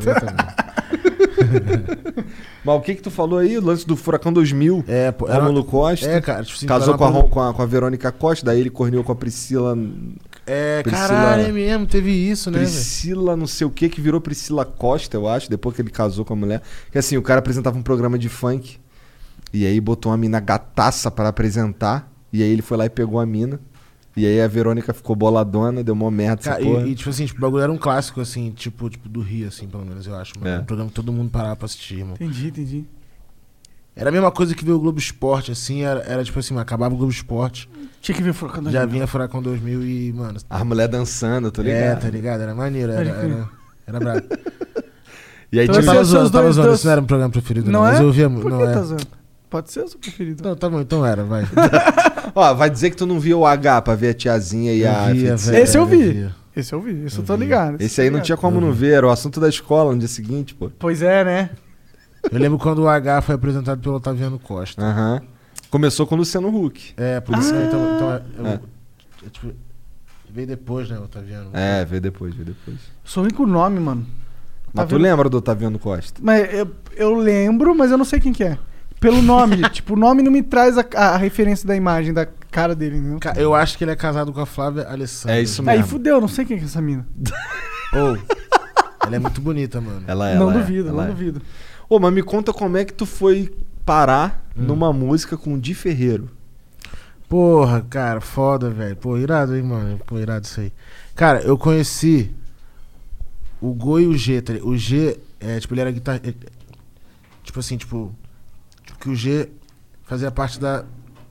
Mas o que tu falou aí? O lance do Furacão 2000? É, pô. Rômulo Costa. É, cara. Tipo, assim, casou com a Verônica Costa, daí ele corneou com a Priscila... Caralho, é mesmo. Teve isso, né, Priscila não sei o que virou Priscila Costa, eu acho, depois que ele casou com a mulher. Que assim, o cara apresentava um programa de funk, e aí botou uma mina gataça pra apresentar, e aí ele foi lá e pegou a mina. E aí a Verônica ficou boladona, deu uma merda essa porra. E tipo assim, o bagulho era um clássico, assim, tipo do Rio, assim, pelo menos, eu acho. Um programa que todo mundo parava pra assistir, irmão. Entendi. Era a mesma coisa que ver o Globo Esporte, assim, era tipo assim, acabava o Globo Esporte. Tinha que ver Furacão 2000. Já vinha Furacão 2000 e, mano... As mulheres dançando, tô ligado. É, tá ligado? Era maneiro, era brabo. E aí então, eu tava zoando, isso não era um programa preferido, não. Mas eu ouvia... Por não que é. tá zoando? Pode ser o seu preferido. Não, tá bom, então era, vai. Ó, vai dizer que tu não via o H pra ver a tiazinha e a feiticeira. Esse eu vi. Esse eu vi, isso eu tô ligado. Esse aí não tinha como não ver, era o assunto da escola no dia seguinte, pô. Pois é, né? Eu lembro quando o H foi apresentado pelo Otaviano Costa. Aham. Começou com o Luciano Huck. É, por isso que então tipo, veio depois, né, o Otaviano. É, veio depois. Sou ruim com o nome, mano. Mas tu lembra do Otaviano Costa? Mas eu lembro, mas eu não sei quem que é. Pelo nome, tipo, o nome não me traz a referência da imagem, da cara dele, entendeu? Eu acho que ele é casado com a Flávia Alessandra. É isso mesmo. Aí fudeu, não sei quem que é essa mina. Ela é muito bonita, mano. Não duvido. Ô, mas me conta como é que tu foi parar numa música com o Di Ferreiro. Porra, cara, foda, velho. Pô, irado, hein, mano. Pô, irado isso aí. Cara, eu conheci o Go e o G, tá ligado? O G, tipo, ele era guitarrista. Tipo assim, tipo, que o G fazia parte lá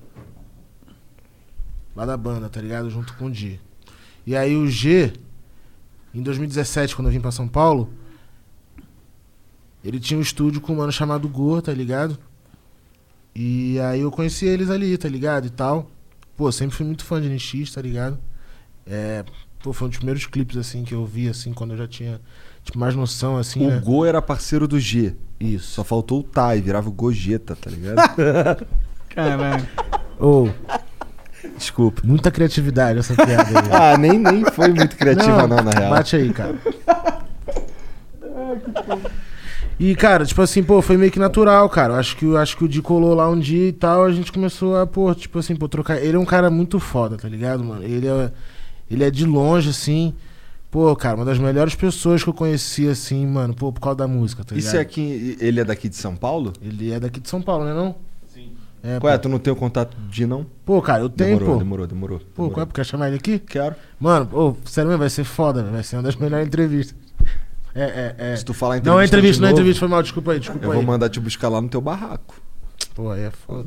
da banda, tá ligado? Junto com o Di. E aí o G, em 2017, quando eu vim pra São Paulo, ele tinha um estúdio com um mano chamado Go, tá ligado? E aí eu conheci eles ali, tá ligado? E tal. Pô, sempre fui muito fã de NX, tá ligado? Pô, foi um dos primeiros clipes, assim, que eu vi, assim, quando eu já tinha, tipo, mais noção, assim, O Go era parceiro do G. Isso. Só faltou o Tai, virava o Gojeta, tá ligado? Caralho. Desculpa. Muita criatividade essa piada aí. Nem foi muito criativa não, na real. Bate aí, cara. E, cara, tipo assim, pô, foi meio que natural, cara. Eu acho que o Di colou lá um dia e tal, a gente começou a, pô, tipo assim, pô, trocar. Ele é um cara muito foda, tá ligado, mano? Ele é de longe, assim. Pô, cara, uma das melhores pessoas que eu conheci, assim, mano, pô, por causa da música, tá ligado? Isso é aqui, ele é daqui de São Paulo? Ele é daqui de São Paulo, né, não? Sim. Qual é? Tu não tem o contato de não? Pô, cara, eu tenho, pô. Demorou. Pô, qual é? Quer chamar ele aqui? Quero. Mano, pô, sério mesmo, vai ser foda, vai ser uma das melhores entrevistas. Se tu falar entrevista. Não é entrevista, foi mal, desculpa aí. Eu vou mandar te buscar lá no teu barraco. Pô, aí é foda.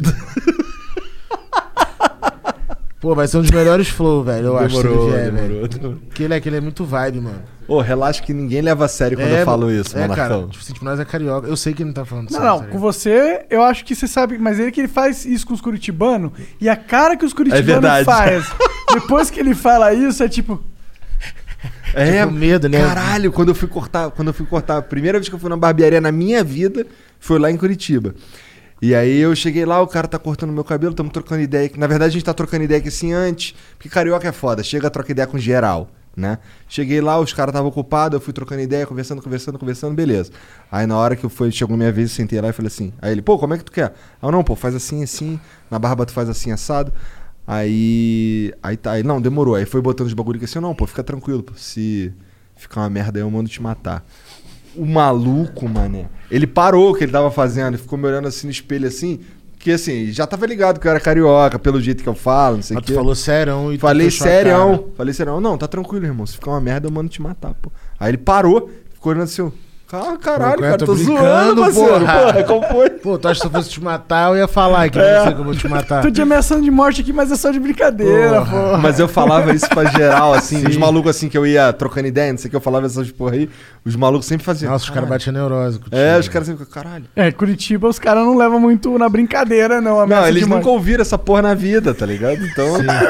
Pô, vai ser um dos melhores flow, velho, eu acho que ele vier, velho. Que ele é muito vibe, mano. Ô, relaxa que ninguém leva a sério quando eu falo isso, Monarcão. Cara, tipo, nós é carioca. Eu sei que ele não tá falando sério. Não, com você, eu acho que você sabe, mas ele que ele faz isso com os curitibanos, e a cara que os curitibanos faz, depois que ele fala isso, é tipo... É, medo, né? Caralho, quando eu fui cortar, a primeira vez que eu fui na barbearia na minha vida, foi lá em Curitiba. E aí eu cheguei lá, o cara tá cortando meu cabelo, estamos trocando ideia. Na verdade a gente tá trocando ideia aqui assim antes, porque carioca é foda, chega, troca ideia com geral, né? Cheguei lá, os caras estavam ocupados, eu fui trocando ideia, conversando, beleza. Aí na hora que chegou minha vez, eu sentei lá e falei assim, aí ele, pô, como é que tu quer? Ah, não, pô, faz assim, na barba tu faz assim, assado. Aí não, demorou. Aí foi botando os bagulho que assim, não, pô, fica tranquilo, pô, se ficar uma merda aí eu mando te matar. O maluco, mané, ele parou o que ele tava fazendo, ficou me olhando assim no espelho assim, que assim, já tava ligado que eu era carioca, pelo jeito que eu falo, não sei o que. Tu falou serão e falei serião, não, tá tranquilo, irmão, se ficar uma merda eu mando te matar, pô. Aí ele parou, ficou olhando assim, caralho, cara, tô zoando, parceiro. Porra, como foi? Pô, tu acha que se eu fosse te matar, eu ia falar que não sei que eu vou te matar. Tô te ameaçando de morte aqui, mas é só de brincadeira, porra. Mas eu falava isso pra geral, assim, sim. Os malucos assim que eu ia trocando ideia, não sei o que, eu falava essas porra aí, os malucos sempre faziam. Nossa, os caras batiam neurose. Os caras sempre caralho. Curitiba, os caras não levam muito na brincadeira, não. Não, eles nunca ouviram essa porra na vida, tá ligado? Então...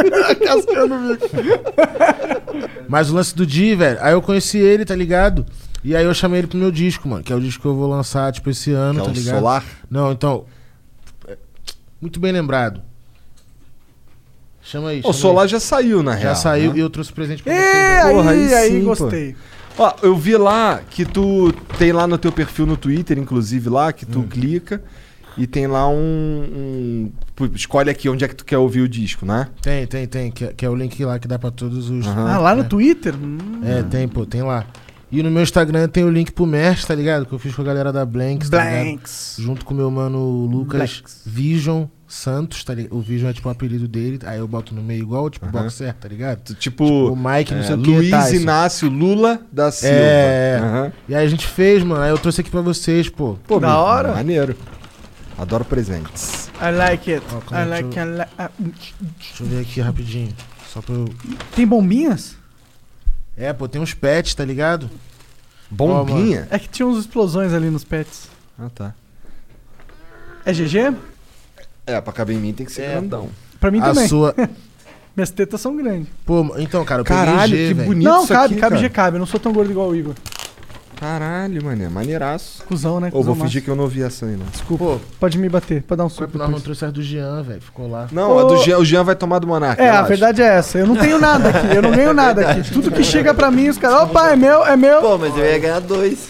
Mas o lance do Di, velho, aí eu conheci ele, tá ligado? E aí eu chamei ele pro meu disco, mano, que é o disco que eu vou lançar, tipo, esse ano, que tá é ligado? Solar? Não, então... Muito bem lembrado. Chama aí. O Solar já saiu, na real. Já saiu, né? E eu trouxe presente pra você. Porra, aí gostei. Ó, eu vi lá que tu tem lá no teu perfil no Twitter, inclusive lá, que tu clica e tem lá escolhe aqui onde é que tu quer ouvir o disco, né? Tem. Que é o link lá que dá pra todos os... lá no Twitter? Tem lá. E no meu Instagram tem o link pro merch, tá ligado? Que eu fiz com a galera da Blanks, tá ligado? Junto com o meu mano Lucas Vision Santos, tá ligado? O Vision é tipo o apelido dele, aí eu boto no meio igual, tipo boxer, tá ligado? Tipo o Mike, não sei o que, Luiz Inácio Lula da Silva. E aí a gente fez, mano, aí eu trouxe aqui pra vocês, pô. Pô, da hora. Maneiro. Adoro presentes. I like it. Deixa eu ver aqui rapidinho, só pra eu... Tem bombinhas? Pô, tem uns pets, tá ligado? Bombinha? É que tinha uns explosões ali nos pets. Ah, tá. É GG? Pra caber em mim tem que ser grandão. Pra mim também. Sua... Minhas tetas são grandes. Pô, então, cara, eu caralho, peguei G, que véio. bonito não, isso cabe, aqui, cabe, cara. cabe. Eu não sou tão gordo igual o Igor. Caralho, mané, maneiraço. Cusão, né? Ou vou fingir que eu não ouvi essa aí, não. Desculpa, pode me bater, pode dar um soco. Nós não trouxe as do Jean, velho, ficou lá. Não, a do Jean, o Jean vai tomar do Monark. A verdade é essa. Eu não tenho nada aqui, eu não ganho nada aqui. Tudo que chega pra mim, os caras, opa, é meu. Pô, mas eu ia ganhar 2.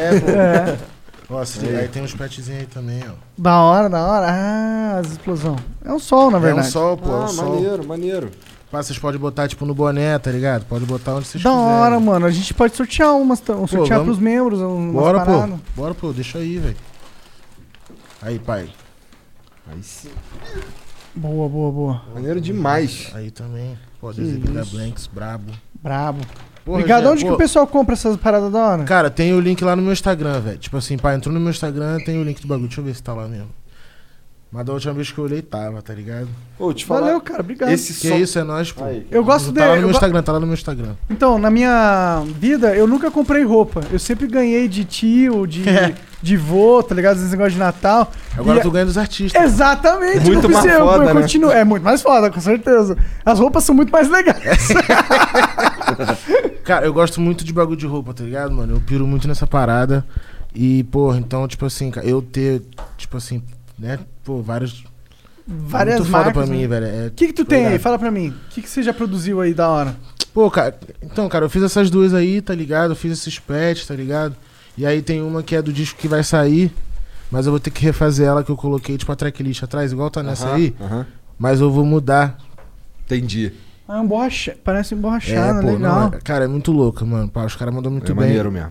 Pô. Nossa, aí tem uns petzinhos aí também, ó. Da hora. Ah, as explosão. É um sol, na verdade. É um sol, pô, é um sol. Maneiro. Vocês podem botar, tipo, no boné, tá ligado? Pode botar onde vocês da quiserem. Da hora, mano. A gente pode sortear sortear pros membros. Bora, pô. Deixa aí, velho. Aí, pai. Aí sim. Boa. Maneiro demais. Aí também. Pode exibir da Blanks, brabo. Porra, obrigado. Onde que o pessoal compra essas paradas da hora? Cara, tem o link lá no meu Instagram, velho. Tipo assim, pai, entrou no meu Instagram, tem o link do bagulho. Deixa eu ver se tá lá mesmo. Mas da última vez que eu olhei, tava, tá ligado? Ô, te falar. Valeu, cara, obrigado. Isso, é nóis, pô. Aí, eu gosto tá lá no meu Instagram, tá lá no meu Instagram. Então, na minha vida, eu nunca comprei roupa. Eu sempre ganhei de tio, de vô, tá ligado? Esse negócio de Natal. Agora tu ganha dos artistas. Exatamente. Muito mais foda, eu continuo. É muito mais foda, com certeza. As roupas são muito mais legais. Cara, eu gosto muito de bagulho de roupa, tá ligado, mano? Eu piro muito nessa parada. E, porra, então, tipo assim, eu ter, tipo assim, né? Pô, várias muito marcas, foda pra mim, velho. O que tu tem aí? Fala pra mim. O que você já produziu aí da hora? Pô, cara, então, cara, eu fiz essas duas aí, tá ligado? Eu fiz esses pets, tá ligado? E aí tem uma que é do disco que vai sair, mas eu vou ter que refazer ela, que eu coloquei tipo a tracklist atrás, igual tá nessa aí. Mas eu vou mudar. Entendi. Ah, parece emborrachado, pô, legal. Cara, é muito louca, mano. Pá, os caras mandam muito bem. É maneiro mesmo.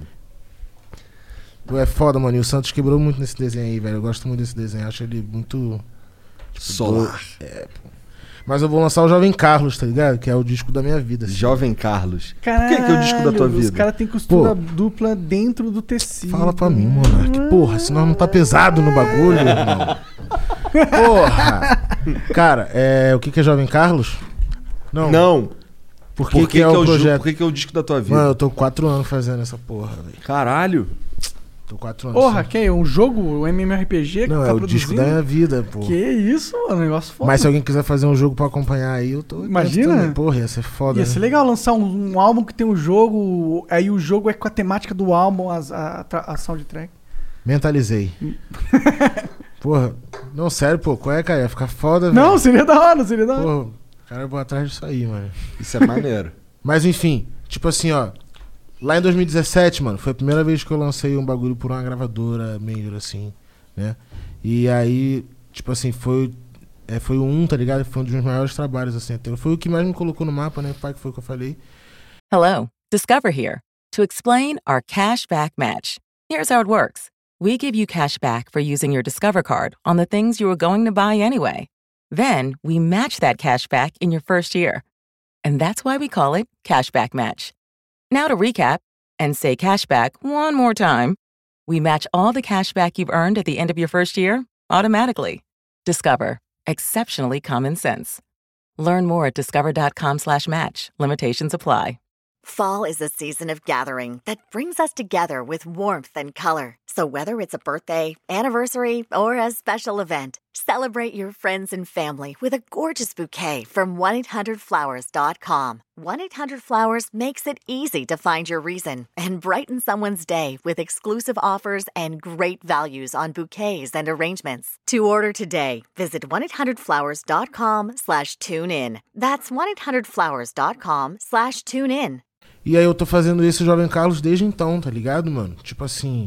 Pô, é foda, mano. E o Santos quebrou muito nesse desenho aí, velho. Eu gosto muito desse desenho. Acho ele muito... solar. Pô. Mas eu vou lançar o Jovem Carlos, tá ligado? Que é o disco da minha vida. Assim. Jovem Carlos. Caralho, por que é o disco da tua vida? Os caras têm costura dupla dentro do tecido. Fala pra mim, mano. Que porra, senão não tá pesado no bagulho, irmão. Porra! Cara, o que é Jovem Carlos? Não. Por que é o projeto? Por que é o disco da tua vida? Mano, eu tô 4 anos fazendo essa porra, velho. Caralho! Tô 4 anos. Porra, que é um jogo, um MMORPG que não, tá é o produzindo? disco da minha vida, pô. Que isso, mano, negócio foda. Mas se alguém quiser fazer um jogo pra acompanhar aí, eu tô... Imagina? Porra, ia ser foda. Ia ser legal lançar um álbum que tem um jogo, aí o jogo é com a temática do álbum, a soundtrack. Mentalizei. Porra, não, sério, pô, qual é, cara? Ia ficar foda, velho. Não, seria da hora. Porra, cara, eu vou atrás disso aí, mano. Isso é maneiro. Mas enfim, tipo assim, ó. Lá em 2017, mano, foi a primeira vez que eu lancei um bagulho por uma gravadora major, assim, né? E aí, tipo assim, foi tá ligado? Foi um dos meus maiores trabalhos, assim, até. Foi o que mais me colocou no mapa, né, pai, que foi o que eu falei. Hello, Discover here to explain our cash back match. Here's how it works. We give you cash back for using your Discover card on the things you were going to buy anyway. Then we match that cash back in your first year. And that's why we call it Cashback Match. Now to recap and say cashback one more time. We match all the cashback you've earned at the end of your first year automatically. Discover. Exceptionally common sense. Learn more at discover.com/match. Limitations apply. Fall is a season of gathering that brings us together with warmth and color. So whether it's a birthday, anniversary, or a special event, celebrate your friends and family with a gorgeous bouquet from 1-800-Flowers.com. 1-800-Flowers makes it easy to find your reason and brighten someone's day with exclusive offers and great values on bouquets and arrangements. To order today, visit 1-800-Flowers.com/tune-in. That's 1-800-Flowers.com/tune-in. E aí eu tô fazendo esse Jovem Carlos desde então, tá ligado, mano? Tipo assim...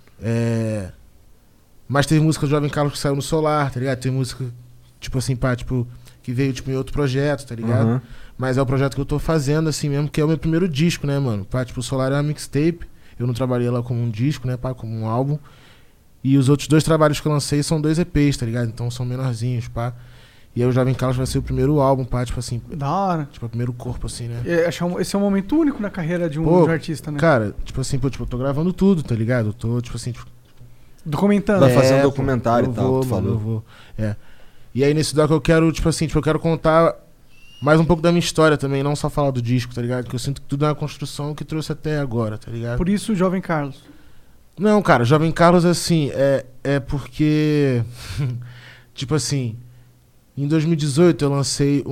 Mas teve música do Jovem Carlos que saiu no Solar, tá ligado? Tem música, tipo assim, pá, tipo... Que veio, tipo, em outro projeto, tá ligado? Uhum. Mas é o projeto que eu tô fazendo, assim mesmo, que é o meu primeiro disco, né, mano? Pá, tipo, o Solar é uma mixtape. Eu não trabalhei lá como um disco, né, pá, como um álbum. E os outros 2 trabalhos que eu lancei são 2 EPs, tá ligado? Então são menorzinhos, pá. E aí o Jovem Carlos vai ser o primeiro álbum, pá, tipo assim... Da hora. Tipo, o primeiro corpo, assim, né? Esse é um momento único na carreira de um artista, né? Cara, tipo assim, pô, tipo, eu tô gravando tudo, tá ligado? Eu tô, tipo assim... Tipo, documentando. Vai fazer um documentário e tal, tu falou. Eu vou, E aí nesse doc eu quero, tipo assim, eu quero contar mais um pouco da minha história também, não só falar do disco, tá ligado? Porque eu sinto que tudo é uma construção que trouxe até agora, tá ligado? Por isso o Jovem Carlos. Não, cara, Jovem Carlos, assim, é porque... tipo assim... Em 2018 eu lancei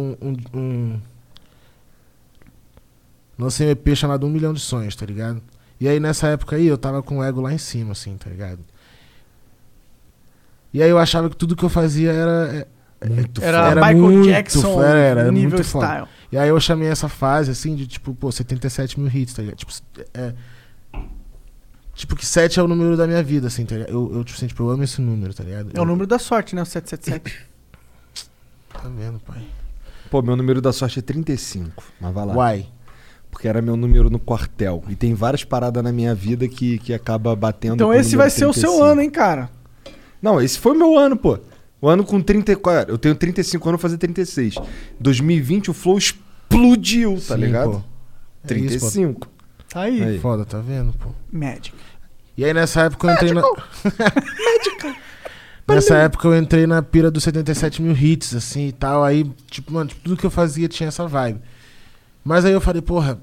lancei um EP chamado 1 Milhão de Sonhos, tá ligado? E aí nessa época aí eu tava com o ego lá em cima, assim, tá ligado? E aí eu achava que tudo que eu fazia era Michael muito Jackson, era nível muito style. foda. E aí eu chamei essa fase, assim, de tipo, pô, 77 mil hits, tá ligado? Tipo, que 7 é o número da minha vida, assim, tá ligado? Eu amo esse número, tá ligado? É o número da sorte, né? O 777. Tá vendo, pai? Pô, meu número da sorte é 35, mas vai lá. Why? Porque era meu número no quartel. E tem várias paradas na minha vida que acaba batendo. Então esse vai ser 35. O seu ano, hein, cara? Não, esse foi meu ano, pô. O ano com 34. Eu tenho 35 anos, vou fazer 36. 2020 o Flow explodiu, tá ligado? Pô. 35. Isso, tá aí. Foda, tá vendo, pô? Magic. E aí nessa época eu entrei Nessa época eu entrei na pira dos 77 mil hits, assim, e tal. Aí, tipo, mano, tudo que eu fazia tinha essa vibe. Mas aí eu falei, porra...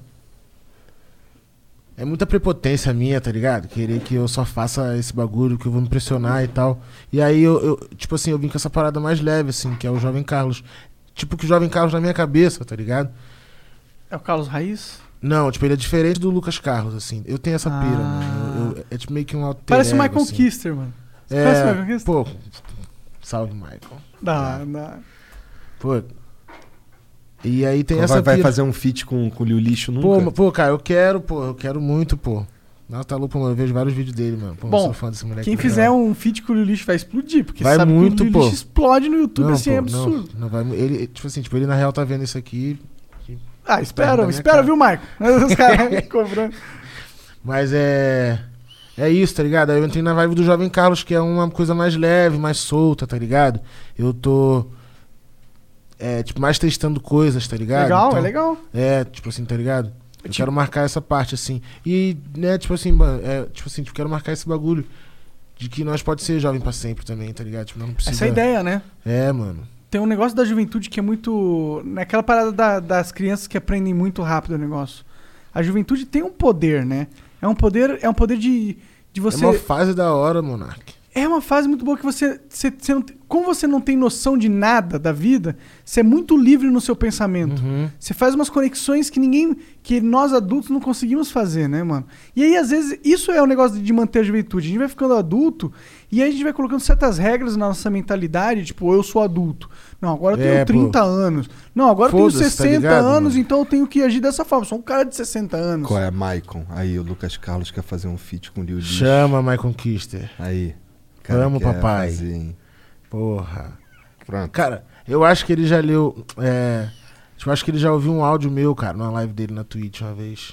É muita prepotência minha, tá ligado? Querer que eu só faça esse bagulho, que eu vou me impressionar e tal. E aí eu tipo assim, eu vim com essa parada mais leve, assim, que é o Jovem Carlos. Tipo, que o Jovem Carlos na minha cabeça, tá ligado? É o Carlos Raiz? Não, tipo, ele é diferente do Lucas Carlos, assim. Eu tenho essa pira, mano. É tipo meio que um alter Parece o ego, Michael assim. Kister, mano. Parece o Michael Kister? Pô, salve, Michael. Dá. Pô... E aí tem essa vai fazer um feat com o Liu Lixo nunca? Pô, cara, eu quero muito, pô. Nossa, tá louco, mano. Eu vejo vários vídeos dele, mano. Pô, Bom, sou fã desse moleque. quem fizer um feat com o Lil Lixo vai explodir, porque vai sabe muito, que o Lil Lixo explode no YouTube, não, assim, pô, é absurdo. Não vai, ele, tipo assim, ele na real tá vendo isso aqui. Espera, viu, Marco? Os caras cobrando. Mas é isso, tá ligado? Aí eu entrei na vibe do Jovem Carlos, que é uma coisa mais leve, mais solta, tá ligado? Eu tô tipo, mais testando coisas, tá ligado? Legal, então, é legal. Tipo assim, tá ligado? Eu quero marcar essa parte, assim. E, né, tipo assim, mano, quero marcar esse bagulho de que nós pode ser jovem pra sempre também, tá ligado? Tipo, não precisa... Essa é a ideia, né? É, mano. Tem um negócio da juventude que é muito... Naquela parada das crianças que aprendem muito rápido o negócio. A juventude tem um poder, né? É um poder de você... É uma fase da hora, Monark. É uma fase muito boa que você não tem, como você não tem noção de nada da vida, você é muito livre no seu pensamento. Você faz umas conexões que nós adultos não conseguimos fazer, né, mano? E aí, às vezes, isso é o negócio de manter a juventude. A gente vai ficando adulto e aí a gente vai colocando certas regras na nossa mentalidade, tipo, eu sou adulto. Não, agora eu tenho 30 anos. Não, agora eu tenho 60 ligado, anos, mano? então eu tenho que agir dessa forma. Eu sou um cara de 60 anos. Qual é, Maicon? Aí o Lucas Carlos quer fazer um feat com o Lil Lixo. Chama, Maicon Kister. Aí. Amo, papai. Fazer... Porra. Pronto. Cara, eu acho que ele já leu... eu acho que ele já ouviu um áudio meu, cara, numa live dele na Twitch uma vez.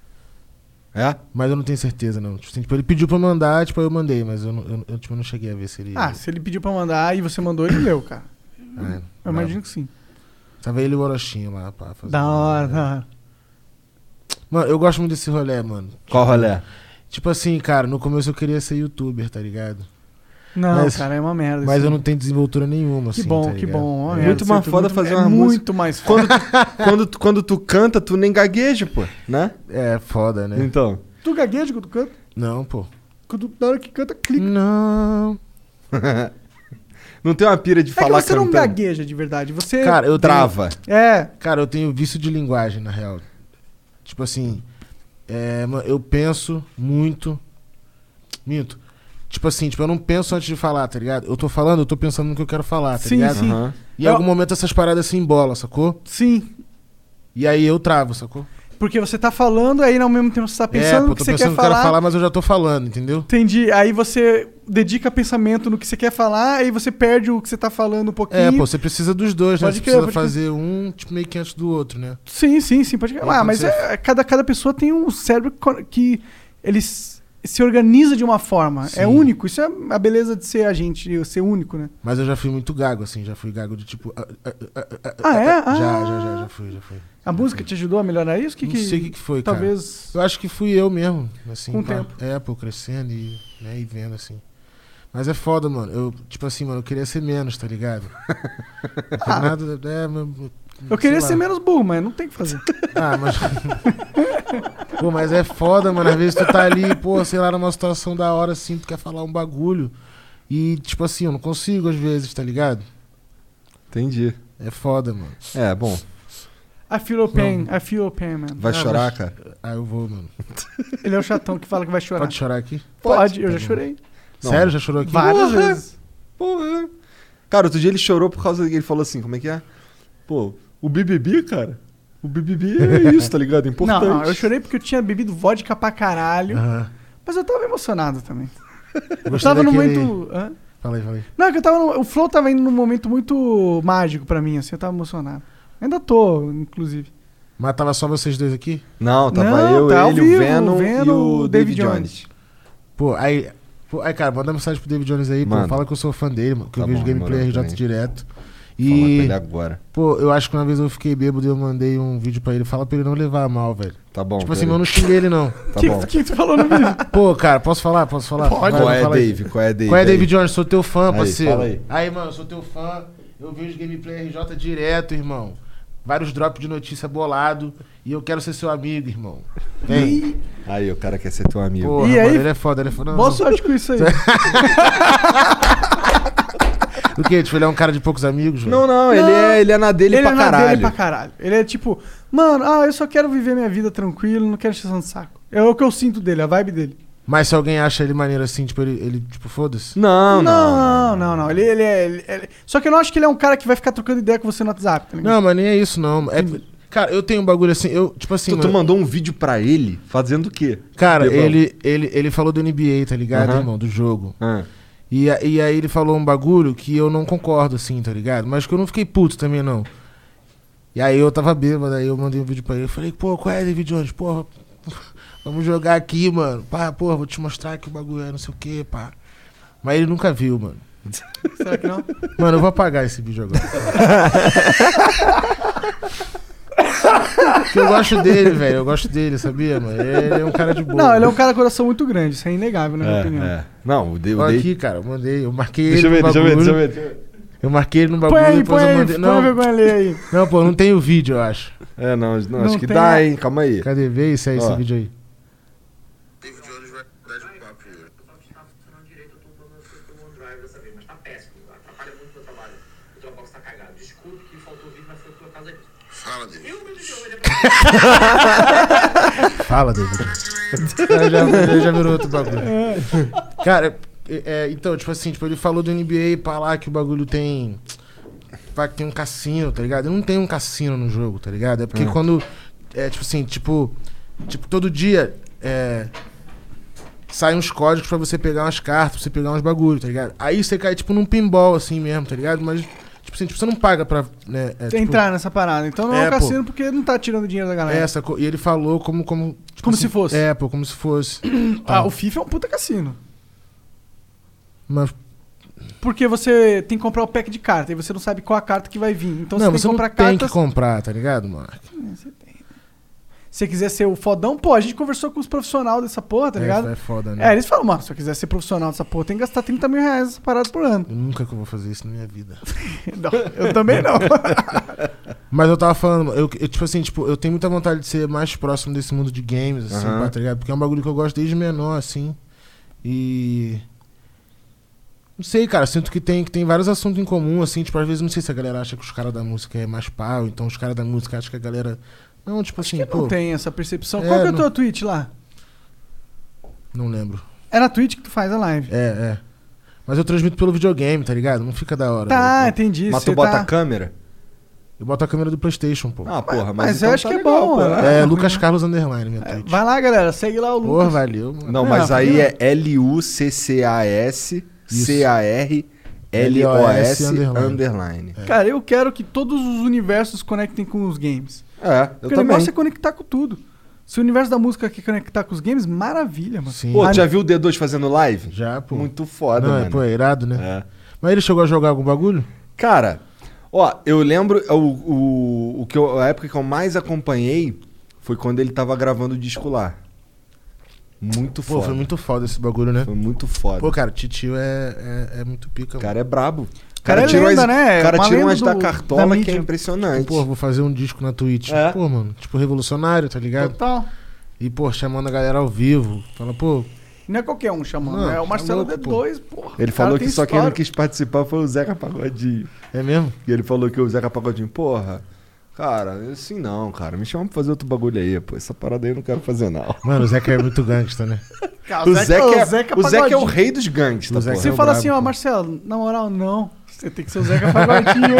É? Mas eu não tenho certeza, não. Tipo, ele pediu pra mandar, tipo, eu mandei, mas eu não cheguei a ver se ele... Se ele pediu pra mandar e você mandou, ele leu, cara. Eu imagino que sim. Tava ele e o Orochinho lá, pá. Da hora. Mano, eu gosto muito desse rolê, mano. Qual rolê? Tipo assim, cara, no começo eu queria ser youtuber, tá ligado? Não, cara, é uma merda. Mas eu não tenho desenvoltura nenhuma, assim, que bom, tá que bom. É muito mais foda fazer uma música. Muito mais foda. Quando tu canta, tu nem gagueja, pô, né? É foda, né? Então. Tu gagueja quando tu canta? Não, pô. Na hora que canta, clica. Não. Não tem uma pira de falar que você cantando. não gagueja de verdade, você... Cara, eu trava. Cara, eu tenho vício de linguagem, na real. Tipo assim, eu penso muito... Minto. Tipo assim, eu não penso antes de falar, tá ligado? Eu tô falando, eu tô pensando no que eu quero falar, tá ligado? Sim. E em algum momento essas paradas se embolam, sacou? Sim. E aí eu travo, sacou? Porque você tá falando, aí ao mesmo tempo você tá pensando no que você quer falar. Eu quero falar, mas eu já tô falando, entendeu? Entendi. Aí você dedica pensamento no que você quer falar, aí você perde o que você tá falando um pouquinho. Você precisa dos dois, né? Pode Você crer, precisa fazer um, tipo, meio que antes do outro, né? Sim, pode crer. Mas cada pessoa tem um cérebro que eles... se organiza de uma forma. Sim. É único. Isso é a beleza de ser a gente, ser único, né? Mas eu já fui muito gago, assim. Já fui gago de tipo... Já fui. A música te ajudou a melhorar isso? Não sei o que foi, talvez... cara. Eu acho que fui eu mesmo, assim. Com o tempo. Crescendo e vendo, assim. Mas é foda, mano. Eu, tipo assim, mano, eu queria ser menos, tá ligado? Não tem nada... Eu queria ser menos burro, mas não tem o que fazer. Mas... Pô, mas é foda, mano. Às vezes tu tá ali, pô, sei lá, numa situação da hora, assim, tu quer falar um bagulho. E, tipo assim, eu não consigo às vezes, tá ligado? Entendi. É foda, mano. Bom. I feel pain, mano. Vai chorar, cara? Eu vou, mano. Ele é o chatão que fala que vai chorar. Pode chorar aqui? Pode, eu já chorei. Sério? Já chorou aqui? Várias vezes. Porra. Cara, outro dia ele chorou por causa que ele falou assim, como é que é? Pô, o BBB, cara, o BBB é isso, tá ligado? Importante. Não, eu chorei porque eu tinha bebido vodka pra caralho, mas eu tava emocionado também. Eu tava num momento... Fala aí. Não, é que o Flow tava indo num momento muito mágico pra mim, assim, eu tava emocionado. Ainda tô, inclusive. Mas tava só vocês dois aqui? Não, tava ele, o Venom e o David Jones. Pô, aí, cara, manda mensagem pro David Jones aí, pô, fala que eu sou fã dele, mano, que eu vejo gameplay RJ direto. E, fala pra ele agora. Pô, eu acho que uma vez eu fiquei bêbado e eu mandei um vídeo pra ele. Fala pra ele não levar a mal, velho. Tá bom. Tipo assim, eu não xinguei ele, não. Tá bom. O que tu falou no vídeo? Pô, cara, posso falar? Pode. Qual é, Dave? Qual é, David Jones? Sou teu fã, parceiro. Fala aí. Aí, mano, sou teu fã. Eu vejo gameplay RJ direto, irmão. Vários drops de notícia bolado. E eu quero ser seu amigo, irmão. Vem. Aí, o cara quer ser teu amigo. Porra, e mano, aí? ele é foda. Boa sorte com isso aí. O quê? Tipo, ele é um cara de poucos amigos? Não, ele é na dele pra caralho. Ele é na dele pra caralho. Ele é tipo, mano, eu só quero viver minha vida tranquilo, não quero encher de saco. É o que eu sinto dele, a vibe dele. Mas se alguém acha ele maneiro assim, tipo, ele tipo, foda-se? Não. Ele Só que eu não acho que ele é um cara que vai ficar trocando ideia com você no WhatsApp, tá ligado? Não, mas nem é isso, não. Cara, eu tenho um bagulho assim, tipo assim... Tu mandou um vídeo pra ele fazendo o quê? Cara, ele falou do NBA, tá ligado, irmão? Do jogo. E aí ele falou um bagulho que eu não concordo, assim, tá ligado? Mas que eu não fiquei puto também, não. E aí eu tava bêbado, aí eu mandei um vídeo pra ele. Eu falei, pô, qual é, David Jones? Porra, vamos jogar aqui, mano. Pá, porra, vou te mostrar que o bagulho é não sei o quê, pá. Mas ele nunca viu, mano. Será que não? Mano, eu vou apagar esse vídeo agora. Porque eu gosto dele, velho. Eu gosto dele, sabia, mano? Ele é um cara de boa. Não, ele é um cara de coração muito grande. Isso é inegável, na minha opinião. Não, Olha aqui, cara, eu mandei. Eu marquei deixa ele eu no bagulho. Deixa eu ver. Eu marquei ele no bagulho e depois eu mandei. Não, vergonha aí. Não, pô, não tem o vídeo, eu acho. Não, acho que dá, hein? Calma aí. Cadê? Vê isso aí, esse vídeo aí. David Jones vai dar de papo. O pessoal que tá funcionando direito, eu tô usando o OneDrive dessa vez, mas tá péssimo. Atrapalha muito o meu trabalho. O Dropbox tá cagado. Desculpe que faltou o vídeo, mas foi por causa disso. Fala, David. Fala, David. já virou outro bagulho. Cara, então, tipo assim, ele falou do NBA pra lá que o bagulho tem... Pá, que tem um cassino, tá ligado? Eu não tenho um cassino no jogo, tá ligado? É porque quando... tipo assim, tipo, todo dia... saem uns códigos pra você pegar umas cartas, pra você pegar uns bagulho, tá ligado? Aí você cai, tipo, num pinball, assim mesmo, tá ligado? Mas... Tipo assim, você não paga pra... Né, entrar nessa parada. Então não é um cassino porque não tá tirando dinheiro da galera. E ele falou como tipo assim, se fosse. Como se fosse. O FIFA é um puta cassino. Mas... Porque você tem que comprar o pack de carta e você não sabe qual a carta que vai vir. Então não, você tem que comprar não cartas... tem que comprar, tá ligado, Mark? Você tem. Se você quiser ser o fodão, pô, a gente conversou com os profissionais dessa porra, tá ligado? É foda, né? Eles falam, mano, se eu quiser ser profissional dessa porra, tem que gastar 30 mil reais nessa parada por ano. Eu nunca que eu vou fazer isso na minha vida. Não, eu também não. Mas eu tava falando, eu tipo assim, eu tenho muita vontade de ser mais próximo desse mundo de games, assim, tá ligado? Porque é um bagulho que eu gosto desde menor, assim. E... Não sei, cara, sinto que tem vários assuntos em comum, assim, tipo, às vezes não sei se a galera acha que os caras da música é mais pau, então os caras da música acham que a galera... Não, tipo assim, pô... Não tem essa percepção. Qual que é o teu Twitch lá? Não lembro. É na Twitch que tu faz a live. Mas eu transmito pelo videogame, tá ligado? Não fica da hora. Tá, entendi. Mas tu bota a câmera? Eu boto a câmera do PlayStation, pô. Ah, porra, mas então eu acho tá que legal, é bom, pô. Lucas Carlos Underline, minha Twitch. Vai lá, galera, segue lá o Lucas. Porra, valeu, mano. Não, mas aí é LUCCAS underline. Cara, eu quero que todos os universos se conectem com os games. Porque o negócio é conectar com tudo. Se o universo da música quer conectar com os games, maravilha, mano. Sim. Pô, tu já viu o D2 fazendo live? Já, pô. Muito foda, mano. Pô, é irado, né? Mas ele chegou a jogar algum bagulho? Cara, eu lembro, a época que eu mais acompanhei foi quando ele tava gravando o disco lá. Muito foda. Pô, foi muito foda esse bagulho, né? Foi muito foda. Pô, cara, o Titio é muito pica, O cara é brabo. O cara tira lenda, né? O cara tira umas da da cartola que é mídia. impressionante. Pô, vou fazer um disco na Twitch. Pô, mano, tipo revolucionário, tá ligado? Total. E, pô, chamando a galera ao vivo. Fala, pô... Não é qualquer um chamando, Não, é o Marcelo louco, D2, porra. Ele falou que só quem não quis participar foi o Zeca Pagodinho. É mesmo? E ele falou que o Zeca Pagodinho, porra... Cara, assim não, cara. Me chama pra fazer outro bagulho aí, pô. Essa parada aí eu não quero fazer, não. Mano, o Zeca é muito gangsta, né? Cara, o Zeca é o rei dos gangsters, pô. Você fala assim, Marcelo, na moral, não. Você tem que ser o Zeca Pagodinho.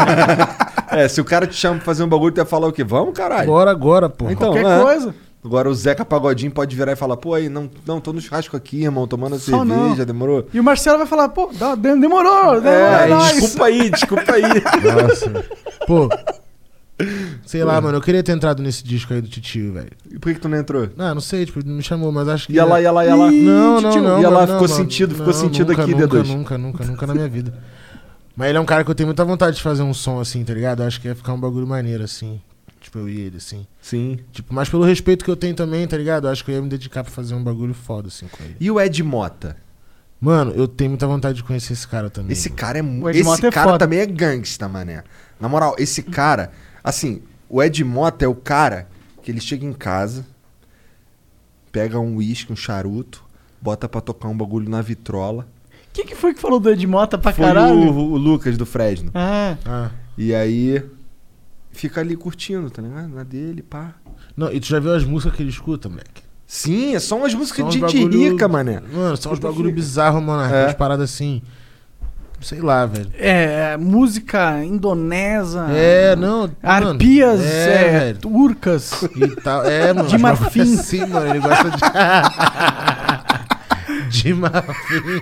Se o cara te chama pra fazer um bagulho, tu ia falar o quê? Vamos, caralho. Bora agora, pô. Então, qualquer coisa. Agora o Zeca Pagodinho pode virar e falar, pô, aí, não, tô no churrasco aqui, irmão, tomando cerveja, não. demorou? E o Marcelo vai falar, pô, demorou. Desculpa aí. Nossa. Pô, sei lá, mano, eu queria ter entrado nesse disco aí do Titio, velho. E por que tu não entrou? Não sei, tipo, não me chamou, mas acho que... Ia lá. Não. Ia lá, ficou sentido nunca, aqui, D2. Nunca na minha vida. Mas ele é um cara que eu tenho muita vontade de fazer um som assim, tá ligado? Eu acho que ia ficar um bagulho maneiro, assim. Tipo, eu e ele, assim. Sim. Tipo, mas pelo respeito que eu tenho também, tá ligado? Eu acho que eu ia me dedicar pra fazer um bagulho foda, assim, com ele. E o Ed Mota? Mano, eu tenho muita vontade de conhecer esse cara também. Esse cara é muito... Ed Mota Esse cara foda. também é gangsta, mané. Na moral, esse cara... Assim, o Ed Mota é o cara que ele chega em casa, pega um uísque, um charuto, bota pra tocar um bagulho na vitrola. Quem que foi que falou do Ed Mota pra Foi caralho? o Lucas do Fresno. Ah. E aí... Fica ali curtindo, tá ligado? Na dele, pá. Não, e tu já viu as músicas que ele escuta, moleque? Sim, é só umas músicas São de uns gente bagulho... rica, mané. Mano, são uns bagulho bizarro, mano. Umas paradas assim... Sei lá, velho. Música indonesa. Não. Arpias velho. turcas. E tal. Mano. De marfim. Sim, mano, ele gosta de marfim.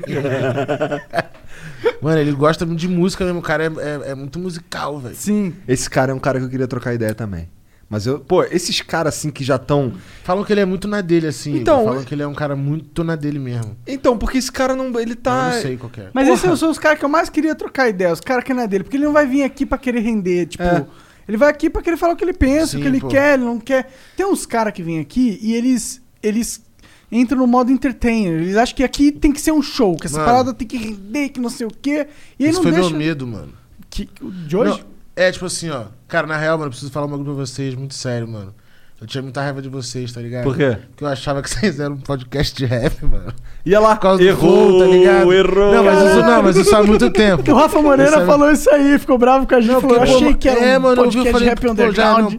Mano, ele gosta muito de música mesmo. O cara é muito musical, velho. Sim. Esse cara é um cara que eu queria trocar ideia também. Mas esses caras assim que já estão... Falam que ele é muito na dele, assim. Então, falam que ele é um cara muito na dele mesmo. Então, porque esse cara não... Ele tá... Eu não sei qual que é. Mas esses são os caras que eu mais queria trocar ideia. Os caras que não é dele. Porque ele não vai vir aqui pra querer render, tipo... Ele vai aqui pra querer falar o que ele pensa, o que ele quer, ele não quer. Tem uns caras que vêm aqui e eles entram no modo entertainer. Eles acham que aqui tem que ser um show, que essa parada tem que render, que não sei o quê. E aí Isso não foi deixa... meu medo, mano. De hoje? Não, tipo assim, ó. Cara, na real, mano, eu preciso falar uma coisa pra vocês, muito sério, mano. Eu tinha muita raiva de vocês, tá ligado? Por quê? Porque eu achava que vocês eram um podcast de rap, mano. Ia lá, errou, tá ligado? Errou. Mas isso há muito tempo. O Rafa Moreira falou isso aí, ficou bravo com a gente. Falou, eu achei que era um podcast de rap underground.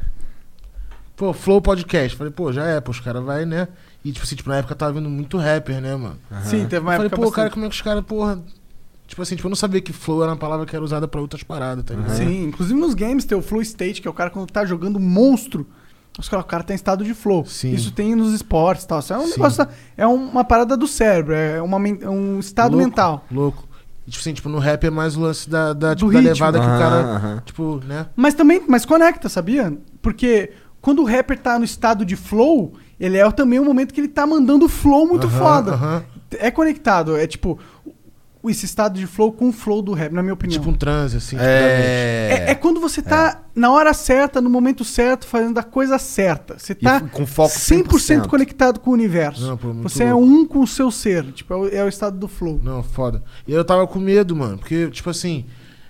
Pô, Flow Podcast. Falei, já os caras vai, né? E tipo assim, na época tava vindo muito rapper, né, mano? Sim, teve uma época. Falei, cara, como é que os caras, Tipo assim, eu não sabia que flow era uma palavra que era usada pra outras paradas, tá ligado? Sim, inclusive nos games tem o flow state, que é o cara quando tá jogando monstro. O cara tá em estado de flow. Sim. Isso tem nos esportes e tal. Isso é um negócio, é uma parada do cérebro, é um estado mental. Louco. E, tipo assim, no rap é mais o lance da levada que o cara, né? Mas conecta, sabia? Porque quando o rapper tá no estado de flow, ele é também o momento que ele tá mandando flow muito foda. É conectado, é tipo... Esse estado de flow com o flow do rap, na minha opinião. Tipo um transe, assim. É quando você tá na hora certa, no momento certo, fazendo a coisa certa. Você tá com foco 100% conectado com o universo. Não, pô, você louco. é um com o seu ser. Tipo, é o estado do flow. Não, foda. E eu tava com medo, mano. Porque, tipo assim...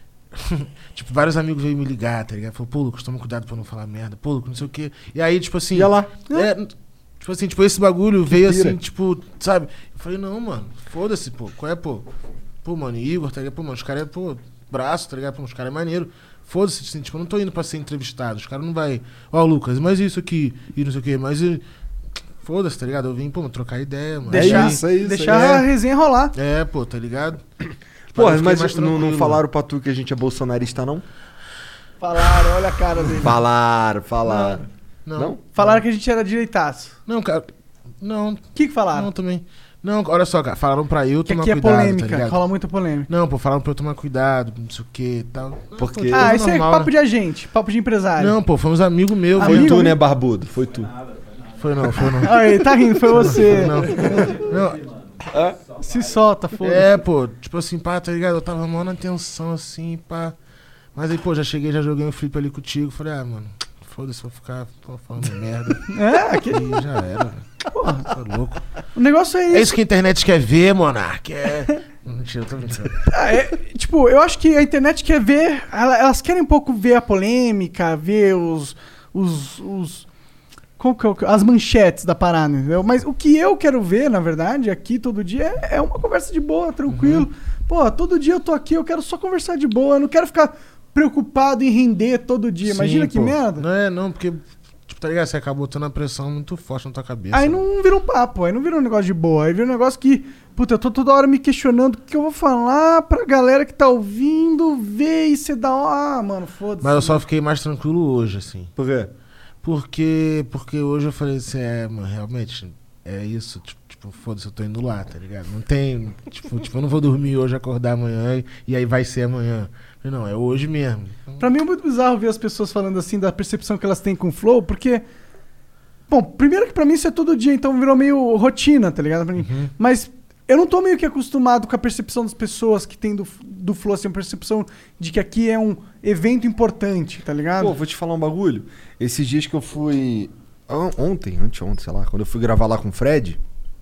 vários amigos veio me ligar, tá ligado? Falou, pô, Lucas, toma cuidado pra não falar merda. Pô, Lucas, não sei o quê. E aí, tipo assim... Ia lá. Esse bagulho veio assim, sabe? Eu falei, não, mano, foda-se, pô. Qual é, pô? Pô, mano, Igor, tá ligado? Pô, mano, os caras braço, tá ligado? Pô, os caras é maneiro. Foda-se, assim, eu não tô indo pra ser entrevistado. Os caras não vai, Lucas, mas isso aqui, e não sei o quê, mas... Foda-se, tá ligado? Eu vim, trocar ideia, mano. Deixar a resenha rolar. Pô, tá ligado? Porra, mas não falaram pra tu que a gente é bolsonarista, não? Falaram, olha a cara dele. Falaram. Não? Falaram que a gente era direitaço. Não, cara, não. O que falaram? Não, também... Não, olha só, cara, falaram pra eu tomar cuidado, polêmica, tá ligado? rola muita polêmica. Não, pô, falaram pra eu tomar cuidado, não sei o que e tal. Porque... isso é papo de agente, papo de empresário. Não, pô, foi uns amigos meus. Foi tu, né, barbudo? Foi tu. Foi não. Aí, tá rindo, foi você. Não. Se solta, foda-se. Pô, tipo assim, pá, tá ligado? Eu tava mó na tensão, assim, pá. Mas aí, pô, já joguei um flip ali contigo. Falei, mano, foda-se, vou ficar falando merda. E já era, velho. Porra, tá louco. O negócio é isso. É isso que a internet quer ver, Monark. Mentira, eu tô mentindo. Eu acho que a internet quer ver. Elas querem um pouco ver a polêmica, ver as manchetes da parada, entendeu? Mas o que eu quero ver, na verdade, aqui todo dia é uma conversa de boa, tranquilo. Pô, todo dia eu tô aqui, eu quero só conversar de boa. Eu não quero ficar preocupado em render todo dia. Imagina que merda. Não, porque... Tá ligado? Você acabou tendo uma pressão muito forte na tua cabeça. Aí não vira um papo, aí não vira um negócio de boa. Aí vira um negócio que, puta, eu tô toda hora me questionando o que eu vou falar pra galera que tá ouvindo ver e você dá mano, foda-se. Mas eu só fiquei mais tranquilo hoje, assim. Por quê? Porque hoje eu falei assim, mano, realmente, é isso, tipo, foda-se, eu tô indo lá, tá ligado? Não tem, eu não vou dormir hoje, acordar amanhã e aí vai ser amanhã. Não, é hoje mesmo. Pra mim é muito bizarro ver as pessoas falando assim da percepção que elas têm com o flow, porque... Bom, primeiro que pra mim isso é todo dia, então virou meio rotina, tá ligado? Pra mim. Mas eu não tô meio que acostumado com a percepção das pessoas que tem do flow, assim, a percepção de que aqui é um evento importante, tá ligado? Pô, vou te falar um bagulho. Esses dias que eu fui... Anteontem, sei lá, quando eu fui gravar lá com o Fred...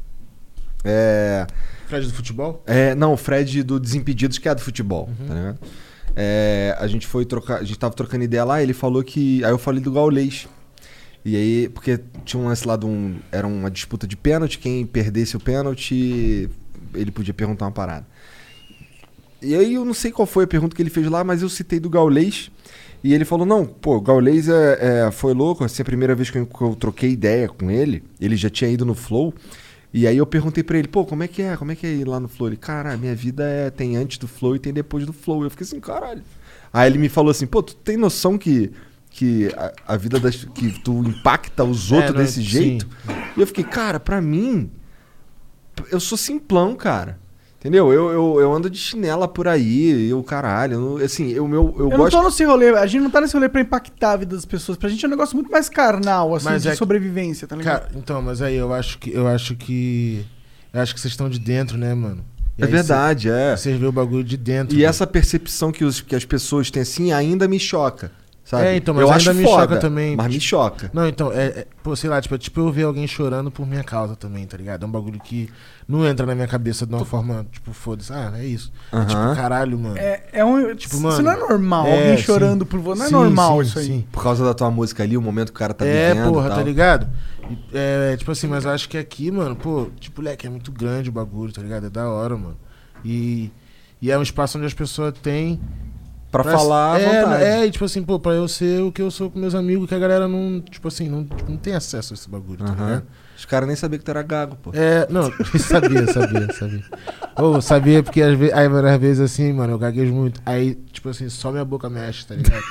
Fred do futebol? Não, o Fred do Desimpedidos, que é do futebol, tá ligado? A gente foi trocar, a gente tava trocando ideia lá, ele falou que... Aí eu falei do Gaulês. E aí, porque tinha um lance lá era uma disputa de pênalti, quem perdesse o pênalti, ele podia perguntar uma parada. E aí eu não sei qual foi a pergunta que ele fez lá, mas eu citei do Gaulês. E ele falou, não, pô, o Gaulês foi louco, assim, a primeira vez que eu troquei ideia com ele, ele já tinha ido no Flow. E aí eu perguntei pra ele, pô, como é que é? Como é que é ir lá no Flow? Ele, cara, minha vida tem antes do Flow e tem depois do Flow. Eu fiquei assim, caralho. Aí ele me falou assim, pô, tu tem noção que a vida que tu impacta os outros desse jeito? Sim. E eu fiquei, cara, pra mim, eu sou simplão, cara. Entendeu? Eu ando de chinela por aí, caralho, assim, eu gosto... não tô nesse rolê, a gente não tá nesse rolê pra impactar a vida das pessoas, pra gente é um negócio muito mais carnal, assim, de sobrevivência, tá ligado? Cara, então, mas aí eu acho que vocês estão de dentro, né, mano? É verdade, Vocês vêem o bagulho de dentro. E mano, essa percepção que as pessoas têm assim ainda me choca. Sabe? Então, mas eu ainda me choca também. Mas me choca. Não, então, pô, sei lá, tipo, eu ver alguém chorando por minha causa também, tá ligado? É um bagulho que não entra na minha cabeça de uma forma, tipo, foda-se, é isso. Tipo, caralho, mano. Tipo, mano, isso não é normal, alguém chorando por você, não é normal isso aí. Sim. Por causa da tua música ali, o momento que o cara tá vivendo porra, tal. Tá ligado? Tipo assim, mas eu acho que aqui, mano, pô, tipo, moleque, é muito grande o bagulho, tá ligado? É da hora, mano. E é um espaço onde as pessoas têm... Pra falar à vontade. E tipo assim, pô, pra eu ser o que eu sou com meus amigos, que a galera não, tipo assim, não tem acesso a esse bagulho, tá ligado? Os caras nem sabiam que tu era gago, pô. Não, sabia. Sabia porque às vezes assim, mano, eu gaguejo muito. Aí, tipo assim, só minha boca mexe, tá ligado?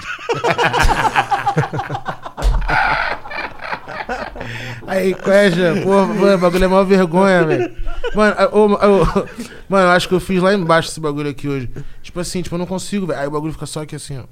Aí, porra, o bagulho é maior vergonha, velho. Mano, eu acho que eu fiz lá embaixo esse bagulho aqui hoje. Tipo assim, eu não consigo, velho. Aí o bagulho fica só aqui assim, ó.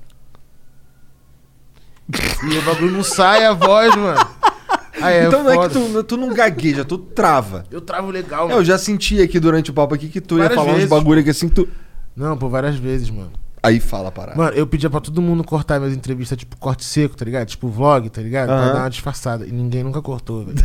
E o bagulho não sai a voz, mano. Então não é que tu não gagueja, tu trava. Eu travo legal, mano. Eu já senti aqui durante o papo aqui que tu várias ia falar vezes, uns bagulho aqui assim que tu... Não, pô, várias vezes, mano. Aí fala a parada. Mano, eu pedia pra todo mundo cortar minhas entrevistas, tipo, corte seco, tá ligado? Tipo, vlog, tá ligado? Pra dar uma disfarçada. E ninguém nunca cortou, velho.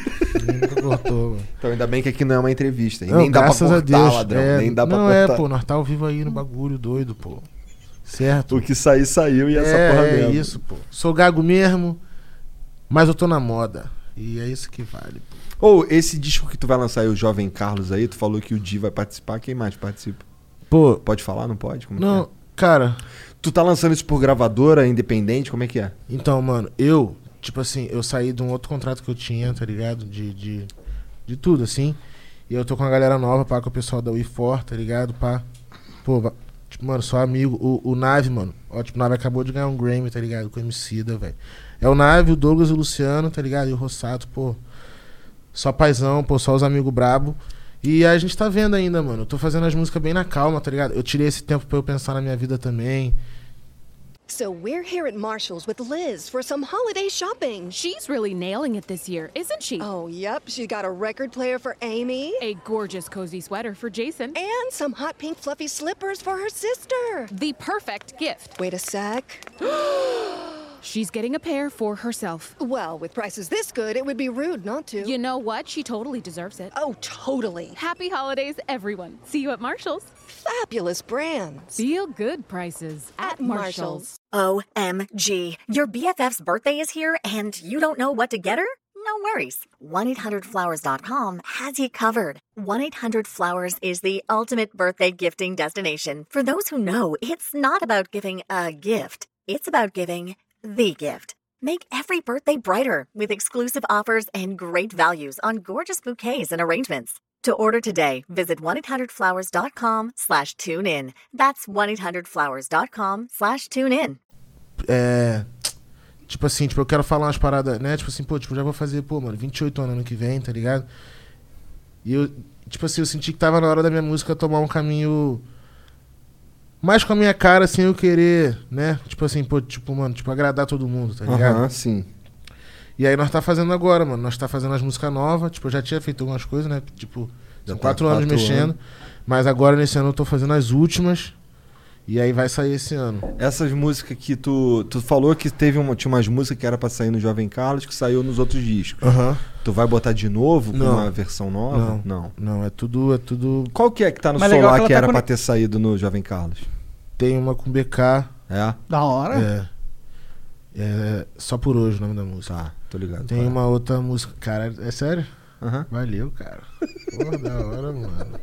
Mano. Então ainda bem que aqui não é uma entrevista. E não, nem dá pra cortar, a Deus, ladrão. Nem dá pra cortar. Não, pô, nós tá ao vivo aí no bagulho doido, pô. Certo? O que sair, saiu e essa porra mesmo. É isso, pô. Sou gago mesmo, mas eu tô na moda. E é isso que vale, pô. Esse disco que tu vai lançar aí, o Jovem Carlos aí, tu falou que o Di vai participar. Quem mais participa? Pô. Pode falar? Não pode? Como não, cara... Tu tá lançando isso por gravadora, independente? Como é que é? Então, mano, tipo assim, eu saí de um outro contrato que eu tinha, tá ligado? De tudo, assim. E eu tô com a galera nova, pá, com o pessoal da We4, tá ligado? Pá. Pô, tipo, mano, sou amigo. O Nave, mano. Ó, tipo, o Nave acabou de ganhar um Grammy, tá ligado? Com o Emicida, velho. É o Nave, o Douglas e o Luciano, tá ligado? E o Rossato, pô. Só paizão, pô, só os amigos brabo. E a gente tá vendo ainda, mano. Eu tô fazendo as músicas bem na calma, tá ligado? Eu tirei esse tempo pra eu pensar na minha vida também. So we're here at Marshall's with Liz for some holiday shopping. She's really nailing it this year, isn't she? Oh, yep. She's got a record player for Amy. A gorgeous cozy sweater for Jason. And some hot pink fluffy slippers for her sister. The perfect gift. Wait a sec. She's getting a pair for herself. Well, with prices this good, it would be rude not to. You know what? She totally deserves it. Oh, totally. Happy holidays, everyone. See you at Marshall's. Fabulous brands. Feel good prices at Marshall's. OMG. Your BFF's birthday is here and you don't know what to get her? No worries. 1-800-Flowers.com has you covered. 1-800-Flowers is the ultimate birthday gifting destination. For those who know, it's not about giving a gift. It's about giving the gift. Make every birthday brighter with exclusive offers and great values on gorgeous bouquets and arrangements. To order today, visit 1-800-Flowers.com/tune-in. That's 1-800-Flowers.com/tune-in. Tipo assim, eu quero falar umas paradas, né? Tipo assim, já vou fazer, mano, 28 anos ano que vem, tá ligado? E eu, tipo assim, eu senti que tava na hora da minha música tomar um caminho mais com a minha cara, assim, eu querer, né? Tipo assim, mano, agradar todo mundo, tá ligado? Sim. E aí nós tá fazendo agora, mano. Nós tá fazendo as músicas novas. Tipo, eu já tinha feito algumas coisas, né? Tipo, são 4 anos mexendo. Mas agora, nesse ano, eu tô fazendo as últimas. E aí vai sair esse ano. Essas músicas que tu falou que tinha umas músicas que era pra sair no Jovem Carlos, que saiu nos outros discos. Tu vai botar de novo com uma versão nova? Não, é tudo... Qual que é que tá no Solar que era pra ter saído no Jovem Carlos? Tem uma com BK. É? Da hora? É Só Por Hoje o nome da música. Tá, tô ligado. Tem uma outra música. Cara, é sério? Uhum. Valeu, cara. Porra, da hora, mano.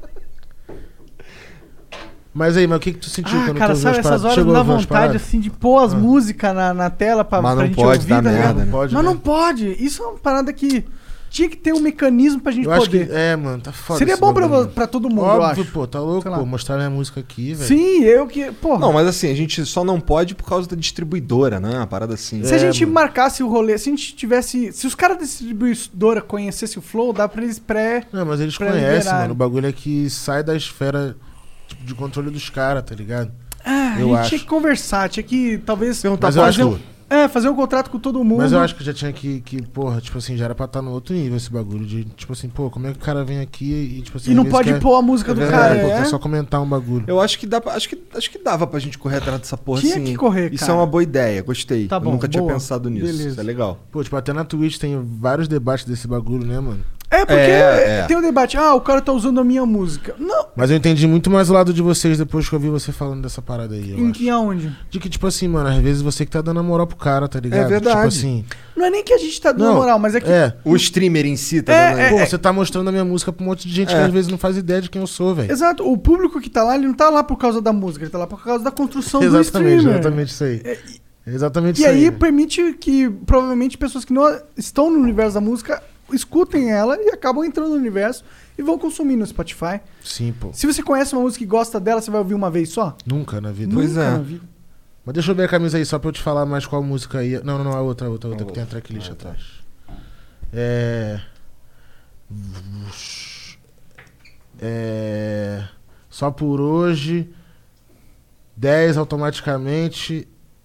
Mas aí, o que tu sentiu quando cara, tu sabe, essas horas me dá vontade, assim, de pôr as músicas na tela pra gente ouvir, dar merda, né? Mas não pode. Isso é uma parada que... tinha que ter um mecanismo pra gente Eu acho poder. que, mano, tá foda. Seria esse bom bagulho. pra todo mundo, Óbvio, eu acho. pô, tá louco, Sei lá. pô, mostrar minha música aqui, velho. Sim, eu que... Porra. Não, mas assim, a gente só não pode por causa da distribuidora, né? Uma parada assim. Se a gente marcasse o rolê, se a gente tivesse... Se os caras da distribuidora conhecessem o Flow, dá pra eles Não, mas eles conhecem, liberarem. mano. O bagulho é que sai da esfera tipo, de controle dos caras, tá ligado? A Eu gente acho. tinha que conversar, tinha que talvez Mas eu acho fazer um contrato com todo mundo. Mas eu acho que já tinha que, porra, tipo assim, já era pra estar no outro nível esse bagulho de, tipo assim, pô, como é que o cara vem aqui e, tipo assim... E não às vezes pode pôr a música do cara, pô, é? quer só comentar um bagulho. Eu acho que dá acho que dava pra gente correr atrás dessa porra Tinha assim. que correr, Isso cara. é uma boa ideia, gostei. Tá Eu bom, nunca tinha boa. pensado nisso. Beleza. Isso é legal. Pô, tipo, até na Twitch tem vários debates desse bagulho, né, mano? É, porque tem um debate, o cara tá usando a minha música. Não. Mas eu entendi muito mais o lado de vocês depois que eu vi você falando dessa parada aí, eu acho. Em aonde? De que, tipo assim, mano, às vezes você que tá dando a moral pro cara, tá ligado? É verdade. Tipo assim... Não é nem que a gente tá dando moral, mas é que... O streamer em si tá dando... Pô, você tá mostrando a minha música pra um monte de gente que às vezes não faz ideia de quem eu sou, velho. Exato, o público que tá lá, ele não tá lá por causa da música, ele tá lá por causa da construção do Exatamente, streamer. exatamente isso aí. Exatamente E isso aí aí. permite que, provavelmente, pessoas que não estão no universo da música escutem ela e acabam entrando no universo e vão consumir no Spotify. Sim, pô. Se você conhece uma música e gosta dela, você vai ouvir uma vez só? Nunca na vida. Nunca na vida. Mas deixa eu ver a camisa aí, só pra eu te falar mais qual música aí. Não, a outra, que tem a tracklist atrás. Só por hoje. 10 automaticamente.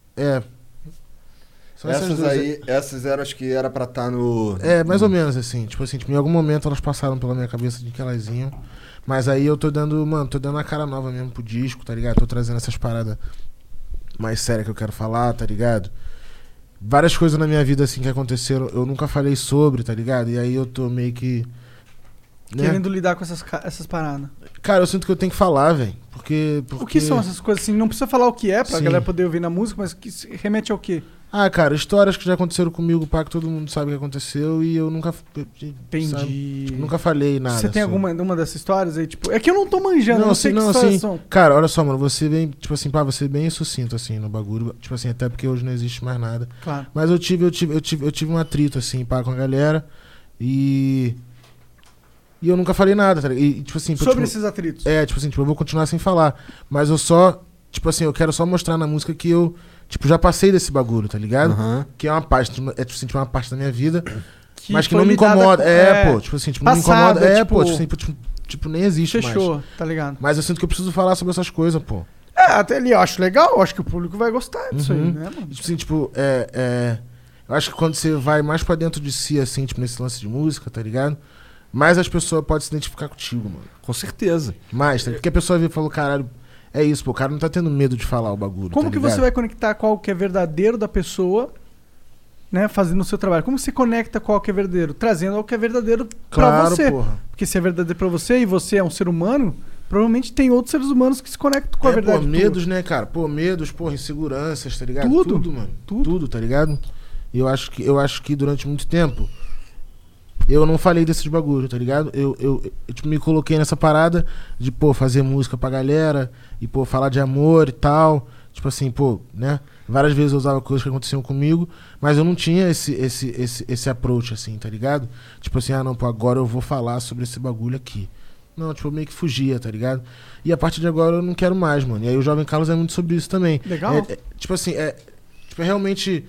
São Essas duas aí, essas eram, acho que era pra estar no... mais ou menos assim. Tipo assim, em algum momento elas passaram pela minha cabeça de que elas iam. Mas aí eu tô dando uma cara nova mesmo pro disco, tá ligado? Tô trazendo essas paradas mais sérias que eu quero falar, tá ligado? Várias coisas na minha vida assim que aconteceram, eu nunca falei sobre, tá ligado? E aí eu tô meio que... né? Querendo lidar com essas paradas. Cara, eu sinto que eu tenho que falar, velho. Porque... O que são essas coisas assim? Não precisa falar o que é pra Sim. galera poder ouvir na música, mas que remete ao quê? Ah, cara, histórias que já aconteceram comigo, pá, que todo mundo sabe que aconteceu e eu nunca... Entendi. Sabe? Tipo, nunca falei nada. Você tem sobre. uma dessas histórias aí? Tipo, é que eu não tô manjando, não sei que histórias são. Cara, olha só, mano, você vem, tipo assim, você bem sucinto, assim, no bagulho. Tipo assim, até porque hoje não existe mais nada. Claro. Mas eu tive um atrito, assim, pá, com a galera e eu nunca falei nada, tá ligado? E, tipo assim... Sobre esses atritos. Tipo assim, eu vou continuar sem falar. Mas eu só, tipo assim, eu quero só mostrar na música que eu... Tipo, já passei desse bagulho, tá ligado? Uhum. Que é uma parte, tipo assim, uma parte da minha vida, Que mas que foi não me lidada incomoda. com- Pô, tipo assim, tipo, passada, não me incomoda. tipo, Tipo, nem existe Fechou, mais. tá ligado? Mas eu sinto que eu preciso falar sobre essas coisas, pô. Até ali eu acho legal, eu acho que o público vai gostar disso aí, Uhum. né, mano? Tipo assim, eu acho que quando você vai mais pra dentro de si, assim, tipo, nesse lance de música, tá ligado? Mais as pessoas podem se identificar contigo, mano. Com certeza. Mais, tá? Porque a pessoa vê e falou, caralho, é isso, pô, o cara não tá tendo medo de falar o bagulho. Como tá que ligado? você vai conectar qual que é verdadeiro da pessoa, né, fazendo o seu trabalho? Como você conecta qual que é verdadeiro? Trazendo o que é verdadeiro pra Claro, você. porra. Porque se é verdadeiro pra você e você é um ser humano, provavelmente tem outros seres humanos que se conectam com a verdade. Pô, medos, né, cara? Pô, medos, porra, inseguranças, tá ligado? Tudo. Mano. Tudo, tá ligado? E eu acho que durante muito tempo eu não falei desses bagulho, tá ligado? Eu tipo, me coloquei nessa parada de, pô, fazer música pra galera e, pô, falar de amor e tal. Tipo assim, pô, né? Várias vezes eu usava coisas que aconteciam comigo, mas eu não tinha esse approach, assim, tá ligado? Tipo assim, não, pô, agora eu vou falar sobre esse bagulho aqui. Não, tipo, eu meio que fugia, tá ligado? E a partir de agora eu não quero mais, mano. E aí o Jovem Carlos é muito sobre isso também. Legal. Tipo assim, realmente...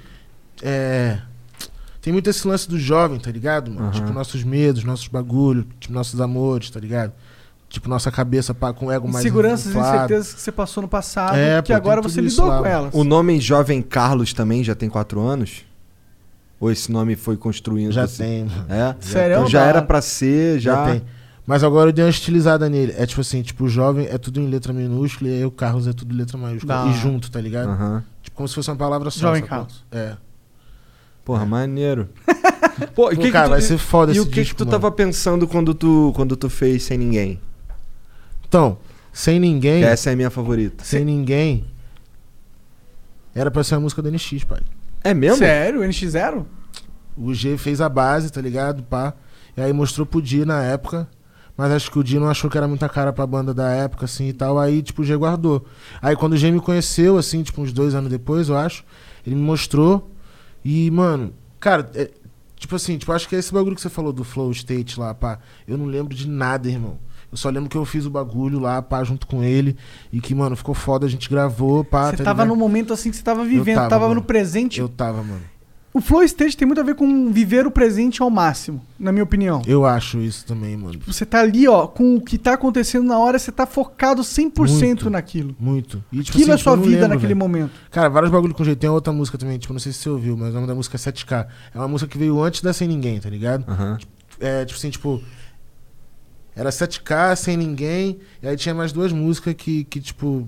Tem muito esse lance do jovem, tá ligado, mano? Uhum. Tipo, nossos medos, nossos bagulhos, tipo, nossos amores, tá ligado? Tipo, nossa cabeça com o ego mais Inseguranças e inflado. incertezas que você passou no passado, que pô, agora tem você tudo isso lidou lá, com mano. elas. O nome Jovem Carlos também já tem 4 anos? Ou esse nome foi construindo? Já assim? tem, mano. É? Sério? Então já era pra ser, já... tem. Mas agora eu dei uma estilizada nele. É tipo assim, tipo, o jovem é tudo em letra minúscula e aí o Carlos é tudo em letra maiúscula. Da- E junto, tá ligado? Aham. Tipo, como se fosse uma palavra só. Jovem sacou? Carlos. Porra, maneiro. Pô, e Pô, cara, vai ser foda E esse o que disco, tu mano. tava pensando quando tu fez Sem Ninguém? Então, Sem Ninguém... Que essa é a minha favorita. Sem Ninguém... Era pra ser a música do NX, pai. É mesmo? Sério? NX0? O G fez a base, tá ligado? Pá. E aí mostrou pro Di na época. Mas acho que o Di não achou que era muita cara pra banda da época, assim, e tal. Aí, tipo, o G guardou. Aí quando o G me conheceu, assim, tipo, uns 2 anos depois, eu acho, ele me mostrou. E, mano, cara, Tipo assim, acho que é esse bagulho que você falou do Flow State lá, pá. Eu não lembro de nada, irmão. Eu só lembro que eu fiz o bagulho lá, pá, junto com ele. E que, mano, ficou foda, a gente gravou, pá. Você tava num momento assim que você tava vivendo, tava no presente. Eu tava, mano. O Flow State tem muito a ver com viver o presente ao máximo, na minha opinião. Eu acho isso também, mano. Tipo, você tá ali, ó, com o que tá acontecendo na hora, você tá focado 100% naquilo. Muito. E, tipo, aquilo assim, é sua vida lembro, naquele véio. momento. Cara, vários bagulho com jeito. Tem outra música também, tipo, não sei se você ouviu, mas o nome da música é 7K. É uma música que veio antes da Sem Ninguém, tá ligado? Tipo assim, tipo... Era 7K, Sem Ninguém, e aí tinha mais duas músicas que tipo...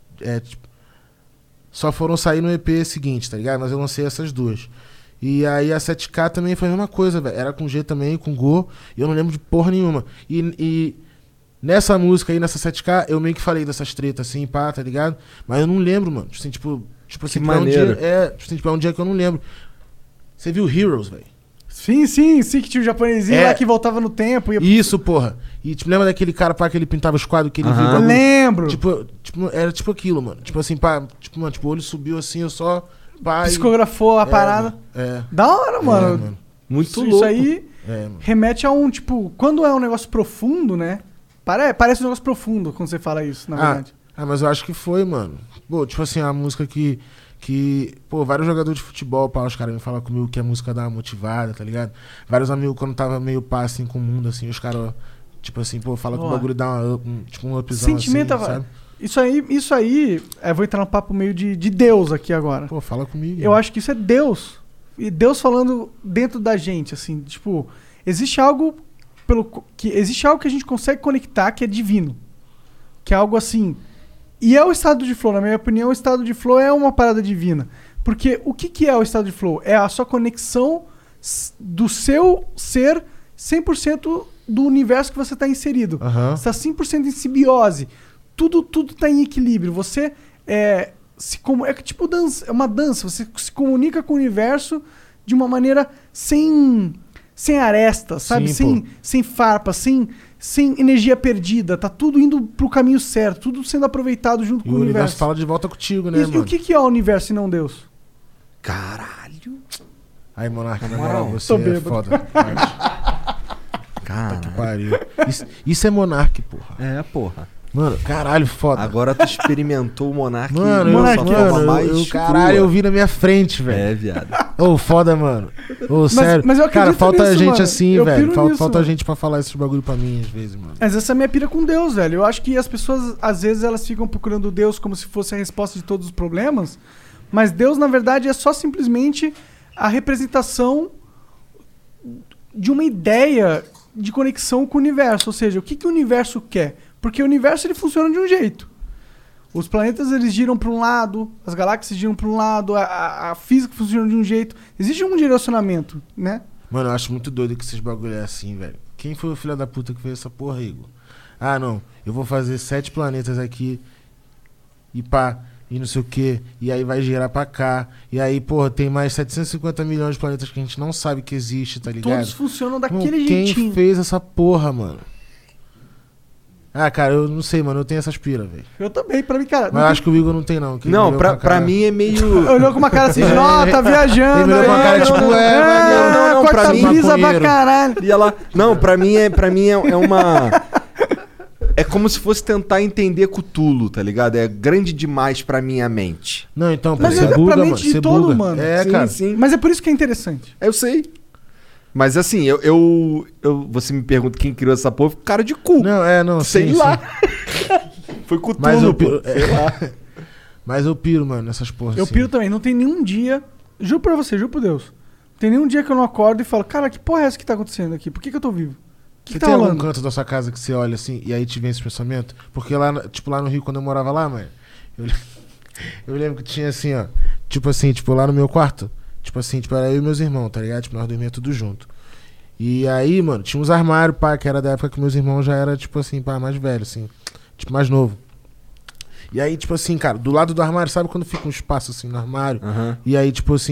só foram sair no EP seguinte, tá ligado? Mas eu lancei essas duas. E aí a 7K também foi a mesma coisa, velho. Era com G também, com Go, e eu não lembro de porra nenhuma. E nessa música aí, nessa 7K, eu meio que falei dessas tretas assim, pá, tá ligado? Mas eu não lembro, mano. Assim, tipo assim, maneiro. Um dia que eu não lembro. Você viu Heroes, velho? Sim, que tinha o japonesinho lá que voltava no tempo. Isso, porra. E tipo, lembra daquele cara, pá, que ele pintava os quadros, que ele viu? Eu lembro. Tipo, era tipo aquilo, mano. Tipo assim, pá, tipo, mano, tipo, o olho subiu assim, eu só... Psicografou a parada. Da hora, mano. Mano. Muito isso louco. Aí remete a um, tipo, quando é um negócio profundo, né? Parece um negócio profundo quando você fala isso, na verdade. Mas eu acho que foi, mano. Pô, tipo assim, a música que pô, vários jogadores de futebol, pá, os caras me falam comigo que a música dá uma motivada, tá ligado? Vários amigos, quando tava meio pá, assim, com o mundo, assim, os caras, tipo assim, pô, fala que o bagulho dá um upzão, sentimento, assim, sabe? Isso aí, eu vou entrar no papo meio de Deus aqui agora. Pô, fala comigo. Eu acho que isso é Deus. E Deus falando dentro da gente, assim, tipo, existe algo que a gente consegue conectar que é divino. Que é algo assim. E é o estado de flow, na minha opinião, o estado de flow é uma parada divina. Porque o que é o estado de flow? É a sua conexão do seu ser 100% do universo que você está inserido. Você está 100% em simbiose. Tudo tá em equilíbrio. Você é tipo dança, é uma dança. Você se comunica com o universo de uma maneira sem arestas, sabe? Sem farpa, sem energia perdida. Tá tudo indo pro caminho certo, tudo sendo aproveitado junto com o universo. O universo fala de volta contigo, né, mano? E o que é o universo e não Deus? Caralho. Aí, Monarca, na moral, você é foda. Caralho. Que pariu. Isso é Monark, porra. É, porra. Mano, caralho, foda. Agora tu experimentou o Monark. Mano, caralho, eu vi na minha frente, velho. É, viado. Foda, mano. Sério. Mas eu acredito cara, falta nisso, gente mano. assim, velho. Falta nisso, gente pra falar esses bagulho pra mim, às vezes, mano. Mas essa é a minha pira com Deus, velho. Eu acho que as pessoas, às vezes, elas ficam procurando Deus como se fosse a resposta de todos os problemas. Mas Deus, na verdade, é só simplesmente a representação de uma ideia de conexão com o universo. Ou seja, o que o universo quer? Porque o universo ele funciona de um jeito. Os planetas eles giram para um lado, as galáxias giram para um lado, a física funciona de um jeito. Existe um direcionamento, né? Mano, eu acho muito doido que esses bagulho é assim, velho. Quem foi o filho da puta que fez essa porra, Igor? Ah, não, eu vou fazer 7 planetas aqui e pá, e não sei o que, e aí vai girar pra cá, e aí, porra, tem mais 750 milhões de planetas que a gente não sabe que existe, tá ligado? Todos funcionam daquele jeitinho. Quem fez essa porra, mano? Ah, cara, eu não sei, mano, eu tenho essas pira, velho. Eu também, pra mim, cara... Mas eu acho que o Igor não tem, não. Não, pra mim é meio... Olhou com uma cara assim, tá viajando. Ele olhou com uma cara tipo, não, pra mim... brisa pra caralho. E ela... Não, pra mim é uma... É como se fosse tentar entender Cthulhu, tá ligado? É grande demais pra minha mente. Não, então, mas você buga, pra mente mano. de Você todo, buga. mano. É, sim, cara. Sim. Mas é por isso que é interessante. Eu sei. Mas assim, você me pergunta quem criou essa porra, eu fico cara de cu. Não, sei sim, lá. Sim. Foi Cthulhu, mas eu piro, sei lá. Mas eu piro, mano, nessas porras. Eu piro também. Não tem nenhum dia... Juro pra você, juro por Deus. Não tem nenhum dia que eu não acordo e falo, cara, que porra é essa que tá acontecendo aqui? Por que eu tô vivo? Você tem algum canto da sua casa que você olha assim e aí te vem esse pensamento? Porque lá no Rio, quando eu morava lá, mano, eu lembro que tinha assim, ó. Tipo lá no meu quarto. Era eu e meus irmãos, tá ligado? Nós dormíamos tudo junto. E aí, mano, tinha uns armários, pá, que era da época que meus irmãos já era, mais velho, assim. Mais novo. E aí, cara, do lado do armário, sabe quando fica um espaço assim no armário? E aí,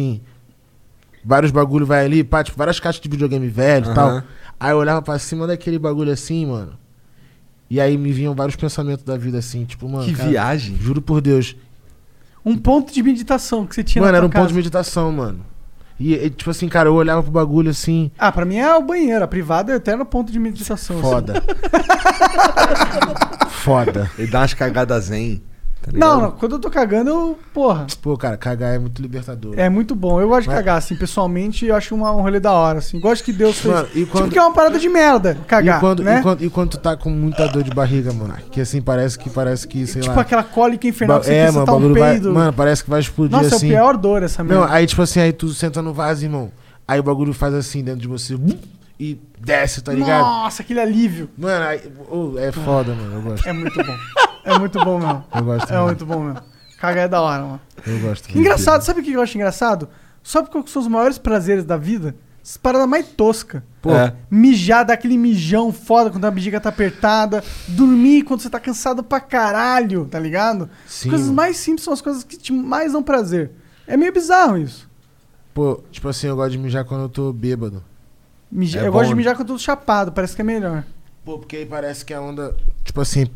vários bagulho vai ali, pá, várias caixas de videogame velho e tal. Aí eu olhava pra cima daquele bagulho assim, mano. E aí me vinham vários pensamentos da vida assim, mano. Que cara, viagem. Juro por Deus. Um ponto de meditação que você tinha na tua casa. Mano, era um ponto de meditação, mano. E, tipo assim, cara, eu olhava pro bagulho assim... Ah, pra mim é o banheiro. A privada é o eterno ponto de meditação. Foda. Assim. Foda. Ele dá umas cagadas zen. Tá não, quando eu tô cagando, eu... Porra. Pô, cara, cagar é muito libertador. É muito bom. Eu gosto de cagar, assim, pessoalmente, eu acho um rolê da hora, assim. Gosto que Deus fez. Mano, Tipo que é uma parada de merda, cagar, né? E quando tu tá com muita dor de barriga, mano, que assim, parece que, sei lá... Tipo aquela cólica infernal que você tá um peido. Mano, parece que vai explodir assim. Nossa, é a pior dor essa merda. Não, aí tipo assim, aí tu senta no vaso, irmão, aí o bagulho faz assim dentro de você... E desce, tá ligado? Nossa, aquele alívio. Mano, aí, é foda, mano, eu gosto. É muito bom. É muito bom mesmo. Eu gosto. É muito bom mesmo. Cagar é da hora, mano. Eu gosto. Engraçado, sabe o que eu acho engraçado? Sabe qual são os maiores prazeres da vida? Essas paradas mais toscas. Pô. Mijar, dar aquele mijão foda quando a bexiga tá apertada. Dormir quando você tá cansado pra caralho, tá ligado? Sim, As coisas mais simples são as coisas que mais dão prazer. É meio bizarro isso. Pô, tipo assim, eu gosto de mijar quando eu tô bêbado. Eu gosto de mijar quando eu tô chapado, parece que é melhor. Pô, porque aí parece que a onda, tipo assim...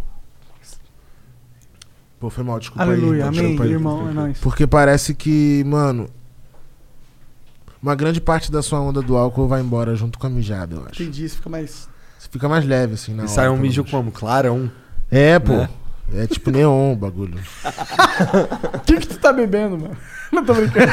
Pô, foi mal, desculpa. Aleluia, aí, amém, desculpa aí. irmão, é nóis. Porque parece que, mano, uma grande parte da sua onda do álcool vai embora junto com a mijada, eu acho. Entendi, isso fica mais... Você fica mais leve, assim, na hora. E sai um mijo como? Clarão? É, pô. É tipo neon o bagulho. O que tu tá bebendo, mano? Não tô brincando.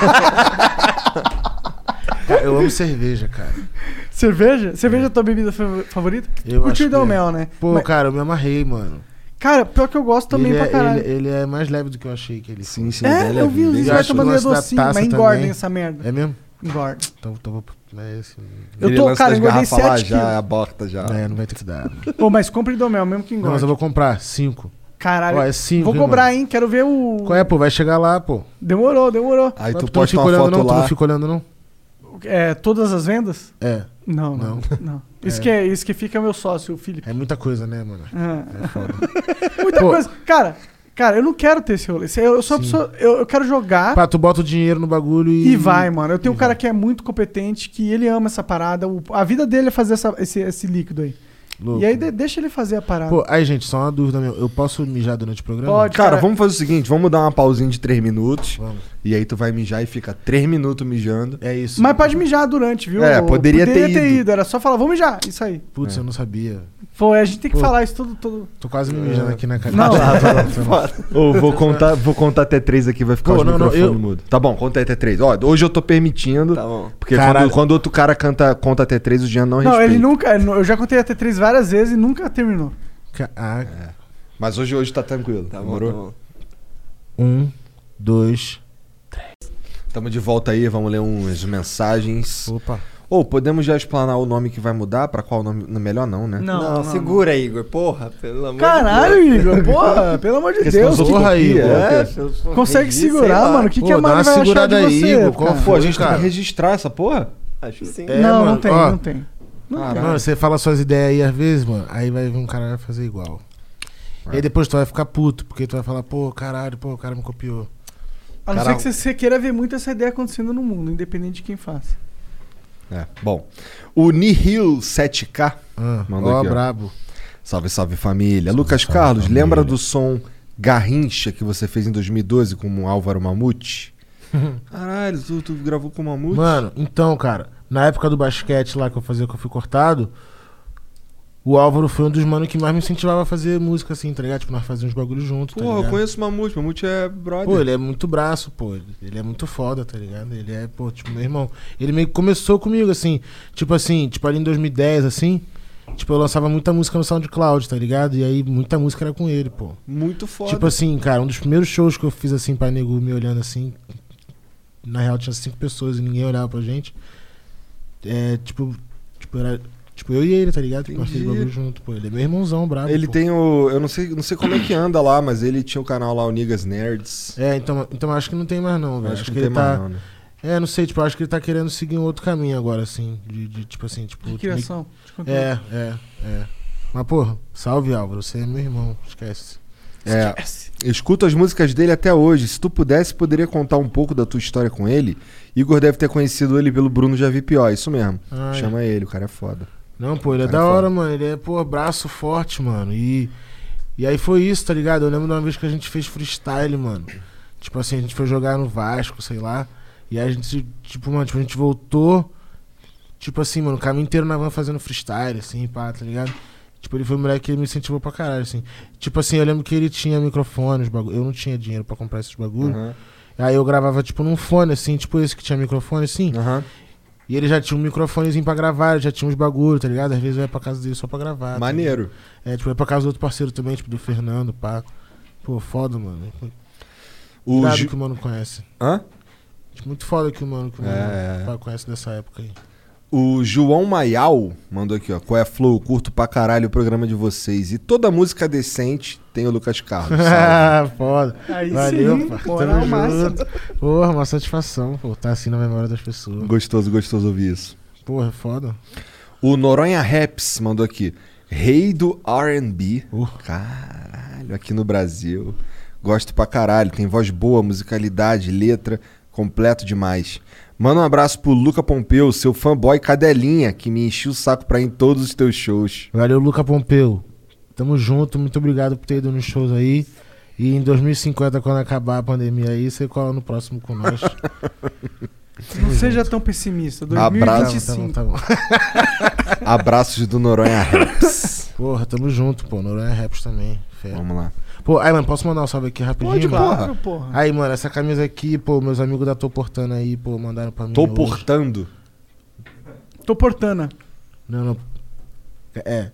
Cara, eu amo cerveja, cara. Cerveja? Cerveja é a tua bebida favorita? Curtiu Hidromel, né? Pô, cara, eu me amarrei, mano. Cara, pior que eu gosto também pra caralho. Ele é mais leve do que eu achei que ele Sim, sim. Eu vi os vídeos vai tomando docinho, mas engordem também. essa merda. É mesmo? Engorda. Então é esse. Eu tô, cara, engordei 7 quilos. Já aborta já. É, não vai ter que dar. Pô, mas compra Hidromel, mesmo que engorda. Não, mas eu vou comprar 5. Caralho. Ó, é 5. Vou cobrar, hein? Quero ver o... Qual é, pô? Vai chegar lá, pô. Demorou. Aí tu posta uma foto lá. Tu não fica olhando, não? É, todas as vendas? É. Não. Isso que fica meu sócio, o Felipe. É muita coisa, né, mano? É foda. Muita coisa. Cara, eu não quero ter esse rolê. Eu sou uma pessoa... Eu quero jogar... Pá, tu bota o dinheiro no bagulho e... E vai, mano. Eu tenho um cara que é muito competente, que ele ama essa parada. A vida dele é fazer esse líquido aí. Louco. E aí deixa ele fazer a parada. Pô, aí, gente, só uma dúvida meu. Eu posso mijar durante o programa? Pode, cara. Vamos fazer o seguinte, vamos dar uma pausinha de 3 minutos. Vamos. E aí tu vai mijar e fica 3 minutos mijando. É isso. Mas pode mijar durante, viu? Poderia ter ido. Era só falar, vamos mijar. Isso aí. Putz, eu não sabia. Pô, a gente tem que falar isso tudo. Tô quase me mijando aqui na cara. Não, vou contar até 3 aqui, vai ficar o microfone mudo. Tá bom, conta até 3. Ó, hoje eu tô permitindo. Tá bom. Porque quando outro cara conta até 3, o Jean não respeita. Não, ele nunca... Eu já contei até 3 várias vezes e nunca terminou. Mas hoje tá tranquilo. Tá demorou? bom. 1, 2, 3. Tamo de volta aí, vamos ler umas mensagens. Opa. Podemos já explanar o nome que vai mudar? Pra qual nome? Melhor não, né? Não, segura, Igor. Porra, pelo amor Caralho, de Deus. Igor. Porra, pelo amor de Deus. Porra, Igor. Consegue segurar, mano? O que a Mari vai achar de você? Igor, qual foi, a gente tem que registrar essa porra? Acho que sim. Não tem. Mano, você fala suas ideias aí às vezes, mano. Aí vai vir um cara que vai fazer igual. E aí depois tu vai ficar puto, porque tu vai falar, pô, caralho, o cara me copiou. A não ser que você queira ver muito essa ideia acontecendo no mundo, independente de quem faça. Bom. O Nihil 7K mandou aqui, brabo. Salve, salve família. Lucas Carlos, lembra do som Garrincha que você fez em 2012 com o Álvaro Mamute? Caralho, tu gravou com o Mamute? Mano, então, cara, na época do basquete lá que eu fazia, que eu fui cortado, o Álvaro foi um dos manos que mais me incentivava a fazer música assim, tá ligado? Tipo, nós fazíamos bagulho junto, tá ligado? Eu conheço o Mamute. Mamute é brother. Pô, ele é muito braço, pô. Ele é muito foda, tá ligado? Ele é, pô, tipo, meu irmão. Ele meio que começou comigo, assim, tipo ali em 2010, assim. Tipo, eu lançava muita música no SoundCloud, tá ligado? E aí muita música era com ele, pô. Muito foda. Tipo assim, cara, um dos primeiros shows que eu fiz assim pra nego me olhando assim. Na real tinha 5 pessoas e ninguém olhava pra gente. Era eu e ele, tá ligado? Nós fizemos bagulho junto, pô. Ele é meu irmãozão, brabo. Ele pô. tem o... Eu não sei como é que anda lá, mas ele tinha o canal lá, o Niggas Nerds. Então acho que não tem mais não, velho. Acho que ele tá... Não, né? Não sei, tipo, acho que ele tá querendo seguir um outro caminho agora, assim. De criação. Mas, porra, salve, Álvaro. Você é meu irmão, esquece. Escuto as músicas dele até hoje. Se tu pudesse, poderia contar um pouco da tua história com ele? Igor deve ter conhecido ele pelo Bruno Já Vi Pior, isso mesmo. Chama ele, o cara é foda. Não, pô, ele é da hora, mano. Ele é, pô, braço forte, mano. E aí foi isso, tá ligado? Eu lembro de uma vez que a gente fez freestyle, mano. Tipo assim, a gente foi jogar no Vasco, sei lá. E aí a gente, tipo, mano, a gente voltou, tipo assim, mano, o caminho inteiro na van fazendo freestyle, assim, pá, tá ligado? Tipo, ele foi um moleque que me incentivou pra caralho, assim. Tipo assim, eu lembro que ele tinha microfone, os bagulho. Eu não tinha dinheiro pra comprar esses bagulho. Aí eu gravava, tipo, num fone, assim, tipo esse que tinha microfone, assim. E ele já tinha um microfonezinho pra gravar, já tinha uns bagulho, tá ligado? Às vezes eu ia pra casa dele só pra gravar. Maneiro. Tá, tipo, eu ia pra casa do outro parceiro também, tipo, do Fernando, pá. Pô, foda, mano. Cuidado que o mano conhece. Tipo, muito foda que o mano pá, conhece dessa época aí. O João Maial mandou aqui, ó. Qual é, Flow? Curto pra caralho o programa de vocês. E toda música decente tem o Lucas Carlos. Foda. Aí valeu, sim, pá. moral massa. Porra, uma satisfação, pô. Tá assim na memória das pessoas. Gostoso ouvir isso. Porra, foda. O Noronha Raps mandou aqui. Rei do R&B. Caralho, aqui no Brasil. Gosto pra caralho. Tem voz boa, musicalidade, letra. Completo demais. Manda um abraço pro Luca Pompeu, seu fanboy cadelinha, que me encheu o saco pra ir em todos os teus shows. Valeu, Luca Pompeu. Tamo junto, muito obrigado por ter ido nos shows aí. E em 2050, quando acabar a pandemia aí, você cola no próximo com nós. Não seja tão pessimista. 2025. Tá bom. Abraços do Noronha Raps. Porra, tamo junto, pô. Noronha Raps também. Fera. Vamos lá. Pô, aí, mano, posso mandar um salve aqui rapidinho? Claro, porra. Aí, mano, essa camisa aqui, pô, meus amigos da Tô Portando aí, pô, mandaram pra mim. Tô Portando? Tô Portana. Não. É.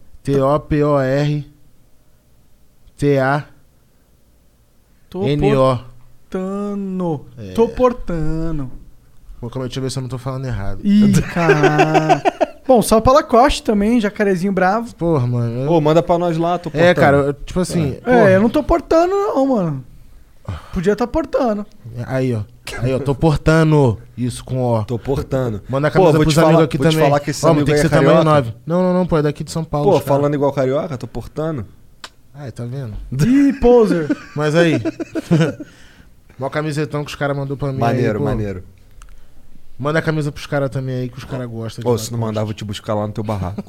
T-O-P-O-R-T-A-N-O. Portano. Tô Portano. Pô, deixa eu ver se eu não tô falando errado. Ih, cara. Bom, salve pra Lacoste também, Jacarezinho Bravo. Porra, mano. Pô, manda pra nós lá, tô portando. Cara, tipo assim... eu não tô portando não, mano. Podia tá portando. Aí, ó, tô portando. Isso, com O. Tô portando. Manda a camisa pros amigos aqui também. Vou te falar que esse amigo tem que ser carioca. tamanho 9. Não, pô, é daqui de São Paulo. Pô, falando igual carioca, tô portando. Ai, tá vendo? Ih, poser. Mas aí... Mó camisetão que os caras mandou pra mim. Maneiro, aí, maneiro. Manda a camisa pros caras também aí, que os caras gostam. Ô, se não mandar, vou te buscar lá no teu barraco.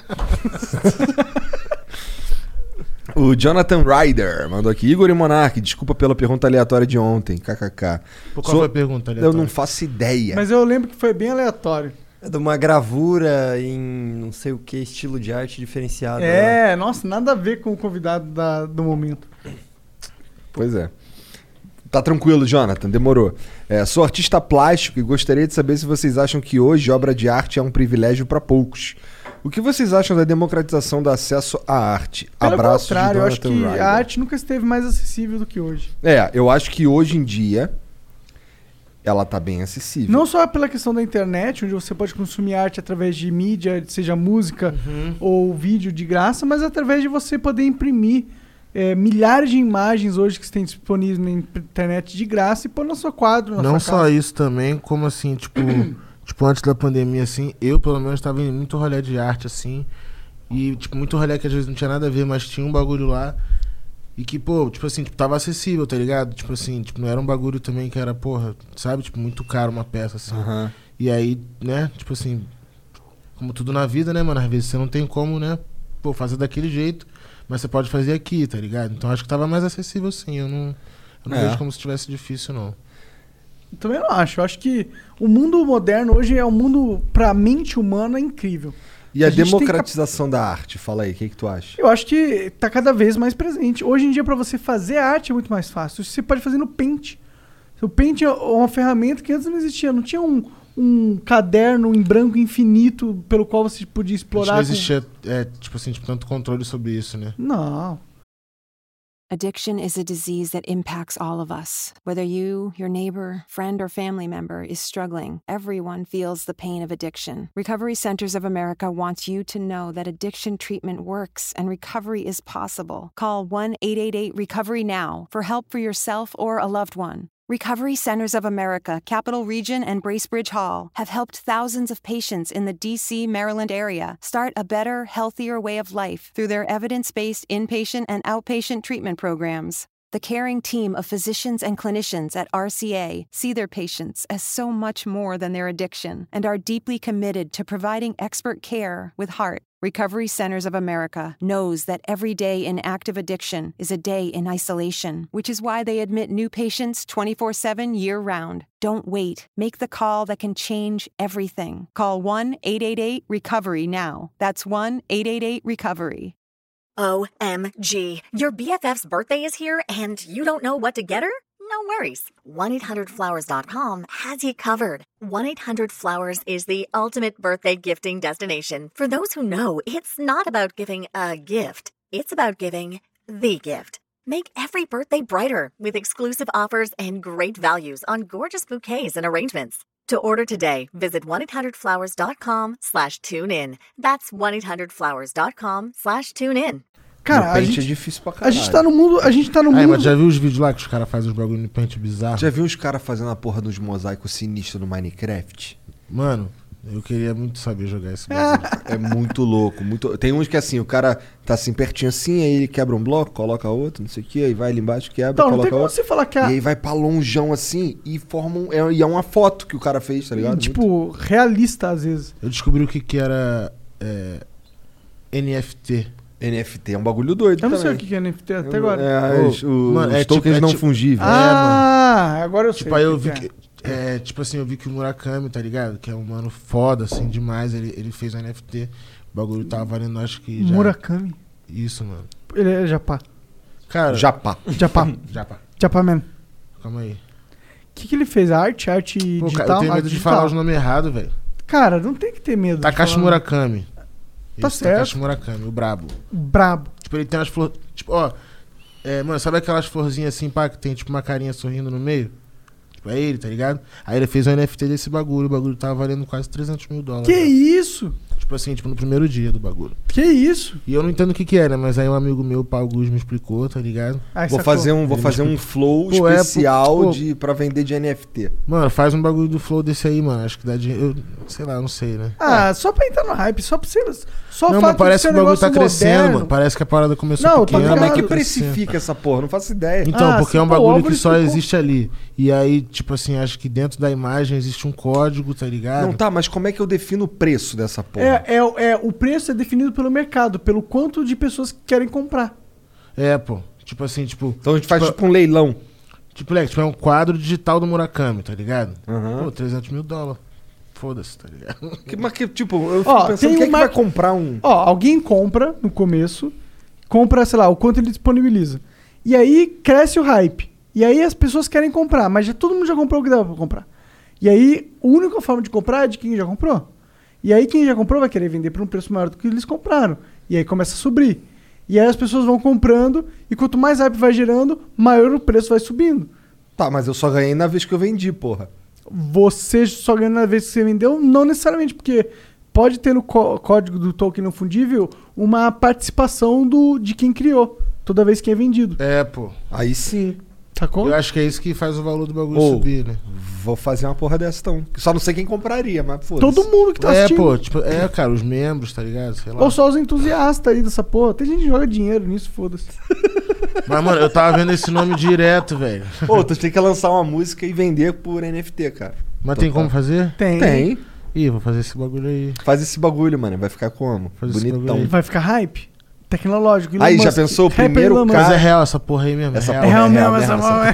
O Jonathan Ryder mandou aqui. Igor e Monark, desculpa pela pergunta aleatória de ontem. KKK. Por qual foi a pergunta aleatória? Eu não faço ideia. Mas eu lembro que foi bem aleatório. É de uma gravura em não sei o que, estilo de arte diferenciado. Nossa, nada a ver com o convidado do momento. Pois é. Tá tranquilo, Jonathan, demorou. Sou artista plástico e gostaria de saber se vocês acham que hoje obra de arte é um privilégio para poucos. O que vocês acham da democratização do acesso à arte? Abraço, Pelo contrário, de eu acho que Ryder. a arte nunca esteve mais acessível do que hoje. Eu acho que hoje em dia ela tá bem acessível. Não só pela questão da internet, onde você pode consumir arte através de mídia, seja música ou vídeo de graça, mas através de você poder imprimir milhares de imagens hoje que você tem disponíveis na internet de graça e pôr no seu quadro, na Não sua só casa. isso também, como assim, tipo antes da pandemia, assim, eu pelo menos tava em muito rolê de arte, assim, e tipo, muito rolê que às vezes não tinha nada a ver, mas tinha um bagulho lá, e que, pô, tipo assim, tava acessível, tá ligado? Tipo assim, não era um bagulho também que era, porra, sabe? Tipo, muito caro uma peça, assim. E aí, né, tipo assim, como tudo na vida, né, mano? Às vezes você não tem como, né, pô, fazer daquele jeito, mas você pode fazer aqui, tá ligado? Então acho que tava mais acessível, sim. Eu não vejo como se tivesse difícil, não. Também não acho. Eu acho que o mundo moderno hoje é um mundo, pra mente humana, incrível. E a democratização da arte? Fala aí, o que tu acha? Eu acho que tá cada vez mais presente. Hoje em dia, pra você fazer arte é muito mais fácil. Você pode fazer no Paint. O Paint é uma ferramenta que antes não existia. Não tinha um caderno em branco infinito pelo qual você podia explorar. Não existia, tipo assim, tanto controle sobre isso, né? Não. Addiction is a disease that impacts all of us. Whether you, your neighbor, friend, or family member is struggling, everyone feels the pain of addiction. Recovery Centers of America wants you to know that addiction treatment works and recovery is possible. Call 1-888-RECOVERY now for help for yourself or a loved one. Recovery Centers of America, Capital Region, and Bracebridge Hall have helped thousands of patients in the D.C., Maryland area start a better, healthier way of life through their evidence-based inpatient and outpatient treatment programs. The caring team of physicians and clinicians at RCA see their patients as so much more than their addiction and are deeply committed to providing expert care with heart. Recovery Centers of America knows that every day in active addiction is a day in isolation, which is why they admit new patients 24/7 year-round. Don't wait. Make the call that can change everything. Call 1-888-RECOVERY now. That's 1-888-RECOVERY. OMG. Your BFF's birthday is here and you don't know what to get her? No worries. 1-800-Flowers.com has you covered. 1-800-Flowers is the ultimate birthday gifting destination. For those who know, it's not about giving a gift. It's about giving the gift. Make every birthday brighter with exclusive offers and great values on gorgeous bouquets and arrangements. To order today, visit 1-800-Flowers.com/tune-in. That's 1-800-Flowers.com/tune-in. Cara, a gente é difícil pra caralho. A gente tá no mundo. Mas já viu os vídeos lá que os caras fazem os bagulho no pente bizarro? Já viu os caras fazendo a porra dos mosaicos sinistros no Minecraft? Mano, eu queria muito saber jogar esse bagulho. É muito louco. Tem uns que assim, o cara tá assim pertinho assim, aí ele quebra um bloco, coloca outro, não sei o que, aí vai ali embaixo, quebra, Então, não coloca tem como outro. você falar que E aí vai pra longeão assim e forma e é uma foto que o cara fez, tá ligado? Tipo, realista às vezes. Eu descobri o que era NFT. NFT é um bagulho doido Eu não também. sei o que é NFT até agora. Os tokens não fungíveis. Agora eu sei. Tipo, aí eu vi que... tipo assim, eu vi que o Murakami, tá ligado? Que é um mano foda, assim, demais. Ele fez um NFT. O bagulho tava valendo, acho que já... Murakami? Isso, mano. Ele é Japá. Cara... Japá. Japaman. Calma aí. O que ele fez? Arte Pô, digital? cara, eu tenho medo de falar os nomes errados, velho. Cara, não tem que ter medo. Takashi Murakami. Tá certo. Takashi Murakami, o brabo. Brabo. Tipo, ele tem umas flores... Tipo, ó... mano, sabe aquelas florzinhas assim, pá, que tem tipo uma carinha sorrindo no meio? Tipo, é ele, tá ligado? Aí ele fez um NFT desse bagulho. O bagulho tava valendo quase $300 mil. Que isso? Tipo assim, no primeiro dia do bagulho. Que isso? E eu não entendo o que é, né? Mas aí um amigo meu, o Paulo Guz, me explicou, tá ligado? Vou fazer um flow especial pra vender de NFT. Mano, faz um bagulho do flow desse aí, mano. Acho que dá dinheiro. Sei lá, eu não sei, né? Só pra entrar no hype, só pra você. Só não, o mas fato parece de que o bagulho tá moderno. crescendo, mano. Parece que a parada começou pequena. Como é que precifica essa porra? Não faço ideia. Então, porque é um bagulho que só existe ali. E aí, tipo assim, acho que dentro da imagem existe um código, tá ligado? Não, tá, mas como é que eu defino o preço dessa porra? O preço é definido pelo mercado, pelo quanto de pessoas que querem comprar. Pô. Tipo assim, tipo... Então a gente faz tipo um leilão. Tipo, é um quadro digital do Murakami, tá ligado? Uhum. Pô, $300 mil. Foda-se, tá ligado? Mas que, tipo, eu fico pensando, quem é que vai comprar um... Alguém compra no começo, compra, sei lá, o quanto ele disponibiliza. E aí cresce o hype. E aí as pessoas querem comprar, mas todo mundo já comprou o que dava pra comprar. E aí a única forma de comprar é de quem já comprou. E aí quem já comprou vai querer vender por um preço maior do que eles compraram. E aí começa a subir. E aí as pessoas vão comprando, e quanto mais hype vai gerando, maior o preço vai subindo. Tá, mas eu só ganhei na vez que eu vendi, porra. Você só ganhou na vez que você vendeu? Não necessariamente, porque pode ter no código do token não fundível uma participação de quem criou, toda vez que é vendido. Pô. Aí sim. Sacou? Eu acho que é isso que faz o valor do bagulho subir, né? Vou fazer uma porra dessa, então. Só não sei quem compraria, mas foda-se. Todo mundo que tá assistindo. Pô, tipo, cara, os membros, tá ligado? Sei lá. Ou só os entusiastas aí dessa porra. Tem gente que joga dinheiro nisso, foda-se. Mas, mano, eu tava vendo esse nome direto, velho. Tu tem que lançar uma música e vender por NFT, cara. Mas tem como fazer? Tem. Ih, vou fazer esse bagulho aí. Faz esse bagulho, mano. Vai ficar como? Bonitão. Vai ficar hype? Tecnológico. Aí, já pensou? O primeiro cara... Mas é real essa porra aí mesmo. Essa porra é real mesmo, essa porra.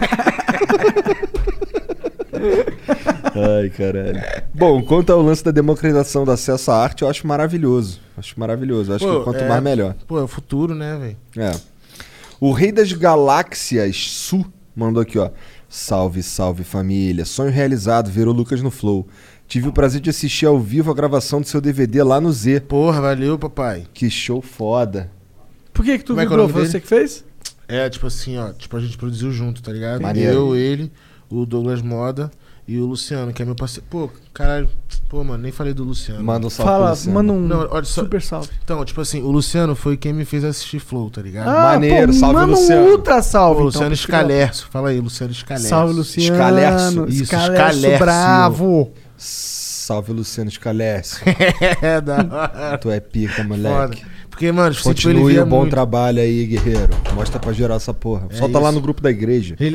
Ai, caralho. Bom, quanto ao lance da democratização do acesso à arte, eu acho maravilhoso. Acho que quanto mais, melhor. Pô, é o futuro, né, velho? O Rei das Galáxias, Su, mandou aqui, ó. Salve, salve, família. Sonho realizado, ver o Lucas no Flow. Tive o prazer de assistir ao vivo a gravação do seu DVD lá no Z. Porra, valeu, papai. Que show foda. Por que tu vibrou? Foi você que fez? Tipo assim, ó. Tipo, a gente produziu junto, tá ligado? Maneiro. Eu, ele, o Douglas Moda e o Luciano, que é meu parceiro. Pô, caralho. Pô, mano, nem falei do Luciano. Manda um salve pro Luciano. Manda um olha só, super salve. Então, tipo assim, o Luciano foi quem me fez assistir Flow, tá ligado? Maneiro, salve Luciano. Um ultra salve, Pô, Luciano Escalerço. Fala aí, Luciano Escalerço. Salve, Luciano. Escalerço. Isso, Escalerço bravo. Salve, Luciano Escalerço. Da hora. Tu é pica, moleque. Foda. Porque, mano, tipo, ele Continue via o bom muito. trabalho aí, guerreiro. Mostra pra gerar essa porra. É Solta lá isso. no grupo da igreja. Ele...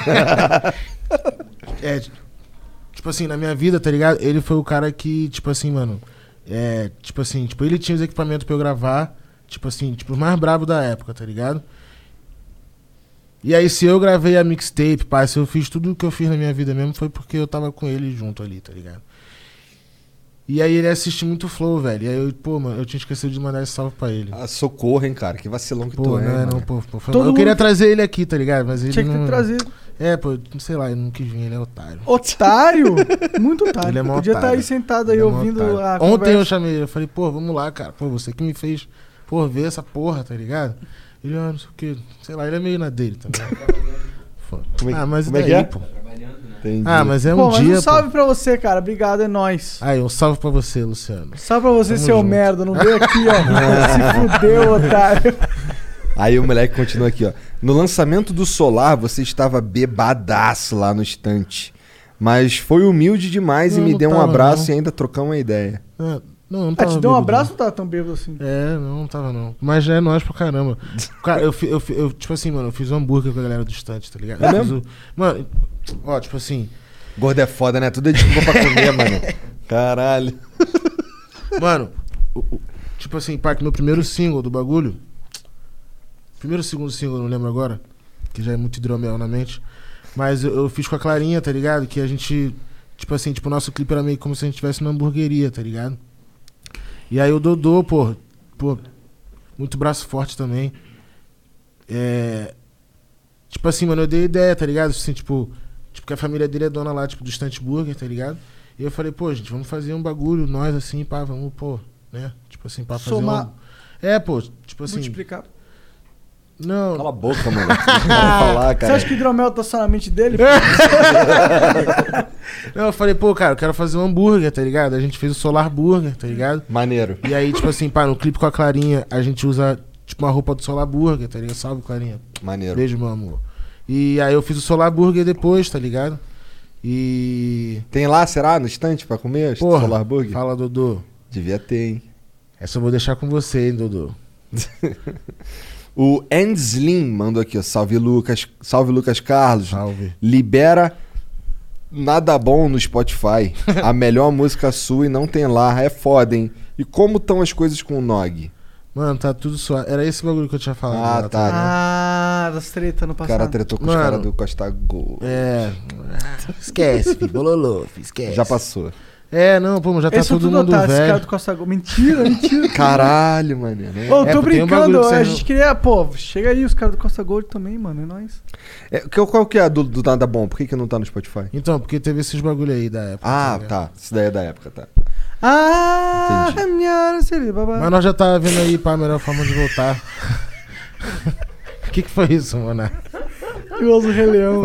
tipo assim, na minha vida, tá ligado? Ele foi o cara que, tipo assim, mano... ele tinha os equipamentos pra eu gravar, tipo assim, os mais bravos da época, tá ligado? E aí, se eu gravei a mixtape, pai, se eu fiz tudo o que eu fiz na minha vida mesmo, foi porque eu tava com ele junto ali, tá ligado? E aí ele assiste muito Flow, velho. E aí, mano, eu tinha esquecido de mandar esse salve pra ele. Ah, socorro, hein, cara. Que vacilão que tu é, mano. Eu queria trazer ele aqui, tá ligado? Mas ele Tinha que ter trazido. Sei lá, ele não quis vir, ele é otário. Otário? Muito otário. Ele é mó Podia estar otário. aí sentado aí Ele é mó ouvindo otário. a Ontem conversa. eu chamei ele, eu falei, vamos lá, cara. Você que me fez, ver essa porra, tá ligado? Ele, não sei o que, sei lá, ele é meio na dele também. Mas como é daí, que é? pô. Entendi. Mas é Mas dia, um salve pra você, cara. Obrigado, é nóis. Aí, um salve pra você, Luciano. Salve pra você, Tamo seu junto. merda. Não veio aqui, ó. Se fudeu, otário. Aí o moleque continua aqui, ó. No lançamento do Solar, você estava bebadaço lá no estante. Mas foi humilde demais e me deu um abraço e ainda trocamos uma ideia. Não tava te deu um bêbado, abraço não. ou tava tão bêbado assim? Não tava não. Mas já é nóis pra caramba. Cara, eu tipo assim, mano, eu fiz um hambúrguer com a galera do estante, tá ligado? É mesmo? Mano, ó, tipo assim... Gordo é foda, né? Tudo é desculpa pra comer, mano. Caralho. Mano, tipo assim, Parque, meu primeiro single do bagulho... Primeiro ou segundo single, não lembro agora. Que já é muito hidromel na mente. Mas eu fiz com a Clarinha, tá ligado? Que a gente... Tipo assim, o nosso clipe era meio como se a gente estivesse numa hamburgueria, tá ligado? E aí o Dodô, pô, muito braço forte também. Tipo assim, mano, eu dei ideia, tá ligado? Assim, tipo, que a família dele é dona lá, do Estante Burger, tá ligado? E eu falei, gente, vamos fazer um bagulho, nós assim, pá, vamos, né? Tipo assim, pra fazer somar. Tipo assim... Multiplicar. Não. Cala a boca, mano. Não falar, cara. Você acha que o hidromel tá só na mente dele? Não, eu falei, cara, eu quero fazer um hambúrguer, tá ligado? A gente fez o Solar Burger, tá ligado? Maneiro. E aí, tipo assim, no clipe com a Clarinha, a gente usa, uma roupa do Solar Burger, tá ligado? Salve, Clarinha. Maneiro. Beijo, meu amor. E aí eu fiz o Solar Burger depois, tá ligado? E... Tem lá, será? No estante pra comer? Solar Burger? Fala, Dodô. Devia ter, hein? Essa eu vou deixar com você, hein, Dodô. O Endslim mandou aqui, ó. Salve, Lucas. Salve, Lucas Carlos. Salve. Libera Nada Bom no Spotify. A melhor música sua e não tem lá. É foda, hein? E como estão as coisas com o Nog? Mano, tá tudo suave. Era esse bagulho que eu tinha falado. Das tretas no O passado. cara tretou com os caras do Costa Gol. Esquece, filho. Bololô, esquece. Já passou. Mas já tá todo mundo Esse velho. cara do Costa Gol. Mentira. Caralho, mano. Né? Ô, tô brincando. Um A gente queria... chega aí os caras do Costa Gold também, mano. É nóis. Qual que é a do Nada Bom? Por que não tá no Spotify? Então, porque teve esses bagulho aí da época. Tá. Isso daí é da época, tá. Mas nós já tava vendo aí a melhor forma de voltar. O que foi isso, mano? Eu uso o Rei Leão.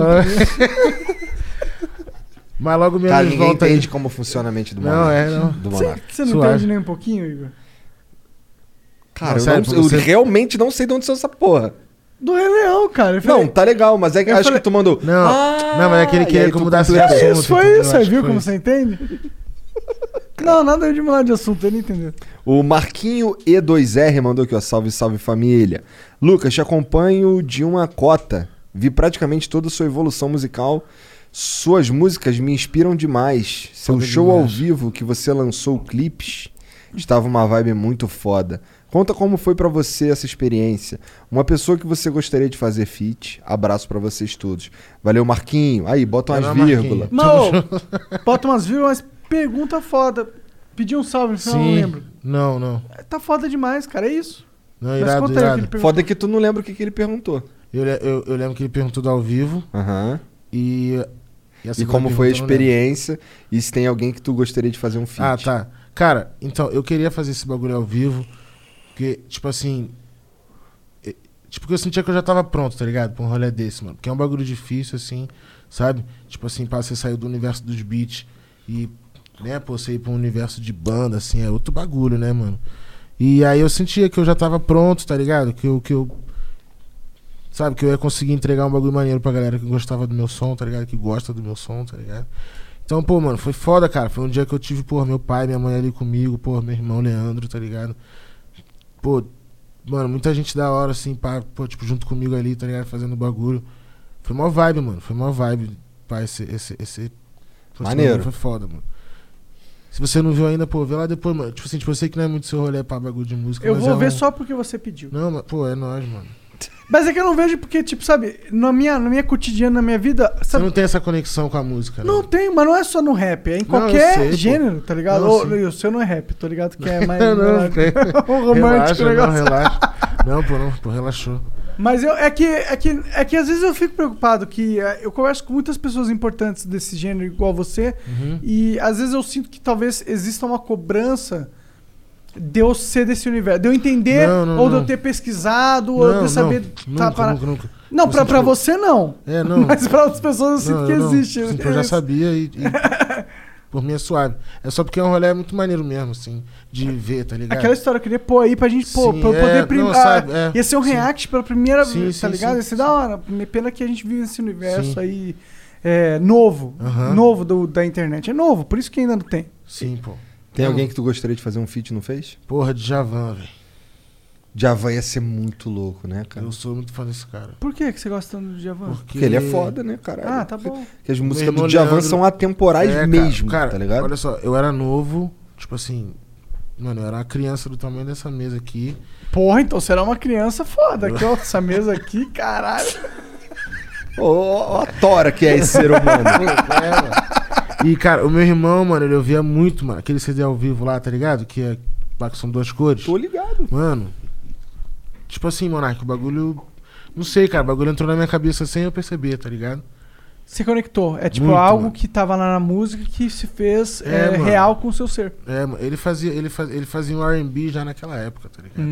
Mas logo menos cara, ninguém volta entende aí. como funciona a mente do Monark. Não. Do Monark. Você não entende nem um pouquinho, Igor? Cara, eu realmente não sei de onde saiu essa porra. Do Rei Leão, cara. Não, tá legal, mas é que acho que tu mandou. Não, mas é que ele queria que eu mudasse de assunto. Isso foi isso, você viu como você entende? Não, nada de mudar de assunto, ele entendeu. O Marquinho E2R mandou aqui, ó. Salve, salve família. Lucas, te acompanho de uma cota. Vi praticamente toda a sua evolução musical. Suas músicas me inspiram demais. Seu show ao vivo que você lançou clipes estava uma vibe muito foda. Conta como foi pra você essa experiência. Uma pessoa que você gostaria de fazer feat. Abraço pra vocês todos. Valeu, Marquinho. Aí, bota umas vírgulas. Não, bota umas vírgulas, mas pergunta foda. Pedi um salve, no final não lembro. Não. Tá foda demais, cara, é isso. Não, irado. Foda que tu não lembra o que ele perguntou. Eu lembro que ele perguntou do ao vivo. Aham. E como foi a experiência e se tem alguém que tu gostaria de fazer um feat. Ah, tá. Cara, então, eu queria fazer esse bagulho ao vivo, porque, tipo assim... Porque eu sentia que eu já tava pronto, tá ligado? Pra um rolê desse, mano. Porque é um bagulho difícil, assim, sabe? Tipo assim, pra você sair do universo dos beats e, né, pô, você ir pra um universo de banda, assim, é outro bagulho, né, mano? E aí eu sentia que eu já tava pronto, tá ligado? Que eu sabe, que eu ia conseguir entregar um bagulho maneiro pra galera que gostava do meu som, tá ligado? Que gosta do meu som, tá ligado? Então, pô, mano, foi foda, cara. Foi um dia que eu tive, pô, meu pai, minha mãe ali comigo, pô, meu irmão Leandro, tá ligado? Pô, mano, muita gente da hora, assim, pá, pô, tipo, junto comigo ali, tá ligado? Fazendo bagulho. Foi mó vibe, mano. Foi mó vibe, pá, esse Maneiro. Foi foda, mano. Se você não viu ainda, pô, vê lá depois, mano. Tipo assim, tipo, eu sei que não é muito seu rolê pra bagulho de música, Eu mas vou é ver só porque você pediu. Não, mas, pô, é nóis, mano. Mas é que eu não vejo porque, tipo, sabe, na minha cotidiana, na minha vida... Sabe? Você não tem essa conexão com a música, né? Não tem, mas não é só no rap, é em Não, qualquer eu sei, gênero, pô. tá ligado? Não, sim. O seu não é rap, tô ligado que é mais... Não, tem. romântico, Relaxa, negócio. não, relaxa. Não, pô, relaxou. Mas é que às vezes eu fico preocupado que eu converso com muitas pessoas importantes desse gênero igual você, e às vezes eu sinto que talvez exista uma cobrança de eu ser desse universo, de eu entender, ou de eu ter pesquisado, ou de eu saber... Nunca. Não, pra você não. Não. Mas pra outras pessoas eu sinto que existe. Sim, eu já sabia e por mim é suave. É só porque é um rolê muito maneiro mesmo, assim, de ver, tá ligado? Aquela história eu queria pôr aí pra gente, pô, Sim, pra eu poder ia ser um react pela primeira vez, tá sim, ligado? sim, Ia ser da hora. Pena que a gente vive nesse universo Sim. aí novo da internet. É novo, por isso que ainda não tem. Sim, pô. Tem alguém que tu gostaria de fazer um feat e não fez? Porra, Djavan, velho. Djavan ia ser muito louco, né, cara? Eu sou muito fã desse cara. Por que você gosta tanto do Djavan? Porque ele é foda, né, caralho? Ah, tá bom. Porque as músicas do Djavan são atemporais mesmo, cara, tá ligado? Olha só, eu era novo, tipo assim... Mano, eu era uma criança do tamanho dessa mesa aqui. Porra, então você era uma criança foda. Aqui, ó, essa mesa aqui, caralho. Ó a tora que é esse ser humano. E, cara, o meu irmão, mano, ele ouvia muito, mano, aquele CD ao vivo lá, tá ligado? Que são 2 cores. Tô ligado. Mano, tipo assim, Monark, o bagulho... Não sei, cara, o bagulho entrou na minha cabeça sem eu perceber, tá ligado? Se conectou. É tipo Muito, algo mano. que tava lá na música que se fez mano. real com o seu ser. É, mano, ele fazia um R&B já naquela época, tá ligado?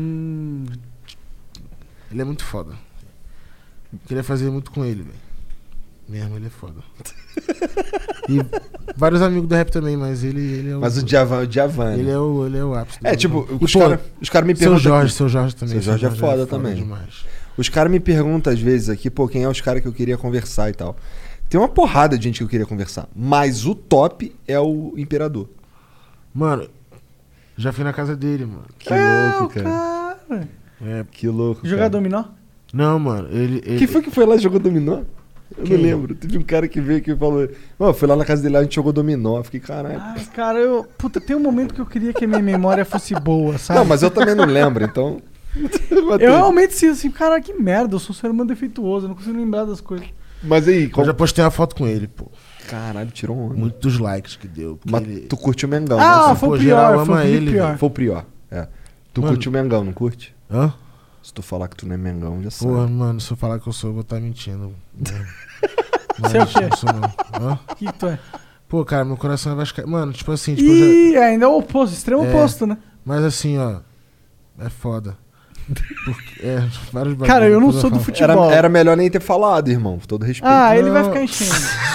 Ele é muito foda. Queria fazer muito com ele, velho. Mesmo, ele é foda. E vários amigos do rap também, mas ele é o... Mas o Djavan, Ele é o ápice. Tipo, E, os caras me perguntam... Seu Jorge também. Seu Jorge é foda também. Demais. Os caras me perguntam às vezes aqui, pô, quem é os caras que eu queria conversar e tal. Tem uma porrada de gente que eu queria conversar, mas o top é o Imperador. Mano, já fui na casa dele, mano. Que louco, cara. Que louco, Jogar dominó? Não, mano, ele... Quem foi que foi lá e jogou dominó? Eu não lembro. Teve um cara que veio aqui e falou... Mano, fui lá na casa dele, lá, a gente jogou dominó. Eu fiquei, caralho. Ai, cara, Puta, tem um momento que eu queria que a minha memória fosse boa, sabe? Não, mas eu também não lembro, então... Eu realmente sinto assim, cara, que merda, eu sou um ser humano defeituoso, eu não consigo lembrar das coisas. Mas aí... Eu já postei uma foto com ele, pô. Caralho, tirou onda. Muitos likes que deu. Mas tu curte o Mengão, Ah, né? foi o pior, geral foi ama o ele, pior. Foi o pior, é. Tu Mano. curte o Mengão, não curte? Hã? Se tu falar que tu não é Mengão, já sabe. Porra, mano, se eu falar que eu sou, eu vou estar mentindo. Você é o quê? Não sou, não. Hã? O que tu é? Pô, cara, meu coração é vascaíno. Mano, tipo assim... Ih, ainda é o oposto, extremo oposto, né? Mas assim, ó... É foda. Porque, vários bagulhos. Cara, eu não sou do futebol. Era melhor nem ter falado, irmão. Todo respeito. Ah, ele vai ficar enchendo.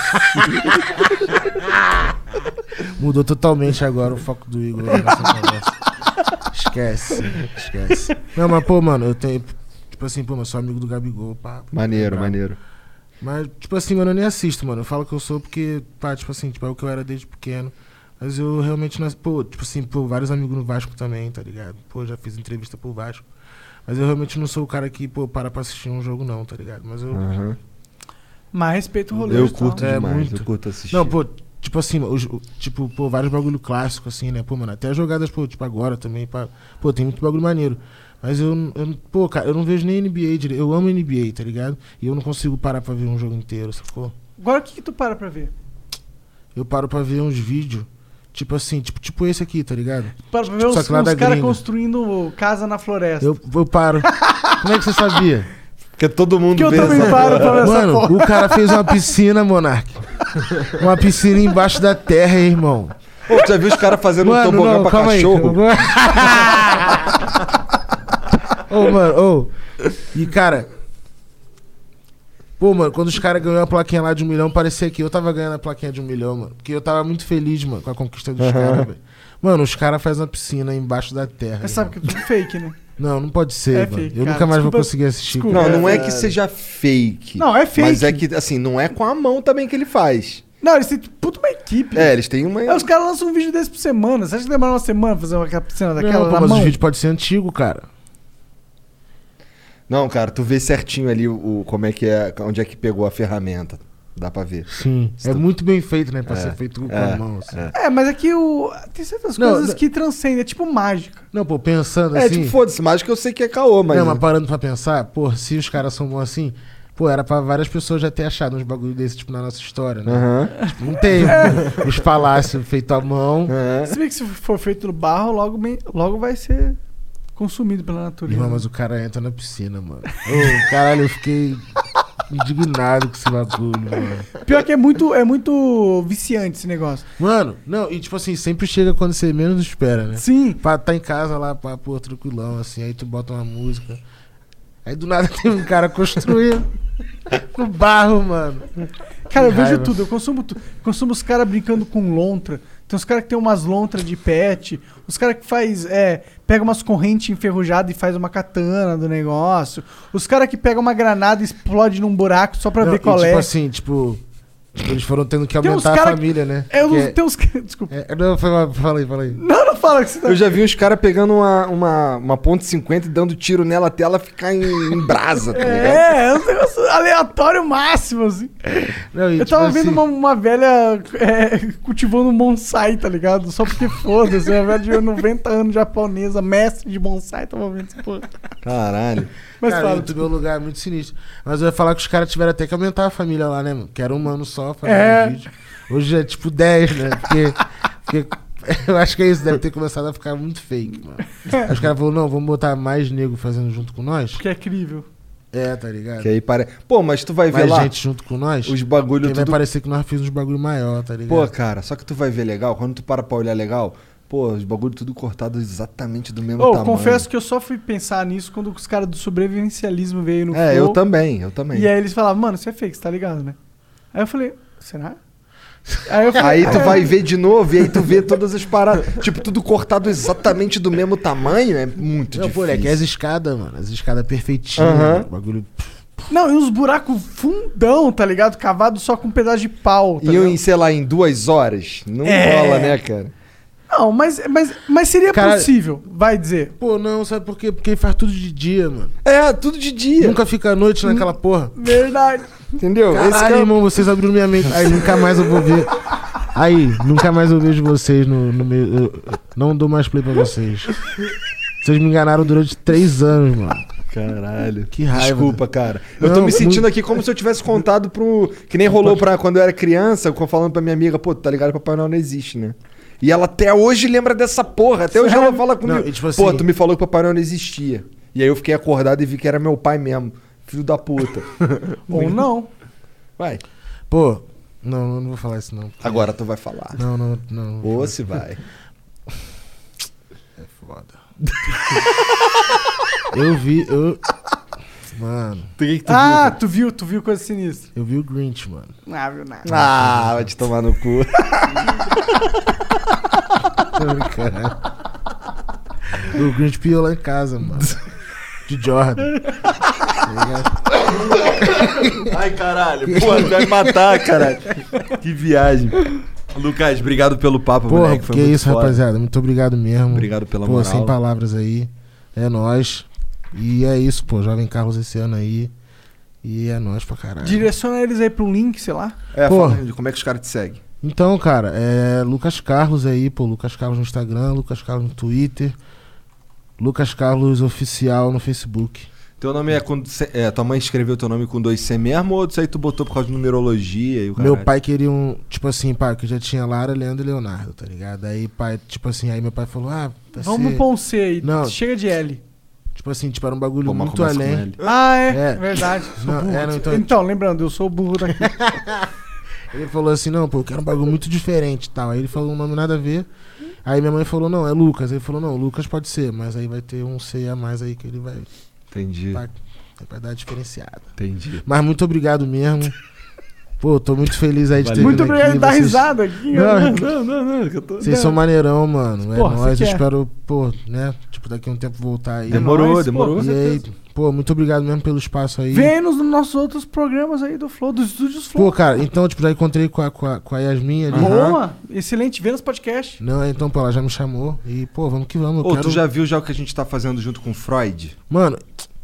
Mudou totalmente agora o foco do Igor nessa conversa. Esquece. Não, mas pô, mano, eu tenho... Tipo assim, pô, eu sou amigo do Gabigol, pá. Maneiro. Mas, tipo assim, mano, eu nem assisto, mano. Eu falo que eu sou porque, pá, tipo assim, tipo, é o que eu era desde pequeno. Mas eu realmente não... Pô, tipo assim, pô, vários amigos no Vasco também, tá ligado? Pô, já fiz entrevista pro Vasco. Mas eu realmente não sou o cara que, pô, para pra assistir um jogo não, tá ligado? Mas eu... Mas respeito o rolê. Eu curto demais, muito. eu curto assistir. Não, pô, tipo assim, tipo, pô, vários bagulho clássicos, assim, né? Pô, mano, até jogadas, pô, tipo, agora também, pá. Pô, tem muito bagulho maneiro. Mas pô, cara, eu não vejo nem NBA direito. Eu amo NBA, tá ligado? E eu não consigo parar pra ver um jogo inteiro, sacou? Agora o que tu para pra ver? Eu paro pra ver uns vídeos, tipo assim, tipo esse aqui, tá ligado? Para pra ver os caras construindo casa na floresta. Eu paro. Como é que você sabia? Porque todo mundo que eu também paro pra ver essa Mano, porra. o cara fez uma piscina, Monark. Uma piscina embaixo da terra, irmão. Pô, tu já viu os caras fazendo um tobogã pra cachorro? Ô, mano, E, cara... Pô, mano, quando os caras ganharam a plaquinha lá de 1 milhão, parecia que eu tava ganhando a plaquinha de 1 milhão, mano. Porque eu tava muito feliz, mano, com a conquista dos caras, velho. Mano, os caras fazem uma piscina embaixo da terra. Mas sabe que é tudo fake, né? Não pode ser, mano. Fake, Eu cara. nunca mais vou conseguir assistir. Não é que seja fake. Não, é fake. Mas é que, assim, não é com a mão também que ele faz. Não, eles têm puta uma equipe. Eles têm uma... Os caras lançam um vídeo desse por semana. Você acha que demora uma semana pra fazer uma piscina daquela Não, na mas mão? o vídeo pode ser antigo, cara. Não, cara, tu vê certinho ali como é que é, onde é que pegou a ferramenta. Dá pra ver. Sim. É muito bem feito, né? Pra ser feito com a mão. Assim. Mas aqui tem certas coisas que transcendem, é tipo mágica. Não, pô, pensando assim... tipo, foda-se, mágica eu sei que é caô, mas... Não, mas parando pra pensar, pô, se os caras são bons assim... Pô, era pra várias pessoas já ter achado uns bagulho desse, tipo, na nossa história, né? Tipo, não tem os palácios feitos à mão. Se bem que se for feito no barro, logo vai ser consumido pela natureza. Irmão, mas o cara entra na piscina, mano. Ô, caralho, eu fiquei indignado com esse bagulho, mano. Pior que é muito viciante esse negócio. Mano, não, e tipo assim, sempre chega quando você menos espera, né? Sim. Tá em casa lá, pô, tranquilão, assim, aí tu bota uma música. Aí do nada tem um cara construindo no barro, mano. Cara, eu vejo tudo, eu consumo tudo. Consumo os caras brincando com lontra. Tem uns caras que tem umas lontras de pet. Os caras que pega umas correntes enferrujadas e faz uma katana do negócio. Os caras que pegam uma granada e explode num buraco só pra ver qual é. Tipo assim, tipo, eles foram tendo que aumentar a família, né? Tem uns... Desculpa. Não, fala aí. Não fala que você tá... Eu já vi uns caras pegando uma ponto .50 e dando tiro nela até ela ficar em brasa, tá ligado? É um negócio aleatório máximo, assim. Não, eu tava vendo uma velha cultivando um bonsai, tá ligado? Só porque foda-se, uma velha de 90 anos japonesa, mestre de bonsai, tava vendo essa porra. Caralho. Mas cara, o YouTube é um lugar muito sinistro. Mas eu ia falar que os caras tiveram até que aumentar a família lá, né, mano? Que era um mano só fazendo vídeo. Hoje é tipo 10, né? Porque eu acho que é isso, deve ter começado a ficar muito fake, mano. Aí os caras falaram, não, vamos botar mais nego fazendo junto com nós. Porque é crível. Tá ligado? Que aí Pô, mas tu vai ver mais lá... gente junto com nós. Os bagulho tudo... vai parecer que nós fizemos uns bagulho maior, tá ligado? Pô, cara, só que tu vai ver legal, quando tu para pra olhar legal... Pô, os bagulho tudo cortado exatamente do mesmo tamanho. Confesso que eu só fui pensar nisso quando os caras do sobrevivencialismo veio no Flow. Eu também. E aí eles falavam, mano, isso é fake, você tá ligado, né? Aí eu falei, será? Aí tu vai ver de novo e aí tu vê todas as paradas. Tipo, tudo cortado exatamente do mesmo tamanho, é muito difícil. Pô, é que as escadas, mano, as escadas perfeitinhas, bagulho... Não, e uns buracos fundão, tá ligado? Cavado só com um pedaço de pau. Tá e sei lá, em 2 horas? Não rola, né, cara? Não, mas seria possível, vai dizer. Pô, não, sabe por quê? Porque ele faz tudo de dia, mano. Tudo de dia. Nunca fica à noite naquela porra. Verdade. Entendeu? Caralho, irmão, vocês abriram minha mente. Aí nunca mais eu vou ver. Aí, nunca mais eu vejo vocês no meu... Eu não dou mais play pra vocês. Vocês me enganaram durante 3 anos, mano. Caralho. Que raiva. Desculpa, cara. Eu tô me sentindo aqui como se eu tivesse contado que nem rolou pra quando eu era criança, eu falando pra minha amiga, pô, tá ligado? Papai Noel não existe, né? E ela até hoje lembra dessa porra. Até hoje ela fala comigo. Não, tipo assim, pô, tu me falou que o Papai Noel não existia. E aí eu fiquei acordado e vi que era meu pai mesmo. Filho da puta. Ou não. Vai. Pô, não vou falar isso não. Porque... Agora tu vai falar. Não. Ou se vai. É foda. Mano. Tu viu coisa sinistra. Eu vi o Grinch, mano. Ah, viu nada. Vai te tomar no cu. O Grinch piou lá em casa, mano. De Jordan. Ai, caralho. Pô, tu vai me matar, caralho. Que viagem. Lucas, obrigado pelo papo, porra, moleque. Foi que muito isso, foda. rapaziada. Muito obrigado mesmo. Obrigado pela moral. Sem palavras aí. É nóis. E é isso, pô. Jovem Carlos esse ano aí. E é nóis pra caralho. Direciona eles aí pra um link, sei lá. Fala de como é que os caras te seguem. Então, cara, é Lucas Carlos aí, pô. Lucas Carlos no Instagram, Lucas Carlos no Twitter. Lucas Carlos Oficial no Facebook. Teu nome tua mãe escreveu teu nome com 2C mesmo ou isso aí tu botou por causa de numerologia e o meu pai queria tipo assim, pai, que já tinha Lara, Leandro e Leonardo, tá ligado? Aí, pai, tipo assim, aí meu pai falou, vamos pôr um C aí, não, chega de L. Tipo assim, era um bagulho muito além. Verdade. Então, lembrando, eu sou o burro daqui. Ele falou assim, não, pô, eu quero um bagulho muito diferente e tal. Aí ele falou um nome nada a ver. Aí minha mãe falou, não, é Lucas. Aí ele falou, não, Lucas pode ser, mas aí vai ter um C a mais aí que ele vai... Entendi. Vai dar diferenciada. Entendi. Mas muito obrigado mesmo. Pô, tô muito feliz aí de ter vindo muito obrigado aqui. Muito obrigado de dar risada aqui. Não. Vocês são maneirão, mano. Porra, é nóis. Eu espero, pô, né? Tipo, daqui a um tempo voltar aí. Demorou. E aí, pô, muito obrigado mesmo pelo espaço aí. Vem nos nossos outros programas aí do Flow, dos estúdios Flow. Pô, cara, então, tipo, já encontrei com a Yasmin ali. Boa! Excelente, vê nos podcasts. Não, então, pô, ela já me chamou. E, pô, vamos que vamos. Tu já viu já o que a gente tá fazendo junto com o Freud? Mano,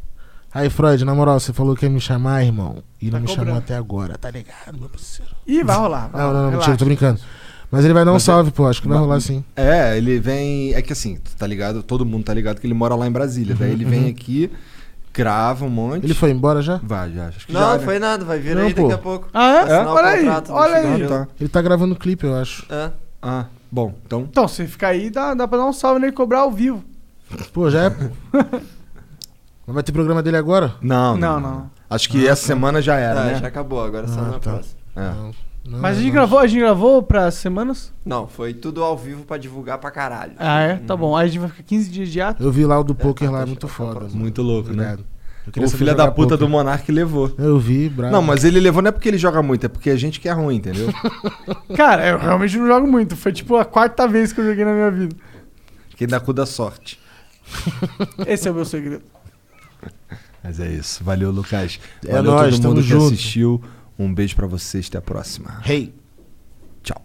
Aí, Freud, na moral, você falou que ia me chamar, irmão. E não Tá me cobrando. chamou até agora, tá ligado, meu parceiro? Ih, vai rolar. Não, mentira, tô brincando. Mas ele vai dar um salve, pô, acho que vai rolar sim. É, ele vem... É que assim, tu tá ligado? Todo mundo tá ligado que ele mora lá em Brasília. Daí ele vem aqui, grava um monte... Ele foi embora já? Vai, já. Acho que Não, já, não foi nada, vai vir Não, aí pô. daqui a pouco. Ah, é? Assinar o Olha aí, contrato do olha aí. Chico. Tá. Ele tá gravando clipe, eu acho. É. Ah, bom, então... Então, se ficar aí, dá pra dar um salve nele e cobrar ao vivo. Pô, já é, pô. Mas vai ter programa dele agora? Não. Acho que essa semana já era, né? Já acabou, agora só na tá. próxima. É. Mas a gente gravou pra semanas? Não, foi tudo ao vivo pra divulgar pra caralho. Ah, é? Tá bom. Aí a gente vai ficar 15 dias de ato. Eu vi lá o do poker lá, é muito foda. Mano. Muito louco, né? Obrigado. Eu queria O saber filho da jogar puta poker. do Monark levou. Eu vi, bravo. Não, mas ele levou não é porque ele joga muito, é porque a gente que é ruim, entendeu? Cara, eu realmente não jogo muito. Foi tipo a 4ª vez que eu joguei na minha vida. Quem dá cu da sorte. Esse é o meu segredo. Mas é isso. Valeu, Lucas. É Valeu nóis, todo tamo mundo que junto. assistiu. Um beijo pra vocês. Até a próxima. Hey. Tchau.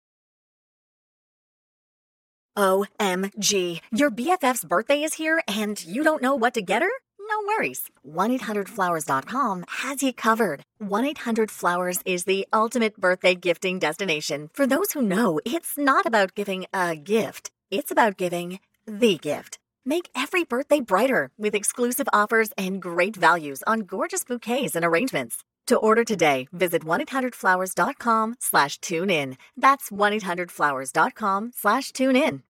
OMG. Your BFF's birthday is here and you don't know what to get her? No worries. 1-800-Flowers.com has you covered. 1-800-Flowers is the ultimate birthday gifting destination. For those who know, it's not about giving a gift. It's about giving the gift. Make every birthday brighter with exclusive offers and great values on gorgeous bouquets and arrangements. To order today, visit 1-800-Flowers.com/tunein. That's 1-800-Flowers.com/tunein.